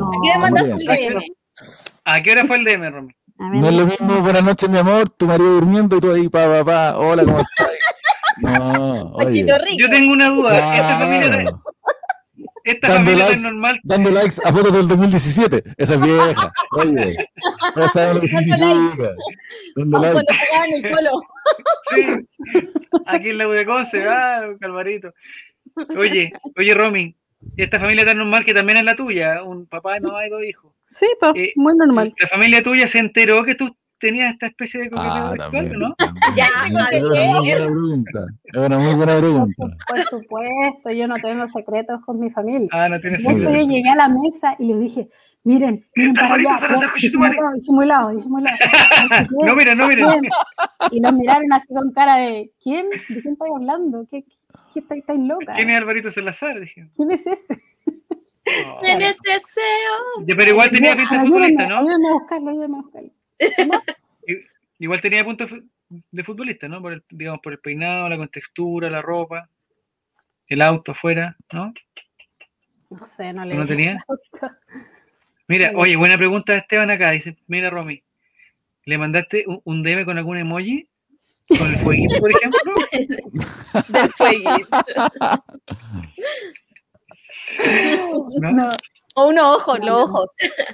Speaker 1: ¿A qué hora fue el DM, Romy?
Speaker 4: No es lo mismo, buenas noches, mi amor, tu marido durmiendo y tú ahí, hola, ¿cómo estás? No, oye.
Speaker 1: Yo tengo una duda. Esta familia es normal.
Speaker 4: Dando likes a fotos del 2017. Esa es vieja. Oye, no sabes lo que significa. Dando likes.
Speaker 1: Sí. Aquí en la UDECONCE, Calvarito. Oye, Romy, esta familia tan normal que también es la tuya. Un papá, no hay 2 hijos.
Speaker 3: Sí, pues, muy normal.
Speaker 1: La familia tuya se enteró que tú tenías esta especie de coqueteo sexual, ¿no?
Speaker 5: Ya,
Speaker 4: es una muy buena pregunta.
Speaker 3: Por supuesto, yo no tengo secretos con mi familia.
Speaker 1: No tienes
Speaker 3: secretos. De hecho, yo llegué a la mesa y le dije, miren para allá. Disimulado.
Speaker 1: No miren.
Speaker 3: Y nos miraron así con cara de, ¿quién? ¿De quién estáis hablando? ¿Qué estáis loca?
Speaker 1: ¿Quién es Alvarito Salazar? Dije.
Speaker 3: ¿Quién es ese?
Speaker 5: Tienes deseo.
Speaker 1: Pero igual tenía pinta de futbolista, ¿no?
Speaker 3: Ayúdame a buscarlo.
Speaker 1: Igual tenía puntos de futbolista, ¿no? Por el peinado, la contextura, la ropa, el auto afuera, ¿no?
Speaker 3: No sé, no le
Speaker 1: ¿No tenía? Mira, oye, buena pregunta de Esteban acá. Dice, mira, Romy, ¿le mandaste un DM con algún emoji? ¿Con el fueguito, por ejemplo?
Speaker 5: Del fueguito.
Speaker 2: ¿No? O unos ojos, los ojos.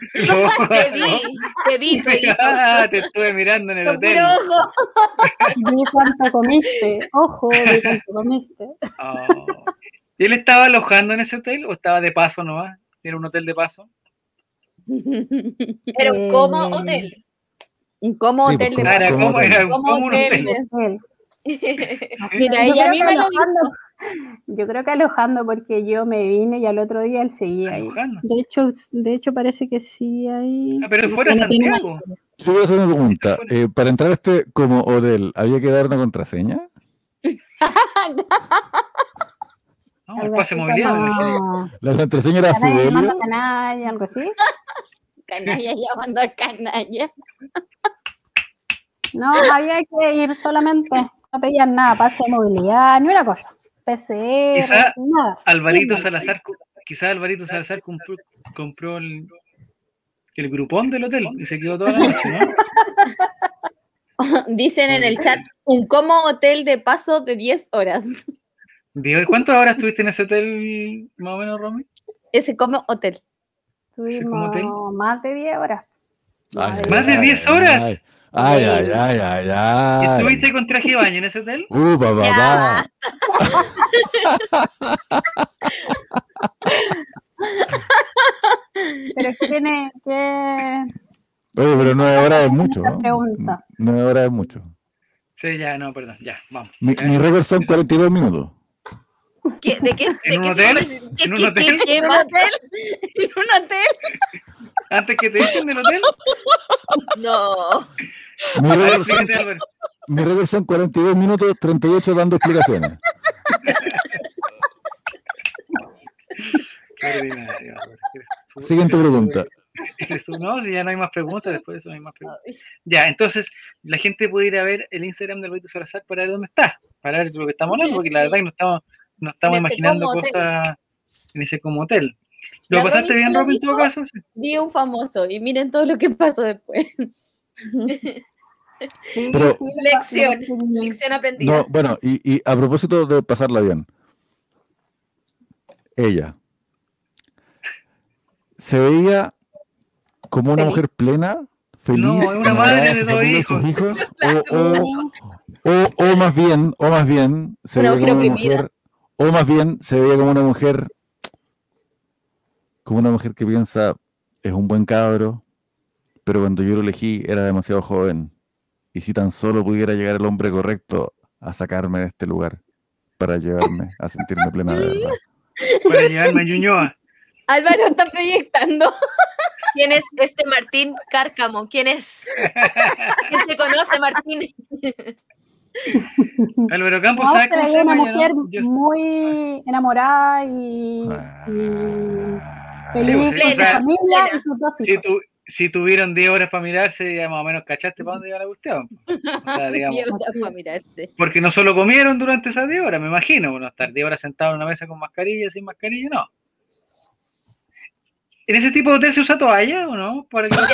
Speaker 5: Te vi, fueguito.
Speaker 1: Te estuve mirando en el hotel.
Speaker 2: Ojo.
Speaker 3: Vi cuánto comiste. Ojo, vi cuánto comiste.
Speaker 1: ¿Y él estaba alojando en ese hotel o estaba de paso nomás? ¿Era un hotel de paso?
Speaker 5: Era un como hotel.
Speaker 2: Un como hotel de paso.
Speaker 1: Era como un hotel.
Speaker 2: Mira, ella a mí me lo dijo.
Speaker 3: Yo creo que alojando, porque yo me vine y al otro día él seguía ahí. De hecho parece que sí ahí.
Speaker 1: Pero fuera de Santiago.
Speaker 4: Yo voy a hacer una pregunta. Para entrar a este como hotel, ¿había que dar una contraseña?
Speaker 1: No, el pase de movilidad.
Speaker 4: La contraseña era Fidelio.
Speaker 3: Canalla, algo así.
Speaker 2: Canalla llamando a canalla.
Speaker 3: No, había que ir solamente. No pedían nada, pase de movilidad, ni una cosa. PCR,
Speaker 1: quizá
Speaker 3: nada.
Speaker 1: Alvarito Salazar compró el grupón del hotel y se quedó toda la noche, ¿no?
Speaker 2: Dicen en el chat, un como hotel de paso de 10 horas.
Speaker 1: ¿Cuántas horas estuviste en ese hotel, más o menos, Romy?
Speaker 2: Ese como hotel.
Speaker 3: Estuvimos más de 10 horas.
Speaker 1: ¿Más de 10 horas?
Speaker 4: Ay.
Speaker 1: ¿Estuviste con traje de baño en ese hotel?
Speaker 4: Papá.
Speaker 3: Pero es que tiene que...
Speaker 4: Oye, pero 9 horas es mucho, ¿no?
Speaker 3: Pregunta.
Speaker 4: 9 horas es mucho.
Speaker 1: Sí, ya, no, perdón, ya, vamos.
Speaker 4: Mi récord son 42 minutos.
Speaker 5: ¿De qué?
Speaker 1: ¿En un hotel? ¿En un hotel?
Speaker 2: ¿En un hotel? ¿En un hotel?
Speaker 1: ¿Antes que te echen del hotel?
Speaker 5: No.
Speaker 4: Mi récord son 42 minutos, 38 dando explicaciones.
Speaker 1: Qué ordinario.
Speaker 4: Siguiente pregunta.
Speaker 1: No, si ya no hay más preguntas, después de eso no hay más preguntas. Ya, entonces la gente puede ir a ver el Instagram de Alvarito Salazar para ver dónde está, para ver lo que estamos hablando, porque la verdad que no estamos imaginando cosas en ese como hotel. ¿Lo pasaste bien, Romy, en todo caso? Sí.
Speaker 2: Vi un famoso y miren todo lo que pasó después.
Speaker 4: Pero,
Speaker 5: lección aprendida.
Speaker 4: No, bueno, y a propósito de pasarla bien, ella se veía como una mujer plena, feliz,
Speaker 1: no, una madre de 2 hijos,
Speaker 4: o más bien se veía como una mujer, o más bien se veía como una mujer que piensa, es un buen cabro, pero cuando yo lo elegí era demasiado joven, y si tan solo pudiera llegar el hombre correcto a sacarme de este lugar, para llevarme a sentirme plena de verdad.
Speaker 1: Para llevarme a Ñuñoa.
Speaker 2: Álvaro está proyectando.
Speaker 5: ¿Quién es este Martín Cárcamo? ¿Quién es? ¿Quién te conoce, Martín?
Speaker 1: Álvaro Campos, ¿sabes cómo se llama?
Speaker 3: Una mujer muy enamorada y feliz con su familia y sus 2 hijos.
Speaker 1: Si tuvieron 10 horas para mirarse, ya más o menos cachaste para dónde iba la cuestión. O sea, digamos,
Speaker 2: 10 horas para mirarse.
Speaker 1: Porque no solo comieron durante esas 10 horas, me imagino. No estar 10 horas sentado en una mesa con mascarilla, sin mascarilla, no. ¿En ese tipo de hotel se usa toalla o no? Para que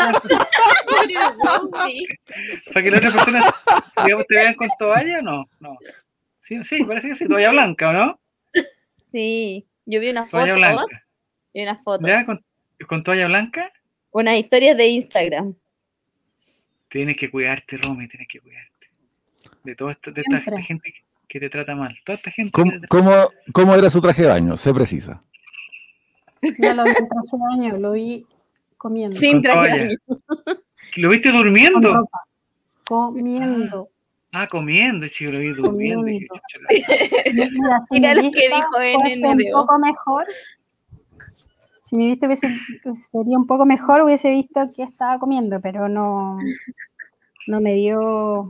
Speaker 1: las otras personas, digamos, te vean con toalla, no. Sí, parece que sí, toalla blanca, ¿o no?
Speaker 2: Sí, yo vi unas
Speaker 1: toalla
Speaker 2: fotos.
Speaker 1: Blanca.
Speaker 2: Vi unas fotos.
Speaker 1: ¿Ya? ¿Con toalla blanca?
Speaker 2: Unas historias de Instagram.
Speaker 1: Tienes que cuidarte, Romy, tienes que cuidarte. De toda esta gente que te trata mal. Toda esta gente.
Speaker 4: ¿Cómo era su traje de baño? Se precisa.
Speaker 3: No lo vi en traje de baño, lo vi comiendo.
Speaker 2: Sin traje de baño.
Speaker 1: ¿Lo viste durmiendo?
Speaker 3: Comiendo.
Speaker 1: Comiendo, chico, lo vi durmiendo.
Speaker 2: Mira lo que dijo
Speaker 3: un poco mejor. Si mi vista sería un poco mejor, hubiese visto que estaba comiendo, pero no me dio.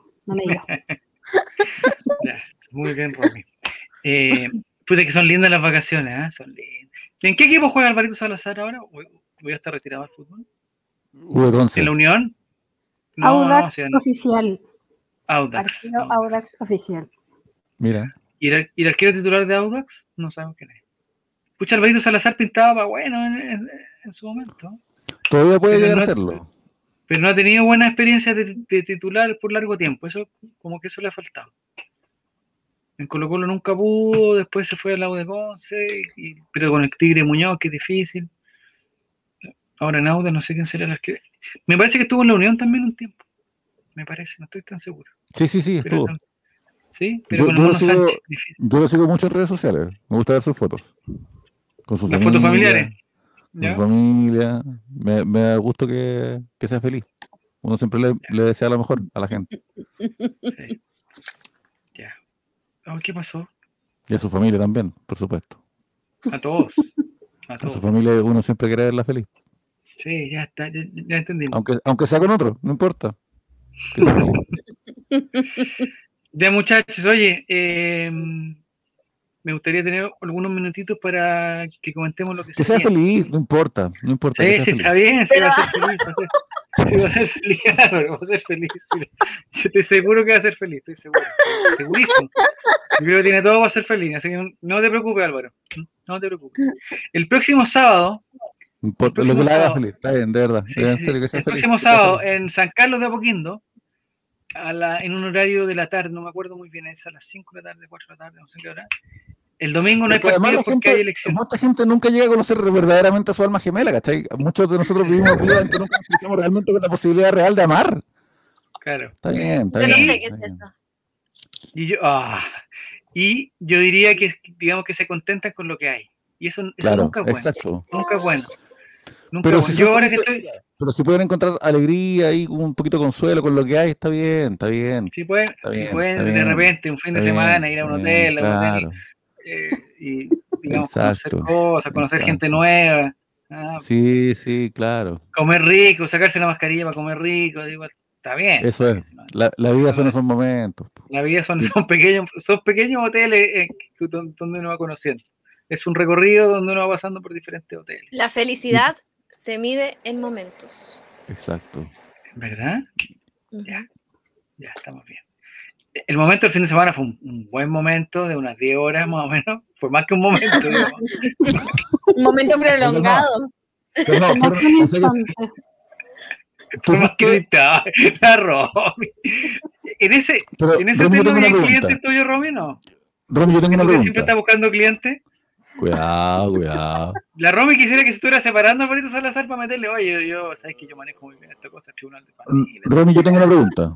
Speaker 1: Ya, muy bien, Romy. Puede que son lindas las vacaciones, ¿eh? Son lindas. ¿En qué equipo juega Alvarito Salazar ahora? ¿Voy a estar retirado del fútbol? ¿En la Unión?
Speaker 3: No, Audax oficial.
Speaker 1: Audax
Speaker 3: oficial.
Speaker 4: Mira.
Speaker 1: ¿Y el arquero titular de Audax? No sabemos quién es. Pucha, Alvarito Salazar pintaba bueno en su momento.
Speaker 4: Todavía puede llegar a hacerlo.
Speaker 1: Pero no ha tenido buena experiencia de titular por largo tiempo. Eso, como que eso le ha faltado. En Colo-Colo nunca pudo, después se fue al Audax de Conce, pero con el Tigre Muñoz, que es difícil. Ahora en Audax no sé quién será el arquero. Me parece que estuvo en la Unión también un tiempo. Me parece, no estoy tan seguro.
Speaker 4: Sí, estuvo.
Speaker 1: Sí, pero con el Mono Sánchez, difícil.
Speaker 4: Yo lo sigo mucho en redes sociales. Me gusta ver sus fotos. Con sus
Speaker 1: fotos familiares.
Speaker 4: Con su familia. Me da gusto que sea feliz. Uno siempre le desea lo mejor a la gente.
Speaker 1: Sí. ¿Qué pasó?
Speaker 4: Y a su familia también, por supuesto.
Speaker 1: A todos.
Speaker 4: A su familia uno siempre quiere verla feliz.
Speaker 1: Sí, ya está, ya entendimos.
Speaker 4: Aunque sea con otro, no importa. Que sea feliz.
Speaker 1: Ya, muchachos, oye, me gustaría tener algunos minutitos para que comentemos lo que
Speaker 4: sea viene. Feliz, no importa.
Speaker 1: Sí,
Speaker 4: que
Speaker 1: sea
Speaker 4: feliz.
Speaker 1: Está bien, sí va a ser feliz. Sí va a ser feliz, claro, va a ser feliz. Sí. Yo estoy seguro que va a ser feliz, estoy seguro. Segurísimo. Yo creo que tiene todo para ser feliz, así que no te preocupes, Álvaro. No te preocupes. El próximo sábado...
Speaker 4: Lo que la haga feliz, está bien, de verdad.
Speaker 1: Sí, en serio, que sea el feliz, próximo sábado en San Carlos de Apoquindo, en un horario de la tarde, no me acuerdo muy bien, es a las 5 de la tarde, 4 de la tarde, no sé qué hora. El domingo no hay partido porque hay elecciones.
Speaker 4: Mucha gente nunca llega a conocer verdaderamente a su alma gemela, ¿cachai? Muchos de nosotros vivimos vidas en que nunca nos encontramos realmente con la posibilidad real de amar.
Speaker 1: Claro.
Speaker 4: Está bien.
Speaker 5: Yo no sé qué es eso.
Speaker 1: Y yo diría que, digamos, que se contentan con lo que hay. Y eso claro, nunca es bueno.
Speaker 4: Exacto.
Speaker 1: Nunca es bueno.
Speaker 4: Pero si yo ahora que estoy... Pero si pueden encontrar alegría y un poquito de consuelo con lo que hay, está bien, está bien.
Speaker 1: Si pueden, de repente, un fin de semana, ir a un hotel,
Speaker 4: claro.
Speaker 1: Y digamos, conocer cosas, conocer gente nueva.
Speaker 4: Sí, claro.
Speaker 1: Comer rico, sacarse la mascarilla para comer rico, digo, está bien.
Speaker 4: Eso es. La vida son esos momentos.
Speaker 1: La vida son pequeños hoteles donde uno va conociendo. Es un recorrido donde uno va pasando por diferentes hoteles.
Speaker 5: La felicidad se mide en momentos.
Speaker 4: Exacto.
Speaker 1: ¿Verdad? Ya estamos bien. El momento del fin de semana fue un buen momento, de unas 10 horas más o menos. Fue más que un momento.
Speaker 2: Un momento prolongado.
Speaker 1: Pero no, fue más que la Romy. En ese hotel no había clientes tuyos, Romy, ¿no?
Speaker 4: Romy, yo tengo una pregunta.
Speaker 1: ¿Siempre está buscando clientes?
Speaker 4: Cuidado.
Speaker 1: La Romy quisiera que se estuviera separando a Alvarito Salazar para meterle, oye, yo sabes que yo manejo muy bien esta cosa, tribunal de familia.
Speaker 4: Romy, yo tengo una pregunta.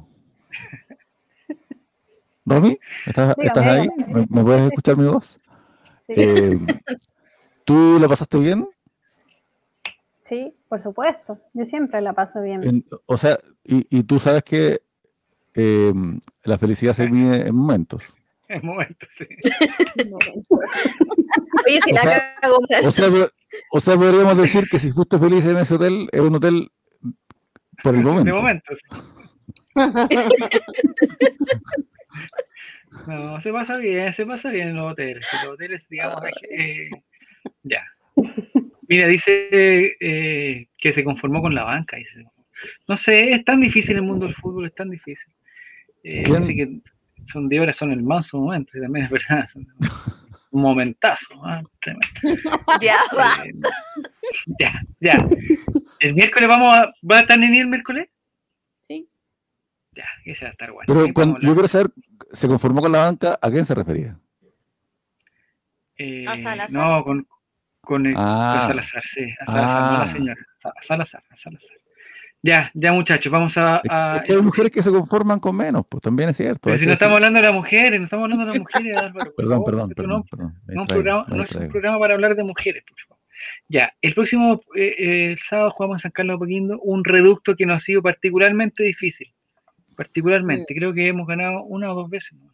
Speaker 4: Romy, ¿estás ahí? ¿Me puedes escuchar mi voz? Sí. ¿Tú la pasaste bien?
Speaker 3: Sí, por supuesto. Yo siempre la paso bien.
Speaker 4: O sea, y tú sabes que la felicidad se mide en momentos.
Speaker 1: En momentos, sí.
Speaker 5: Oye, si la cago.
Speaker 4: O sea, podríamos decir que si fuiste feliz en ese hotel, es un hotel por el momento.
Speaker 1: De momentos. No, se pasa bien en los hoteles. En los hoteles, digamos, ya. Mira, dice que se conformó con la banca. Dice. No sé, es tan difícil el mundo del fútbol, es tan difícil. Dice que son 10 horas, son el manso momento, y también es verdad. Son un momentazo. Tremendo. Ya. ¿El miércoles va a estar Nini el miércoles?
Speaker 2: Sí.
Speaker 1: Ya, ese va a estar bueno.
Speaker 4: Pero yo quiero saber, ¿se conformó con la banca? ¿A quién se refería?
Speaker 5: ¿A Salazar?
Speaker 1: No, con Salazar, sí. A Salazar, no la señora. A Salazar. Ya, muchachos, vamos a...
Speaker 4: Es que hay mujeres que se conforman con menos, pues también es cierto.
Speaker 1: Pero si no estamos hablando de las mujeres, Álvaro.
Speaker 4: Perdón.
Speaker 1: No es un programa para hablar de mujeres, por favor. Ya, el próximo el sábado jugamos en San Carlos de Apoquindo, un reducto que nos ha sido particularmente difícil. Creo que hemos ganado 1 o 2 veces. ¿No?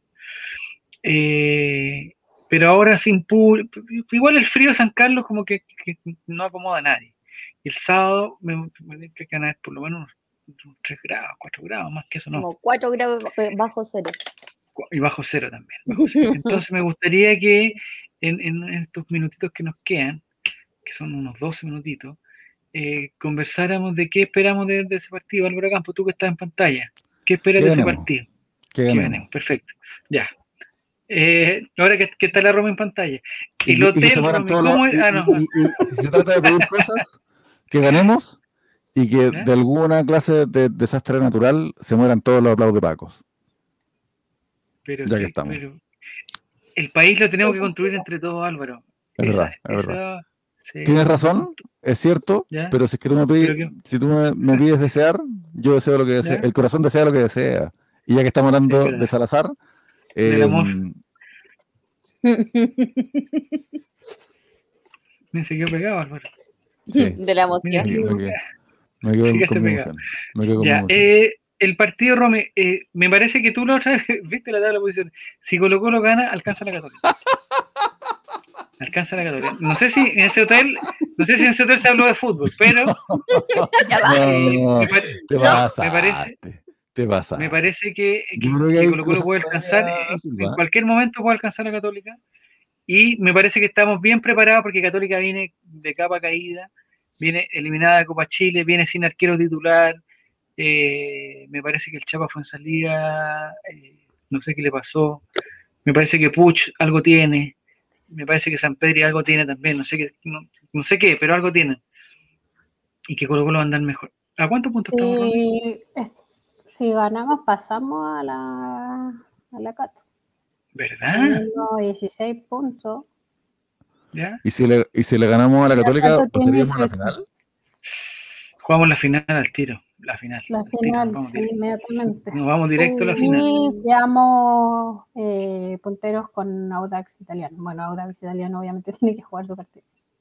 Speaker 1: Pero ahora sin público, igual el frío de San Carlos como que no acomoda a nadie. Y el sábado me tiene que ganar por lo menos unos 3 grados, 4 grados, más que eso no.
Speaker 2: Como 4 grados bajo cero.
Speaker 1: Y bajo cero también. Entonces me gustaría que en estos minutitos que nos quedan, que son unos 12 minutitos, conversáramos de qué esperamos de ese partido. Álvaro Campo, tú que estás en pantalla, ¿qué esperas de ese partido?
Speaker 4: Que ganemos.
Speaker 1: Perfecto. Ya. Ahora que está la Roma en pantalla. El hotel, Romy, ¿cómo es?
Speaker 4: Y se trata de pedir cosas, que ganemos y que de alguna clase de desastre natural se mueran todos los aplaudepacos. Ya que estamos.
Speaker 1: Pero el país lo tenemos que construir entre todos, Álvaro.
Speaker 4: Es verdad. Sí. Tienes razón, es cierto, ¿ya? Pero si es que tú me pides, si tú me pides desear, yo deseo lo que desea. El corazón desea lo que desea. Y ya que estamos hablando de Salazar,
Speaker 1: del amor. Me siguió pegado, Álvaro.
Speaker 2: Sí. De la emoción.
Speaker 4: Me quedo con mi emoción.
Speaker 1: el partido, Romy, me parece que tú la otra vez viste la tabla de posiciones. Si Colo-Colo gana, alcanza la Católica. Alcanza la Católica. No sé si en ese hotel se habló de fútbol, pero me parece que Colo-Colo puede alcanzar, en cualquier momento puede alcanzar la Católica. Y me parece que estamos bien preparados porque Católica viene de capa caída, viene eliminada de Copa Chile, viene sin arquero titular. Me parece que el Chapa fue en salida, no sé qué le pasó. Me parece que Puch algo tiene. Me parece que San Pedro algo tiene también. No sé qué, pero algo tienen. Y que Colo-Colo va a andar mejor. ¿A cuántos puntos estamos, Romy?
Speaker 3: Si ganamos, pasamos a la Cato.
Speaker 1: ¿Verdad?
Speaker 3: 16 puntos.
Speaker 1: ¿Ya?
Speaker 4: ¿Y si le ganamos a la Católica, pasaríamos a la final?
Speaker 1: Jugamos la final al tiro. La final,
Speaker 3: sí, inmediatamente.
Speaker 1: Nos vamos directo a la final.
Speaker 3: Y quedamos punteros con Audax Italiano. Bueno, Audax Italiano obviamente tiene que jugar su partido.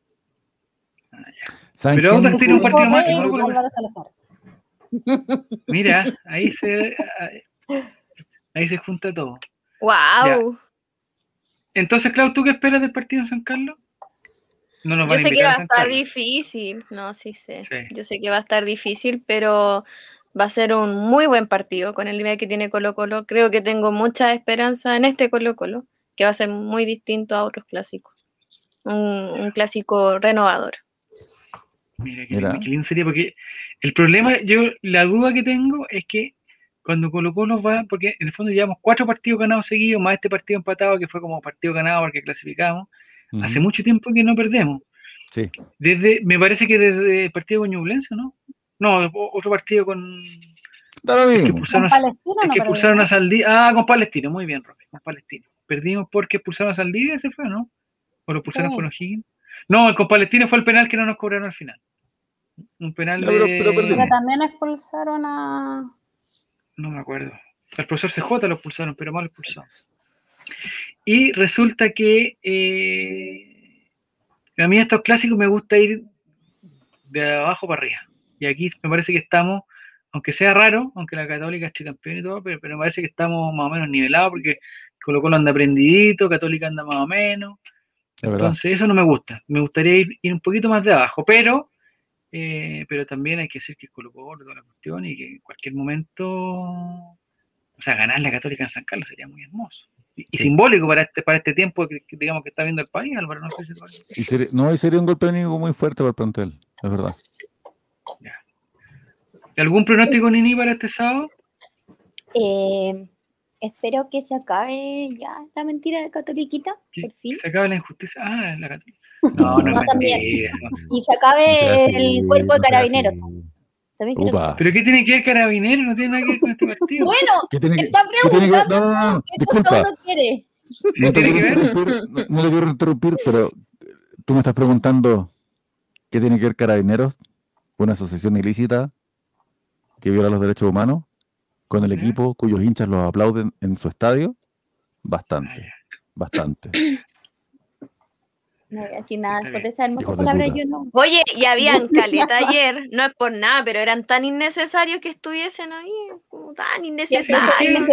Speaker 1: Pero Audax tiene un partido más que
Speaker 3: Álvaro Salazar.
Speaker 1: Mira, ahí se junta todo.
Speaker 5: ¡Wow!
Speaker 1: Ya. Entonces, Clau, ¿tú qué esperas del partido en San Carlos? No nos van
Speaker 5: Yo sé que va a estar
Speaker 1: Carlos.
Speaker 5: Difícil, no, sí sé.
Speaker 1: Sí.
Speaker 5: Yo sé que va a estar difícil, pero va a ser un muy buen partido con el nivel que tiene Colo-Colo. Creo que tengo mucha esperanza en este Colo-Colo, que va a ser muy distinto a otros clásicos. Un clásico renovador.
Speaker 1: Mira, qué lindo sería, porque el problema, la duda que tengo es que cuando Colo-Colo va, porque en el fondo llevamos 4 partidos ganados seguidos, más este partido empatado, que fue como partido ganado porque clasificamos. Hace mucho tiempo que no perdemos.
Speaker 4: Sí.
Speaker 1: Me parece que desde el partido con Ñublense, ¿no? No, otro partido con...
Speaker 3: ¿Con Palestino?
Speaker 1: A Saldivia. Con Palestino, muy bien, Roque, con Palestino. Perdimos porque expulsaron a Saldivia, ¿se fue, no? ¿O lo expulsaron con O'Higgins? No, con Palestino fue el penal que no nos cobraron al final. Un penal
Speaker 3: pero también expulsaron a...
Speaker 1: No me acuerdo. Al profesor CJ lo expulsaron, pero mal expulsado. Y resulta que a mí estos clásicos me gusta ir de abajo para arriba. Y aquí me parece que estamos, aunque sea raro, aunque la Católica es tricampeón y todo, pero me parece que estamos más o menos nivelados porque Colo-Colo anda prendidito, Católica anda más o menos. Entonces eso no me gusta. Me gustaría ir un poquito más de abajo, pero también hay que decir que es Colo-Colo toda la cuestión y que en cualquier momento, o sea, ganar la Católica en San Carlos sería muy hermoso. Y simbólico para este tiempo que digamos que está viendo el país, Álvaro, no sé si
Speaker 4: y sería un golpe anímico muy fuerte para el plantel, es verdad.
Speaker 1: Ya. ¿Algún pronóstico, Nini, para este sábado?
Speaker 2: Espero que se acabe ya la mentira de Catoliquita, por fin.
Speaker 1: Se acabe la injusticia. La Católica. No, es mentira.
Speaker 2: Y se acabe el cuerpo de carabineros.
Speaker 1: ¿Pero qué tiene que ver Carabineros? No tiene nada que ver con este partido.
Speaker 2: Bueno, está preguntando
Speaker 4: qué cosa
Speaker 2: uno quiere.
Speaker 4: No te quiero interrumpir, pero tú me estás preguntando qué tiene que ver Carabineros, una asociación ilícita que viola los derechos humanos, con el equipo cuyos hinchas los aplauden en su estadio. Bastante.
Speaker 2: No voy a decir nada después de esa hermosa palabra, yo no.
Speaker 5: Oye, y habían caleta ayer, no es por nada, pero eran tan innecesarios que estuviesen ahí, como tan innecesarios.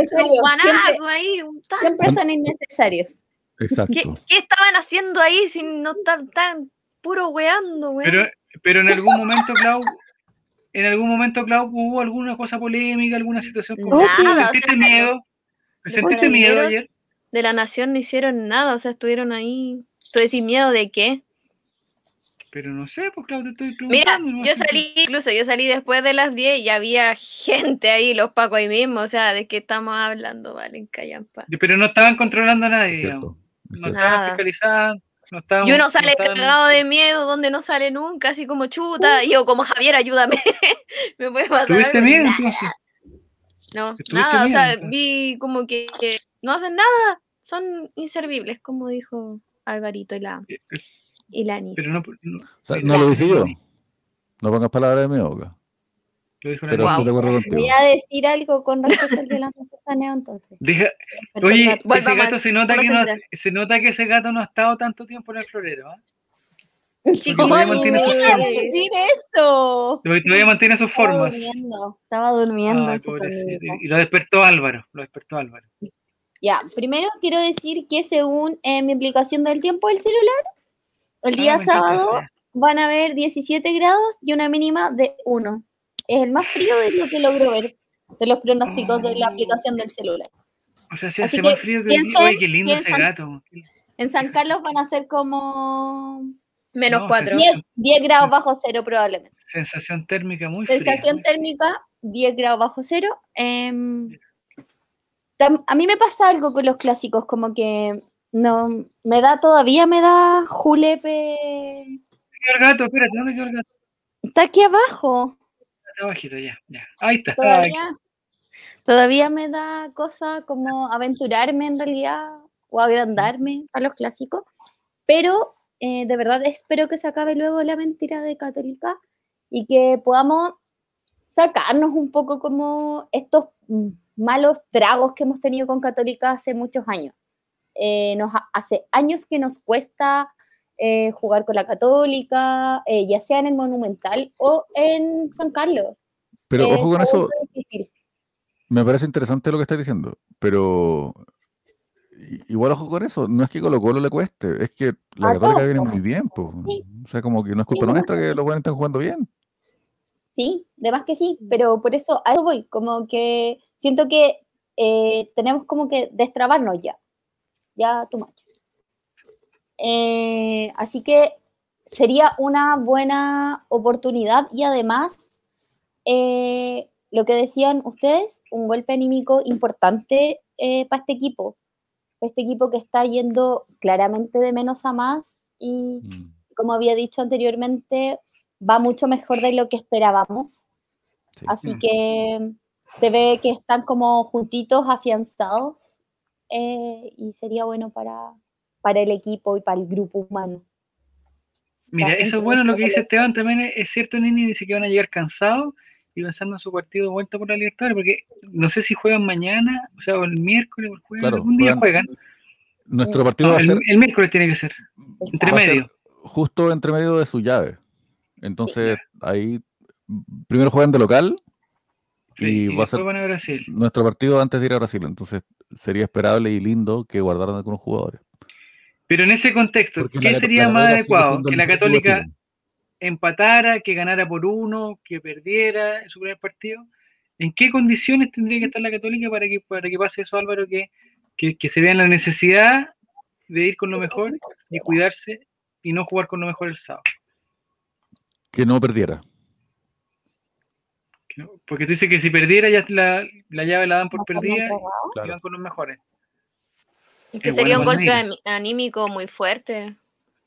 Speaker 2: Siempre son innecesarios.
Speaker 4: Exacto.
Speaker 5: ¿Qué estaban haciendo ahí si no están puro weando, güey?
Speaker 1: Pero en algún momento, Clau, hubo alguna cosa polémica, alguna situación como ¿Sentiste miedo? ¿Sentiste miedo ayer?
Speaker 5: De la Nación no hicieron nada, o sea, estuvieron ahí. ¿Tú decís miedo de qué?
Speaker 1: Pero no sé, pues Clau, te estoy preguntando.
Speaker 5: Mira, yo salí después de las 10 y había gente ahí, los pacos ahí mismo, o sea, ¿de qué estamos hablando? Vale, en Callampa.
Speaker 1: Pero no estaban controlando a nadie, digamos. No estaban fiscalizando.
Speaker 5: Y uno sale cagado de miedo donde no sale nunca, así como chuta. Y yo, como Javier, ayúdame. Me puede pasar.
Speaker 1: ¿Tuviste miedo?
Speaker 5: No, nada, o sea, vi como que no hacen nada, son inservibles, como dijo Alvarito y la Anis.
Speaker 1: Pero
Speaker 4: no lo dije yo. No pongas palabras de mi boca.
Speaker 1: Lo dijo
Speaker 4: pero estoy de acuerdo contigo.
Speaker 2: Voy a decir algo con respecto al violante Saneo, entonces.
Speaker 1: Oye, ese gato se nota que ese gato no ha estado tanto tiempo en el florero, ¿eh? Todavía mantiene sus formas.
Speaker 2: decir eso?
Speaker 1: Todavía mantiene sus formas.
Speaker 2: Estaba durmiendo.
Speaker 1: Y lo despertó Álvaro.
Speaker 2: Ya, primero quiero decir que según mi aplicación del tiempo del celular, el día sábado van a haber 17 grados y una mínima de 1. Es el más frío de lo que logro ver de los pronósticos de la aplicación del celular.
Speaker 1: O sea, se hace más frío que hoy. Oye, qué lindo ese gato.
Speaker 2: En San Carlos van a ser como
Speaker 5: -4.
Speaker 2: 10 grados bajo cero probablemente.
Speaker 1: Sensación térmica muy fría.
Speaker 2: Sensación térmica, 10 grados bajo cero. A mí me pasa algo con los clásicos, como que no todavía me da julepe.
Speaker 1: ¿Dónde quedó el gato? Espérate, ¿dónde quedó el gato?
Speaker 2: Está aquí abajo.
Speaker 1: Está abajito, ya. Ahí está.
Speaker 2: Todavía me da cosa como aventurarme en realidad o agrandarme a los clásicos, pero de verdad espero que se acabe luego la mentira de Católica y que podamos sacarnos un poco como estos malos tragos que hemos tenido con Católica hace muchos años. Hace años que nos cuesta jugar con la Católica, ya sea en el Monumental o en San Carlos.
Speaker 4: Pero ojo con eso. Me parece interesante lo que estás diciendo, pero igual ojo con eso, no es que Colo-Colo le cueste, es que la Católica viene muy bien, pues. Sí. O sea, como que no es culpa nuestra que los buenos estén jugando bien.
Speaker 2: Sí, de más que sí, pero por eso a eso voy, como que siento que tenemos como que destrabarnos ya too much. Así que sería una buena oportunidad y además lo que decían ustedes, un golpe anímico importante para este equipo que está yendo claramente de menos a más y como había dicho anteriormente, va mucho mejor de lo que esperábamos. Sí. Así que se ve que están como juntitos, afianzados y sería bueno para el equipo y para el grupo humano.
Speaker 1: Mira, eso es bueno lo que dice Esteban, también es cierto, Nini, dice que van a llegar cansados y pensando en su partido de vuelta por la Libertadores, porque no sé si juegan mañana, o sea, o el miércoles, o el jueves, claro, algún día juegan.
Speaker 4: Nuestro partido va a ser...
Speaker 1: El miércoles tiene que ser, entre medio.
Speaker 4: Justo entre medio de su llave. Entonces, ahí primero juegan de local y va a ser
Speaker 1: van a Brasil.
Speaker 4: Nuestro partido antes de ir a Brasil. Entonces, sería esperable y lindo que guardaran algunos jugadores.
Speaker 1: Pero en ese contexto, ¿qué sería más adecuado? Que la Católica empatara, que ganara por 1, que perdiera en su primer partido. ¿En qué condiciones tendría que estar la Católica para que pase eso, Álvaro, que se vea la necesidad de ir con lo mejor y cuidarse y no jugar con lo mejor el sábado?
Speaker 4: Que no perdiera.
Speaker 1: Porque tú dices que si perdiera ya la llave la dan por perdida y van con los mejores.
Speaker 5: Que sería un golpe anímico muy fuerte.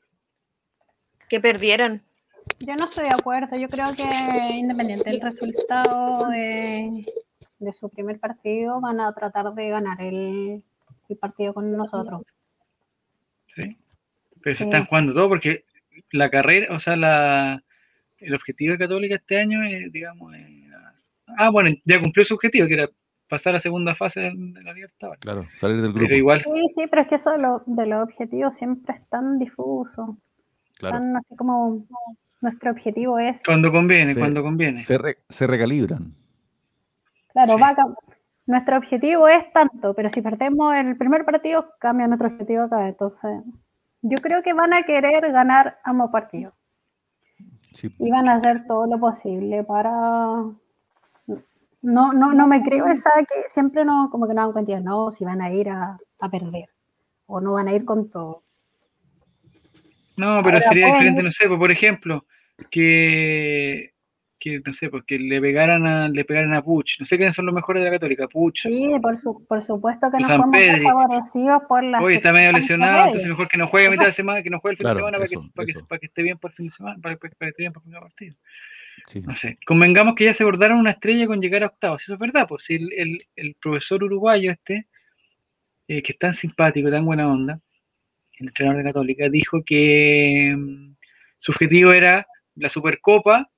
Speaker 5: Que perdieran.
Speaker 3: Yo no estoy de acuerdo. Yo creo que independiente del resultado de su primer partido, van a tratar de ganar el partido con nosotros.
Speaker 1: Sí. Pero se están jugando todo porque la carrera, o sea, el objetivo de Católica este año es, digamos, bueno, ya cumplió su objetivo, que era pasar a segunda fase de la Libertadores.
Speaker 4: Claro, salir del grupo.
Speaker 3: Pero igual... Sí, pero es que eso de los objetivos siempre es tan difuso. Claro. Tan así como nuestro objetivo es...
Speaker 1: Cuando conviene.
Speaker 4: Se recalibran.
Speaker 3: Claro, sí. Nuestro objetivo es tanto, pero si perdemos el primer partido, cambia nuestro objetivo acá. Entonces, yo creo que van a querer ganar ambos partidos. Sí. Y van a hacer todo lo posible para... No me creo esa que siempre como que no dan cuenta, no, si van a ir a perder o no van a ir con todo.
Speaker 1: No, pero ahora, sería diferente, no sé, por ejemplo, que no sé, porque le pegaran a Puch, no sé quiénes son los mejores de la Católica, Puch.
Speaker 3: Sí, por supuesto que nos podemos ver favorecidos por la...
Speaker 1: Hoy está medio lesionado, entonces mejor que no juegue a mitad de semana, que no juegue el fin de semana para que esté bien por el fin de semana, para que esté bien por el primer partido. Sí. No sé, convengamos que ya se bordaron una estrella con llegar a octavos, eso es verdad, pues si el profesor uruguayo que es tan simpático, tan buena onda, el entrenador de Católica, dijo que su objetivo era la Supercopa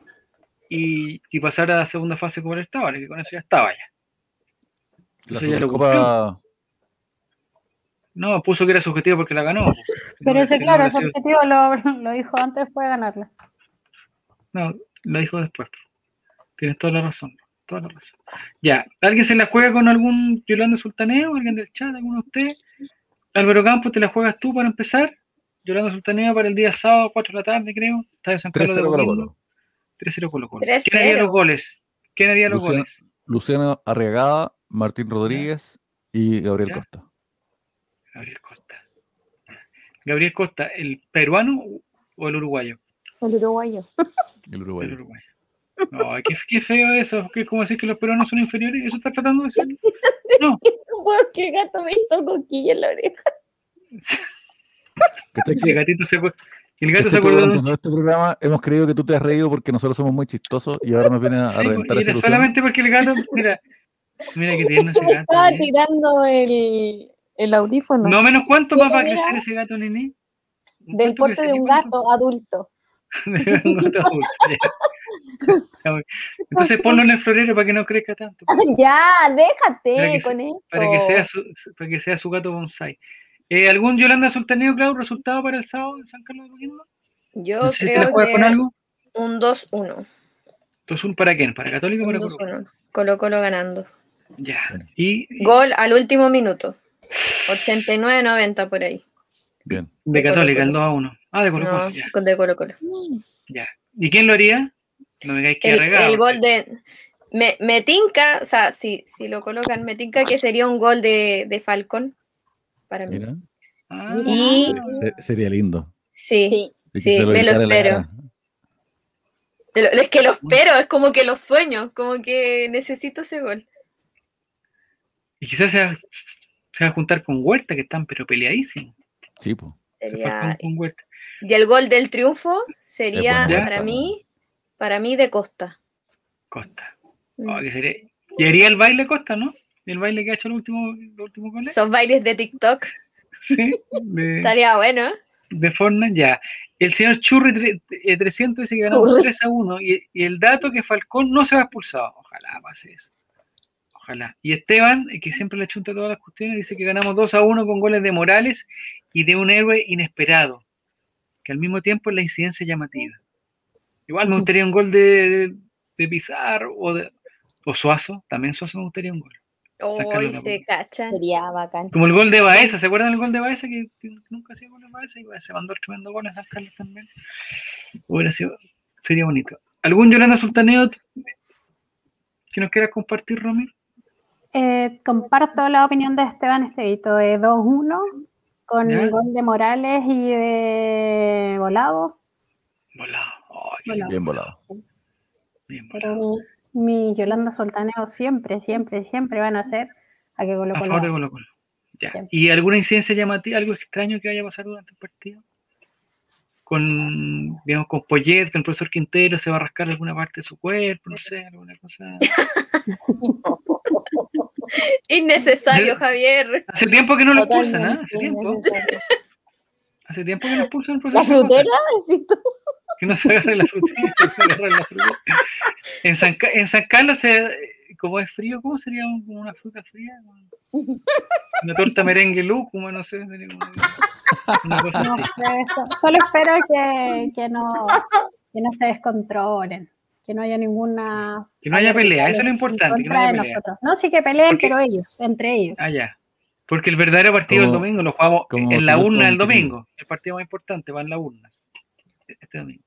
Speaker 1: y pasar a la segunda fase como el Libertadores, que con eso ya estaba ya.
Speaker 4: La Supercopa
Speaker 1: No, puso que era subjetivo porque la ganó.
Speaker 3: Pero ese, claro, ese objetivo lo dijo antes después de ganarla.
Speaker 1: No, lo dijo después. Tienes toda la razón. Ya, ¿alguien se la juega con algún Yolanda Sultaneo? ¿Alguien del chat? ¿Alguno de ustedes? Álvaro Campos, ¿te la juegas tú para empezar? Yolanda Sultaneo para el día sábado, 4 de la tarde, creo. Estadio San Carlos de Apoquindo. 3-0 Colo-Colo. ¿Quién haría los goles?
Speaker 4: Luciano Arriagada, Martín Rodríguez y Gabriel Costa.
Speaker 1: Gabriel Costa, ¿el peruano o el uruguayo?
Speaker 2: El uruguayo.
Speaker 1: No, qué feo eso. ¿Qué es como decir que los peruanos son inferiores? ¿Eso está tratando de decir? No.
Speaker 2: Que el gato me hizo coquilla en la oreja.
Speaker 1: El gatito se acordó
Speaker 4: de este programa. Hemos creído que tú te has reído porque nosotros somos muy chistosos y ahora nos vienen a reventar esa ilusión.
Speaker 1: Solamente porque el gato, mira que tiene ese gato.
Speaker 2: Estaba tirando el audífono.
Speaker 1: No menos cuánto más va a crecer ese gato, Nini.
Speaker 2: Del porte de un gato adulto.
Speaker 1: Entonces ponlo en el florero para que no crezca tanto.
Speaker 2: Ya, déjate con eso.
Speaker 1: Para que sea su gato bonsai. ¿Algún Yolanda Sultaneo, Clau, resultado para el sábado en San Carlos de Apoquindo?
Speaker 5: Yo creo que
Speaker 1: con algo?
Speaker 5: Un 2-1.
Speaker 1: ¿2-1 para quién? ¿Para Católica o para
Speaker 5: Colo-Colo? Colo-Colo ganando.
Speaker 1: Ya. Y
Speaker 5: gol al último minuto. 89-90 por ahí.
Speaker 4: Bien.
Speaker 1: De Católica, el 2-1. De Colo-Colo.
Speaker 5: No, de Colo-Colo.
Speaker 1: Ya. ¿Y quién lo haría? No me digáis que regalo.
Speaker 5: El gol de... Me tinca, o sea, si lo colocan, me tinca que sería un gol de Falcón para mí.
Speaker 4: Y sería lindo.
Speaker 5: Sí, me lo espero. Es que lo espero, es como que lo sueño, como que necesito ese gol.
Speaker 1: Y quizás se va a juntar con Huerta, que están pero peleadísimos.
Speaker 4: Sí, pues.
Speaker 5: Sería... Y el gol del triunfo sería para mí de Costa.
Speaker 1: ¿Qué sería? Y haría el baile Costa, ¿no? El baile que ha hecho los últimos goles.
Speaker 5: Son bailes de TikTok.
Speaker 1: Sí.
Speaker 5: Estaría bueno.
Speaker 1: De Fortnite, ya. El señor Churri 300 dice que ganamos 3-1 y el dato que Falcón no se va expulsado. Ojalá pase eso. Ojalá. Y Esteban, que siempre le chunta todas las cuestiones, dice que ganamos 2-1 con goles de Morales y de un héroe inesperado, que al mismo tiempo es la incidencia llamativa. Igual me gustaría un gol de Pizarro o Suazo, también Suazo me gustaría un gol.
Speaker 5: Hoy se cachan.
Speaker 2: Sería bacán.
Speaker 1: Como el gol de Baeza, ¿se acuerdan del gol de Baeza? Que nunca hacía gol de Baeza y se mandó el tremendo gol a San Carlos también. Sería bonito. ¿Algún Yolanda Sultaneo que nos quieras compartir, Romy?
Speaker 3: Comparto la opinión de Esteban Estevito de 2-1 con el gol de Morales y de Volado.
Speaker 4: Bien volado.
Speaker 3: Pero mi Yolanda Sultaneo siempre van a ser a que Colo-Colo.
Speaker 1: A favor de Colo-Colo. Ya. ¿Y alguna incidencia llamativa, algo extraño que vaya a pasar durante el partido? Con Poyet, con el profesor Quintero, se va a rascar alguna parte de su cuerpo, no sé, alguna cosa.
Speaker 5: Innecesario, Javier.
Speaker 1: Hace tiempo que no lo expulsan, ¿eh? Hace tiempo que no expulsan el profesor.
Speaker 2: ¿La frutera?
Speaker 1: Que no se agarre la frutera. En San Carlos, como es frío, ¿cómo sería una fruta fría? Una torta merengue lúcuma, no sé. Una cosa así.
Speaker 3: Solo espero que no se descontrolen, que no haya ninguna...
Speaker 1: Que no haya pelea, eso es lo importante. Que no haya pelea.
Speaker 3: No, sí que peleen, pero entre ellos.
Speaker 1: Ya. Porque el verdadero partido el domingo lo jugamos en la urna el domingo. El partido más importante va en las urnas. Este domingo.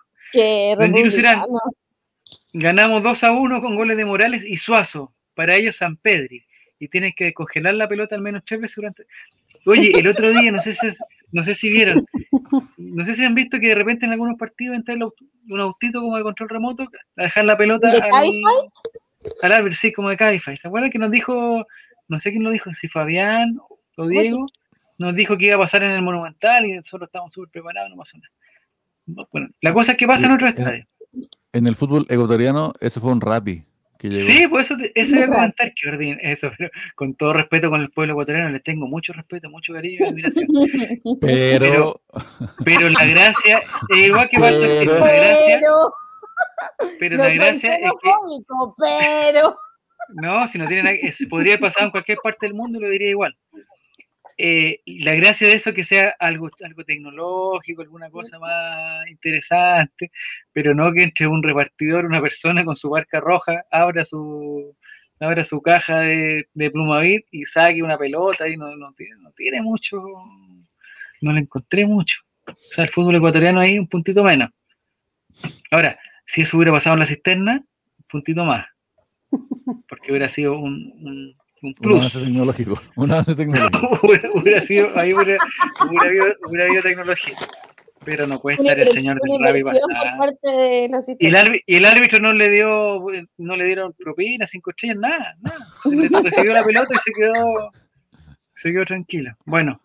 Speaker 1: Ganamos 2-1 con goles de Morales y Suazo. Para ellos San Pedri. Y tienen que congelar la pelota al menos 3 veces durante... Oye, el otro día, no sé si vieron, no sé si han visto que de repente en algunos partidos entra un autito como de control remoto a dejar la pelota al árbitro, sí, como de Cabify. ¿Se acuerdan que nos dijo, no sé quién lo dijo, si Fabián o Diego, nos dijo que iba a pasar en el Monumental y nosotros estábamos súper preparados, no pasó nada? Bueno, la cosa es que pasa en otros estadios.
Speaker 4: En el fútbol ecuatoriano, eso fue un Rappi.
Speaker 1: Sí, pues eso iba a comentar, que ordín, eso, pero con todo respeto con el pueblo ecuatoriano, les tengo mucho respeto, mucho cariño y admiración. Pero la gracia, es igual que la gracia es que... No, si no tiene nada, podría pasar en cualquier parte del mundo y lo diría igual. la gracia de eso es que sea algo tecnológico, alguna cosa más interesante, pero no que entre un repartidor, una persona con su barca roja, abra su caja de Plumavit y saque una pelota y no tiene mucho, no le encontré mucho. O sea, el fútbol ecuatoriano ahí un puntito menos. Ahora, si eso hubiera pasado en la cisterna, un puntito más, porque hubiera sido un plus.
Speaker 4: Un avance tecnológico.
Speaker 1: hubiera habido tecnología. Pero no puede estar el señor del Rappi pasar. Y el árbitro no le dieron propina, 5 estrellas, nada. Recibió la pelota y se quedó tranquilo. Bueno,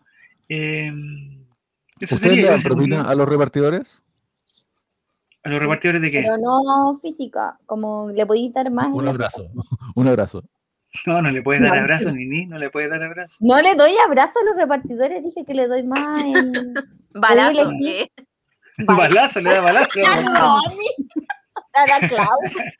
Speaker 1: eso
Speaker 4: ¿ustedes le dan propina a los repartidores?
Speaker 1: ¿A los repartidores de qué?
Speaker 2: Pero no física, como le podéis dar más.
Speaker 4: Un abrazo. Un abrazo.
Speaker 1: No le puedes dar abrazo, no le puedes dar abrazo.
Speaker 2: No le doy abrazo a los repartidores, dije que le doy más en...
Speaker 5: Balazo.
Speaker 1: Balazo, le da balazo.
Speaker 2: No, a la Clau.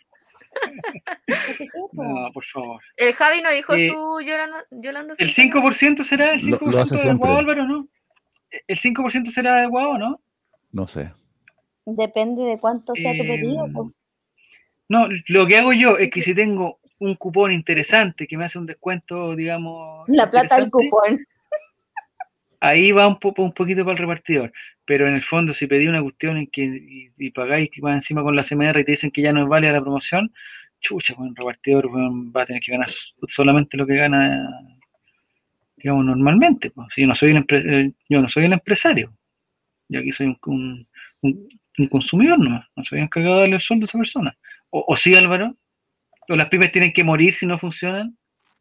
Speaker 1: No, por favor.
Speaker 5: El Javi no dijo su Yolanda.
Speaker 1: ¿El 5% será? ¿El 5%
Speaker 4: lo hace siempre.
Speaker 1: adecuado, Álvaro, no? ¿El 5% será adecuado, no?
Speaker 4: No sé.
Speaker 2: Depende de cuánto sea tu pedido. Pues.
Speaker 1: No, lo que hago yo es que si tengo un cupón interesante que me hace un descuento, digamos...
Speaker 2: La plata del cupón.
Speaker 1: Ahí va un poquito para el repartidor. Pero en el fondo, si pedí una cuestión en que y pagáis que va encima con la CMR y te dicen que ya no es válida la promoción, chucha, pues el repartidor va a tener que ganar solamente lo que gana, digamos, normalmente. Pues. Si yo no soy el empresario. Yo aquí soy un consumidor, no soy encargado de darle el sueldo a esa persona. O sí, Álvaro, o las pymes tienen que morir si no funcionan.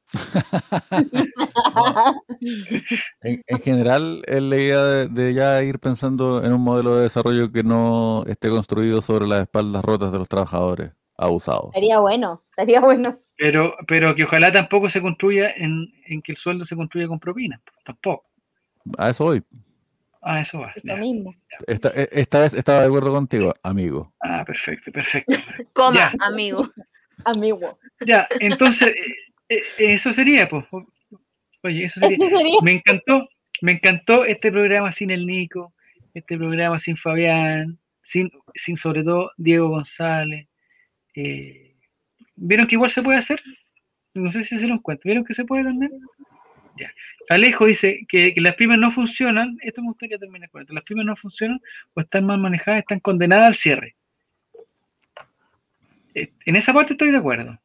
Speaker 4: En general es la idea de ya ir pensando en un modelo de desarrollo que no esté construido sobre las espaldas rotas de los trabajadores abusados.
Speaker 2: Estaría bueno.
Speaker 1: Pero que ojalá tampoco se construya en que el sueldo se construya con propinas, tampoco.
Speaker 4: A eso voy.
Speaker 1: A eso va.
Speaker 2: Eso mismo.
Speaker 4: Esta vez estaba de acuerdo contigo, amigo.
Speaker 1: Perfecto.
Speaker 5: Coma,
Speaker 1: ya.
Speaker 5: amigo.
Speaker 1: Ya, entonces, eso sería, pues. Oye, eso sería. Me encantó este programa sin el Nico, este programa sin Fabián, sin sobre todo Diego González. ¿Vieron que igual se puede hacer? No sé si se lo encuentran. ¿Vieron que se puede también? Ya. Alejo dice que las pymes no funcionan. Esto me gustaría terminar con esto. Las pymes no funcionan o están mal manejadas, están condenadas al cierre. En esa parte estoy de acuerdo.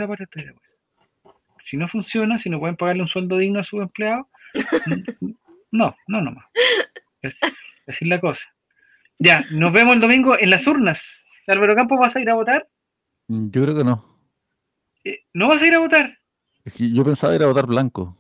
Speaker 1: Si no funciona, si no pueden pagarle un sueldo digno a sus empleados, no nomás. Así es la cosa. Ya, nos vemos el domingo en las urnas. Álvaro Campos, ¿vas a ir a votar?
Speaker 4: Yo creo que no.
Speaker 1: ¿No vas a ir a votar?
Speaker 4: Es que yo pensaba ir a votar blanco.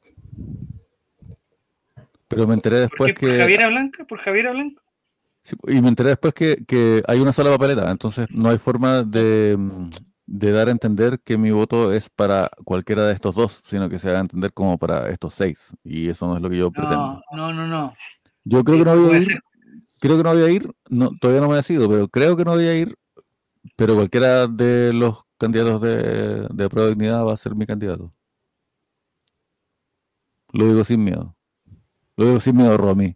Speaker 4: Pero me enteré después
Speaker 1: ¿Por Javiera Blanco?
Speaker 4: Sí, y me enteré después que hay una sola papeleta, entonces no hay forma de dar a entender que mi voto es para cualquiera de estos dos, sino que se haga a entender como para estos 6, y eso no es lo que yo pretendo.
Speaker 1: No.
Speaker 4: Yo creo que no voy a ir, todavía no me decido, pero creo que no voy a ir, pero cualquiera de los candidatos de Prueba de Dignidad va a ser mi candidato. Lo digo sin miedo. Romy.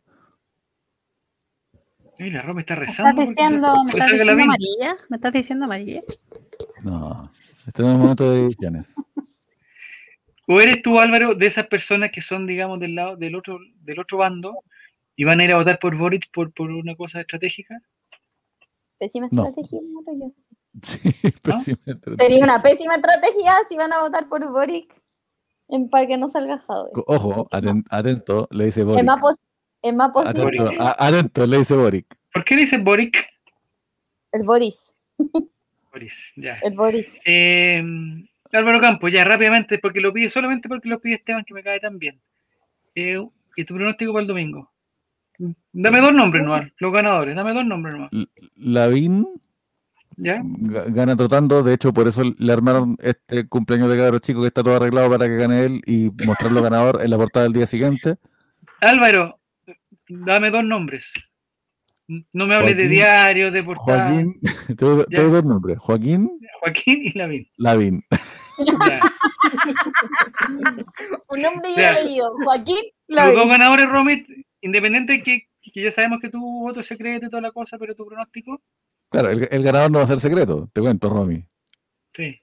Speaker 1: Mira, Romy está rezando.
Speaker 3: ¿Me estás diciendo amarilla? ¿Me estás diciendo amarilla?
Speaker 4: No, este no es momento de divisiones.
Speaker 1: ¿O eres tú, Álvaro, de esas personas que son, digamos, del lado del otro bando y van a ir a votar por Boric por una cosa estratégica?
Speaker 2: Pésima estrategia, yo.
Speaker 4: Sí, pésima estrategia.
Speaker 2: Sería una pésima estrategia si van a votar por Boric para que no salga Jadwe.
Speaker 4: Ojo, atento, le dice Boric.
Speaker 2: Es más posible.
Speaker 4: Atento, le dice Boric.
Speaker 1: ¿Por qué le dice Boric?
Speaker 2: El Boris.
Speaker 1: Ya.
Speaker 2: El Boris.
Speaker 1: Álvaro Campos, ya rápidamente, solamente porque lo pide Esteban, que me cae tan bien. ¿Y tu pronóstico para el domingo? Dame 2 nombres, ¿no? Los ganadores, dame 2 nombres, ¿no?
Speaker 4: Lavín.
Speaker 1: ¿Ya?
Speaker 4: Gana trotando, de hecho por eso le armaron este cumpleaños de cabros chico que está todo arreglado para que gane él y mostrarlo ganador en la portada del día siguiente.
Speaker 1: Álvaro, dame 2 nombres. No me hables de diario, de portada.
Speaker 4: Joaquín, te doy 2 nombres, Joaquín
Speaker 1: y Lavín.
Speaker 4: Lavín.
Speaker 2: Un nombre y un apellido, Joaquín
Speaker 1: Los dos ganadores, Romy, independiente que ya sabemos que tu voto es secreto y toda la cosa, pero tu pronóstico.
Speaker 4: Claro, el ganador no va a ser secreto, te cuento, Romy.
Speaker 1: Sí.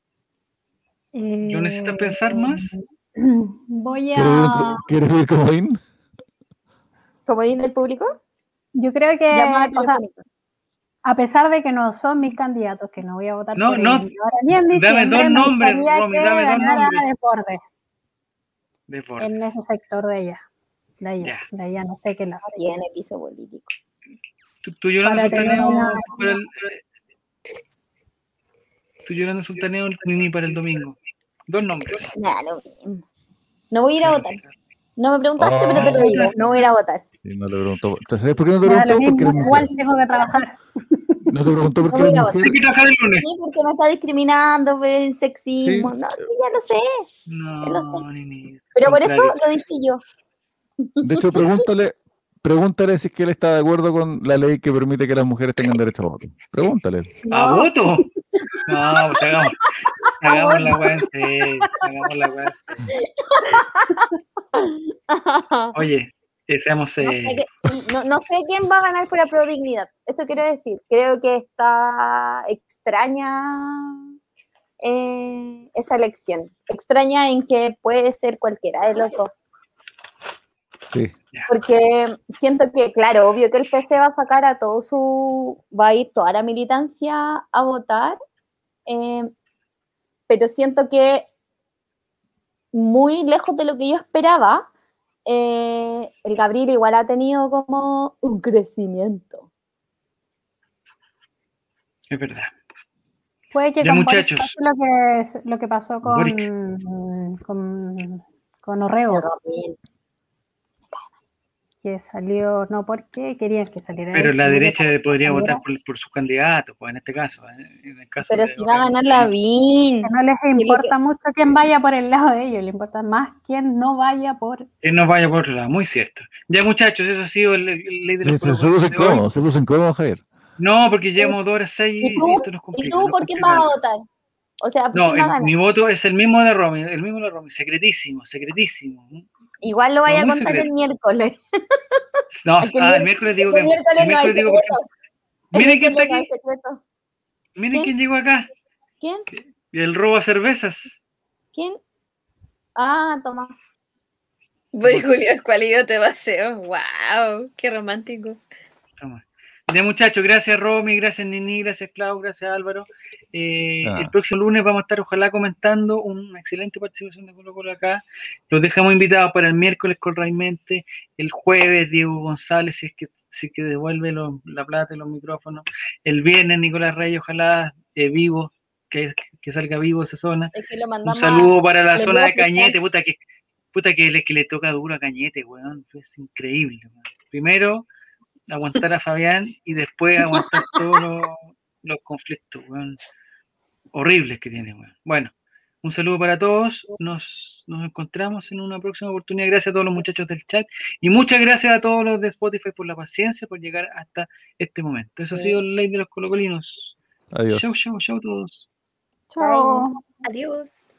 Speaker 1: ¿Yo necesito pensar más?
Speaker 3: Voy a...
Speaker 4: ¿Quieres ir comodín?
Speaker 2: ¿Comodín del público?
Speaker 3: Yo creo que, o sea, a pesar de que no son mis candidatos, que no voy a votar por ellos, ahora ni en diciembre,
Speaker 1: dame dos nombres, Romy, dame dos nombres.
Speaker 3: Desborde. En ese sector de ella. De ella no sé qué la
Speaker 2: tiene piso político.
Speaker 1: ¿Tú llorando sultaneo para el... ¿Tú llorando sultaneo ni para el domingo? Dos nombres.
Speaker 2: Lo mismo. No voy a ir a votar. No me preguntaste, pero te lo digo. No voy a ir a votar.
Speaker 4: Sí, no le preguntó. ¿Sabes por qué no te preguntó? Porque eres mujer.
Speaker 3: Igual tengo que trabajar.
Speaker 4: No te preguntó porque eres mujer.
Speaker 1: Hay que trabajar el lunes.
Speaker 2: Sí, porque me está discriminando por el sexismo. Sí. No, sí, ya lo sé.
Speaker 1: No,
Speaker 2: ya lo sé. Pero por eso lo dije yo.
Speaker 4: De hecho, pregúntale si es que él está de acuerdo con la ley que permite que las mujeres tengan derecho a voto. Pregúntale.
Speaker 1: No. ¿A voto? No, pues hagamos la weá en serio. Hagamos la weá en serio. Oye, seamos...
Speaker 2: No sé quién va a ganar por la prodignidad. Eso quiero decir. Creo que está extraña esa elección. Extraña en que puede ser cualquiera de los dos.
Speaker 4: Sí.
Speaker 2: Porque siento que, claro, obvio que el PC va a sacar a va a ir toda la militancia a votar, pero siento que muy lejos de lo que yo esperaba, el Gabriel igual ha tenido como un crecimiento.
Speaker 1: Es verdad.
Speaker 3: Puede que
Speaker 1: ya,
Speaker 3: con
Speaker 1: muchachos.
Speaker 3: Lo que pasó con Orrego. Que salió, no porque querían que saliera.
Speaker 1: Pero la derecha podría votar por sus candidatos, pues en este caso. En el caso
Speaker 2: pero si va a ganar Lavín.
Speaker 3: Que no les importa mucho quién vaya por el lado de ellos, les importa más quién no vaya por...
Speaker 1: Quién no vaya por otro lado, muy cierto. Ya, muchachos, eso ha sido el ley de los
Speaker 4: colores. Se puso incómodo, Javier.
Speaker 1: No, porque llevamos 2 horas 6 y esto nos complica.
Speaker 2: ¿Y tú por quién vas a votar? O sea,
Speaker 1: no, mi voto es el mismo de la Romy, secretísimo.
Speaker 2: Igual lo vaya a contar el miércoles.
Speaker 1: No, el miércoles digo que... Miren quién está aquí. Miren quién llegó acá.
Speaker 2: ¿Quién?
Speaker 1: El robo a cervezas.
Speaker 2: ¿Quién? Ah, toma.
Speaker 5: Voy Julio Escualido te paseo. ¡Wow! ¡Qué romántico!
Speaker 1: Toma. Ya, muchachos, gracias Romy, gracias Nini, gracias Clau, gracias Álvaro. El próximo lunes vamos a estar ojalá comentando una excelente participación de Colo Colo acá. Los dejamos invitados para el miércoles con Raimente, el jueves Diego González, si es que devuelve la plata y los micrófonos. El viernes Nicolás Reyes, ojalá vivo, que salga vivo esa zona.
Speaker 2: Es que
Speaker 1: un saludo para la zona de Cañete, puta que le toca duro a Cañete, weón, es increíble, weón. Primero aguantar a Fabián y después aguantar todos los conflictos, weón, horribles que tiene, weón. Bueno, un saludo para todos, nos encontramos en una próxima oportunidad. Gracias a todos los muchachos del chat y muchas gracias a todos los de Spotify por la paciencia, por llegar hasta este momento. Eso ha sido la ley de los colocolinos.
Speaker 4: Adiós.
Speaker 1: Chau a todos.
Speaker 3: Chao.
Speaker 5: Adiós.